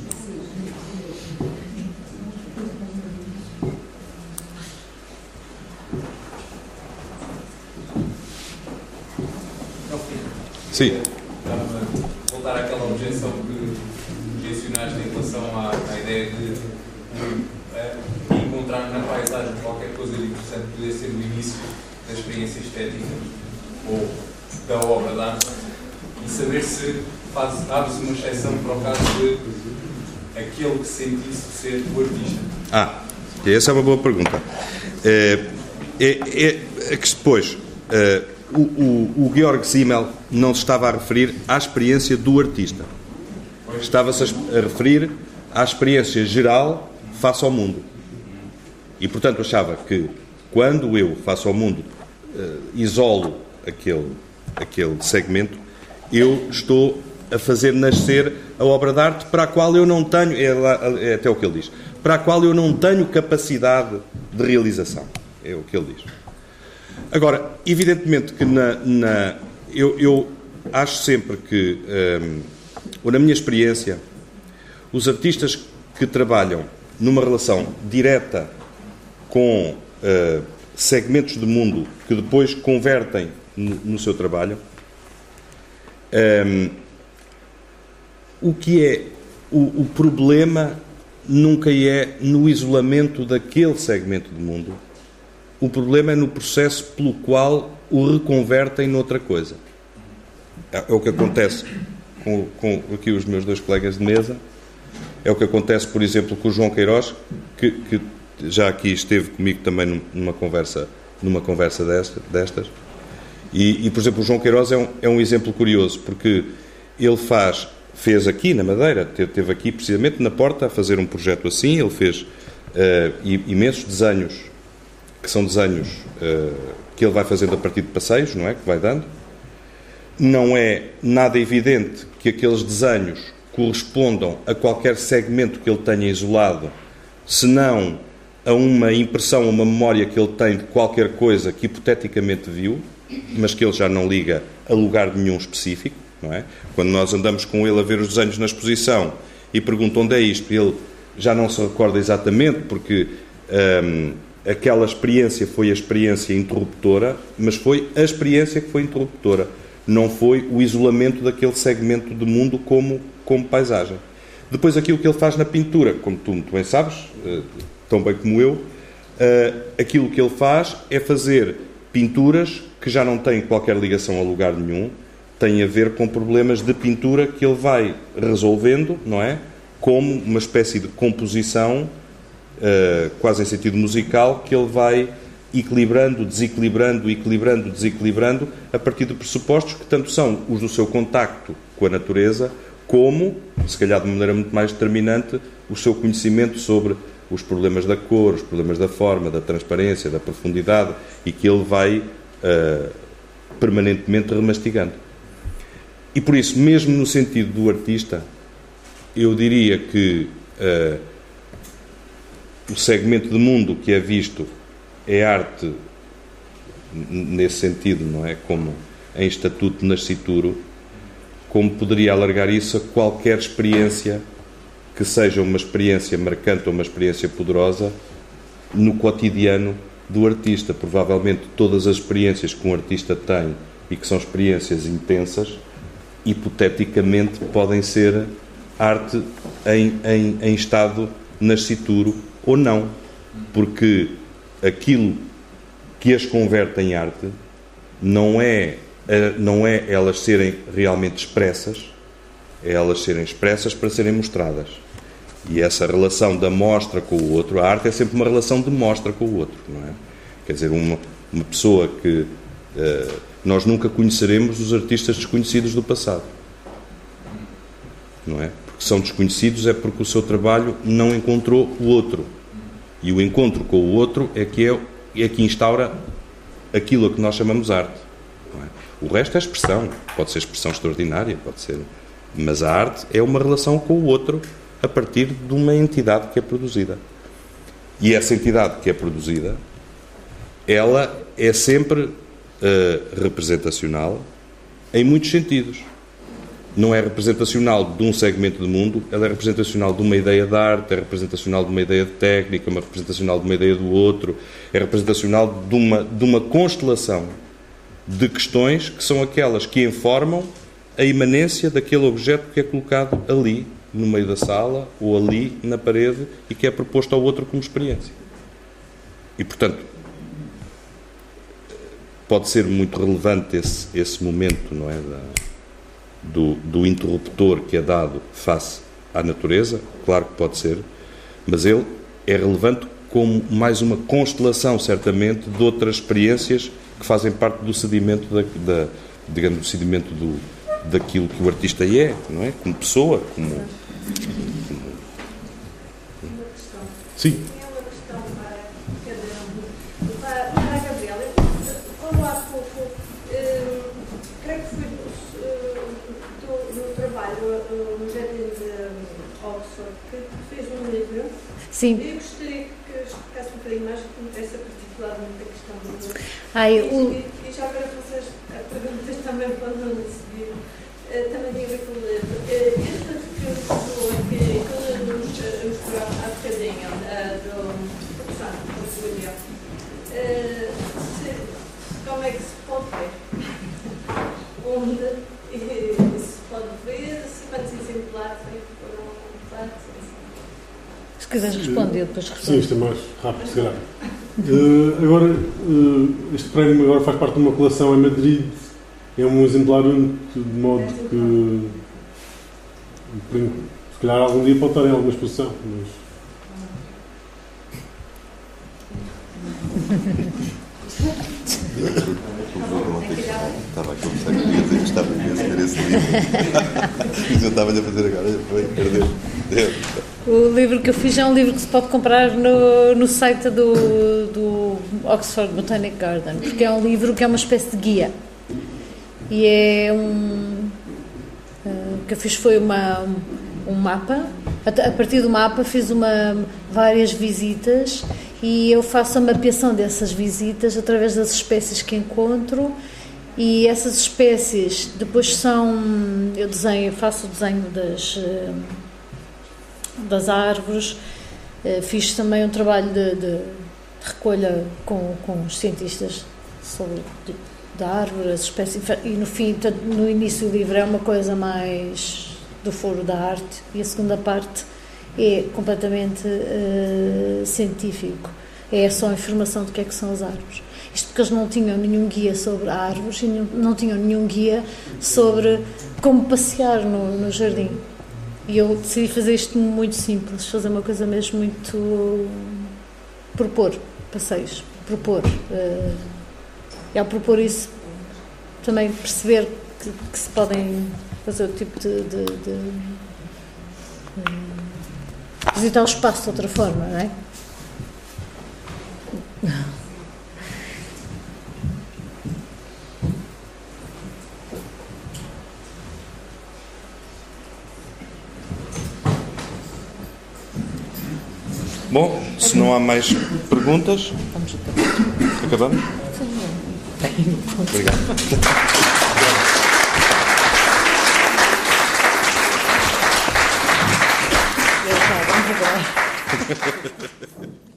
Sim. Voltar àquela objeção que mencionaste em relação à, à ideia de uh, encontrar na paisagem qualquer coisa de interessante que poder ser o início da experiência estética ou da obra de arte e saber se faz, abre-se uma exceção para o caso de aquele que sentisse ser o artista. Ah, essa é uma boa pergunta. É, é, é, é que depois... É, O, o, o Georg Simmel não se estava a referir à experiência do artista. Estava-se a referir à experiência geral face ao mundo. E, portanto, achava que quando eu, face ao mundo, uh, isolo aquele, aquele segmento, eu estou a fazer nascer a obra de arte para a qual eu não tenho, é, lá, é até o que ele diz, para a qual eu não tenho capacidade de realização. É o que ele diz. Agora, evidentemente que na, na, eu, eu acho sempre que, um, ou na minha experiência, os artistas que trabalham numa relação direta com uh, segmentos do mundo que depois convertem no, no seu trabalho, um, o que é o, o problema nunca é no isolamento daquele segmento do mundo. O problema é no processo pelo qual o reconvertem noutra coisa. É o que acontece com, com aqui os meus dois colegas de mesa. É o que acontece, por exemplo, com o João Queiroz, que, que já aqui esteve comigo também numa conversa, numa conversa desta, destas. E, e, por exemplo, o João Queiroz é um, é um exemplo curioso, porque ele faz, fez aqui na Madeira, esteve aqui precisamente na Porta a fazer um projeto assim. Ele fez uh, imensos desenhos, que são desenhos uh, que ele vai fazendo a partir de passeios, não é? Que vai dando. Não é nada evidente que aqueles desenhos correspondam a qualquer segmento que ele tenha isolado, senão a uma impressão, uma memória que ele tem de qualquer coisa que hipoteticamente viu, mas que ele já não liga a lugar nenhum específico, não é? Quando nós andamos com ele a ver os desenhos na exposição e perguntam onde é isto, ele já não se recorda exatamente, porque... Um, aquela experiência foi a experiência interruptora, mas foi a experiência que foi interruptora. Não foi o isolamento daquele segmento do mundo como, como paisagem. Depois, aquilo que ele faz na pintura, como tu muito bem sabes, tão bem como eu, aquilo que ele faz é fazer pinturas que já não têm qualquer ligação a lugar nenhum, têm a ver com problemas de pintura que ele vai resolvendo, não é? Como uma espécie de composição, Uh, quase em sentido musical, que ele vai equilibrando, desequilibrando, equilibrando, desequilibrando, a partir de pressupostos que tanto são os do seu contacto com a natureza, como, se calhar de maneira muito mais determinante, o seu conhecimento sobre os problemas da cor, os problemas da forma, da transparência, da profundidade, e que ele vai uh, permanentemente remastigando. E por isso, mesmo no sentido do artista, eu diria que uh, o segmento do mundo que é visto é arte nesse sentido, não é? Como em estatuto nascituro, como poderia alargar isso a qualquer experiência que seja uma experiência marcante ou uma experiência poderosa no cotidiano do artista. Provavelmente todas as experiências que um artista tem e que são experiências intensas, hipoteticamente podem ser arte em, em, em estado nascituro ou não, porque aquilo que as converte em arte não é, não é elas serem realmente expressas, é elas serem expressas para serem mostradas. E essa relação da mostra com o outro, a arte é sempre uma relação de mostra com o outro, não é? Quer dizer, uma, uma pessoa que... Uh, nós nunca conheceremos os artistas desconhecidos do passado. Não é? Porque são desconhecidos é porque o seu trabalho não encontrou o outro. E o encontro com o outro é que, é, é que instaura aquilo a que nós chamamos arte. Não é? O resto é expressão. Pode ser expressão extraordinária, pode ser... Mas a arte é uma relação com o outro a partir de uma entidade que é produzida. E essa entidade que é produzida, ela é sempre uh, representacional em muitos sentidos. Não é representacional de um segmento do mundo, ela é representacional de uma ideia de arte, é representacional de uma ideia de técnica, é representacional de uma ideia do outro, é representacional de uma, de uma constelação de questões que são aquelas que informam a imanência daquele objeto que é colocado ali, no meio da sala, ou ali, na parede, e que é proposto ao outro como experiência. E, portanto, pode ser muito relevante esse, esse momento, não é, da, do, do interruptor que é dado face à natureza, claro que pode ser, mas ele é relevante como mais uma constelação, certamente, de outras experiências que fazem parte do sedimento, da, da, digamos, do sedimento do, daquilo que o artista é, não é? Como pessoa, como... como... Sim. Sim. Eu gostaria que explicasse um bocadinho mais o que me interessa particularmente a questão do... Ai, e, o... e, e já agora vocês a perguntas também quando não decidir, uh, também tem a ver com o livro. Uh, esta pessoa que quando nos mostrou há bocadinho uh, do Santo, do William, como é que se pode ver? Onde uh, se pode ver? Se quantos exemplares foram feitos? Se quiseres responder, depois responde. Sim, isto é mais rápido, se calhar. Uh, agora, uh, este prémio agora faz parte de uma coleção em Madrid. É um exemplar único, de modo que, se calhar, algum dia pode estar em alguma exposição. Mas... Estava aqui a pensar que ia dizer que estava imenso ver esse livro. Mas eu estava-lhe a fazer agora, foi perder. O livro que eu fiz é um livro que se pode comprar no, no site do, do Oxford Botanic Garden, porque é um livro que é uma espécie de guia. E é um... O que eu fiz foi uma, um mapa. A partir do mapa fiz uma, várias visitas e eu faço a mapeação dessas visitas através das espécies que encontro. E essas espécies depois são... Eu desenho, faço o desenho das... das árvores, fiz também um trabalho de, de, de recolha com, com os cientistas sobre de, da árvore, as espécies, e no fim, no início do livro é uma coisa mais do foro da arte e a segunda parte é completamente uh, científico, é só informação do que é que são as árvores. Isto porque eles não tinham nenhum guia sobre árvores e não, não tinham nenhum guia sobre como passear no, no jardim. E eu decidi fazer isto muito simples, fazer uma coisa mesmo muito... propor passeios, propor. Uh, e ao propor isso, também perceber que, que se podem fazer o tipo de... de, de uh, visitar o espaço de outra forma, não é? Bom, se não há mais perguntas, acabamos? Obrigado. Vamos agora.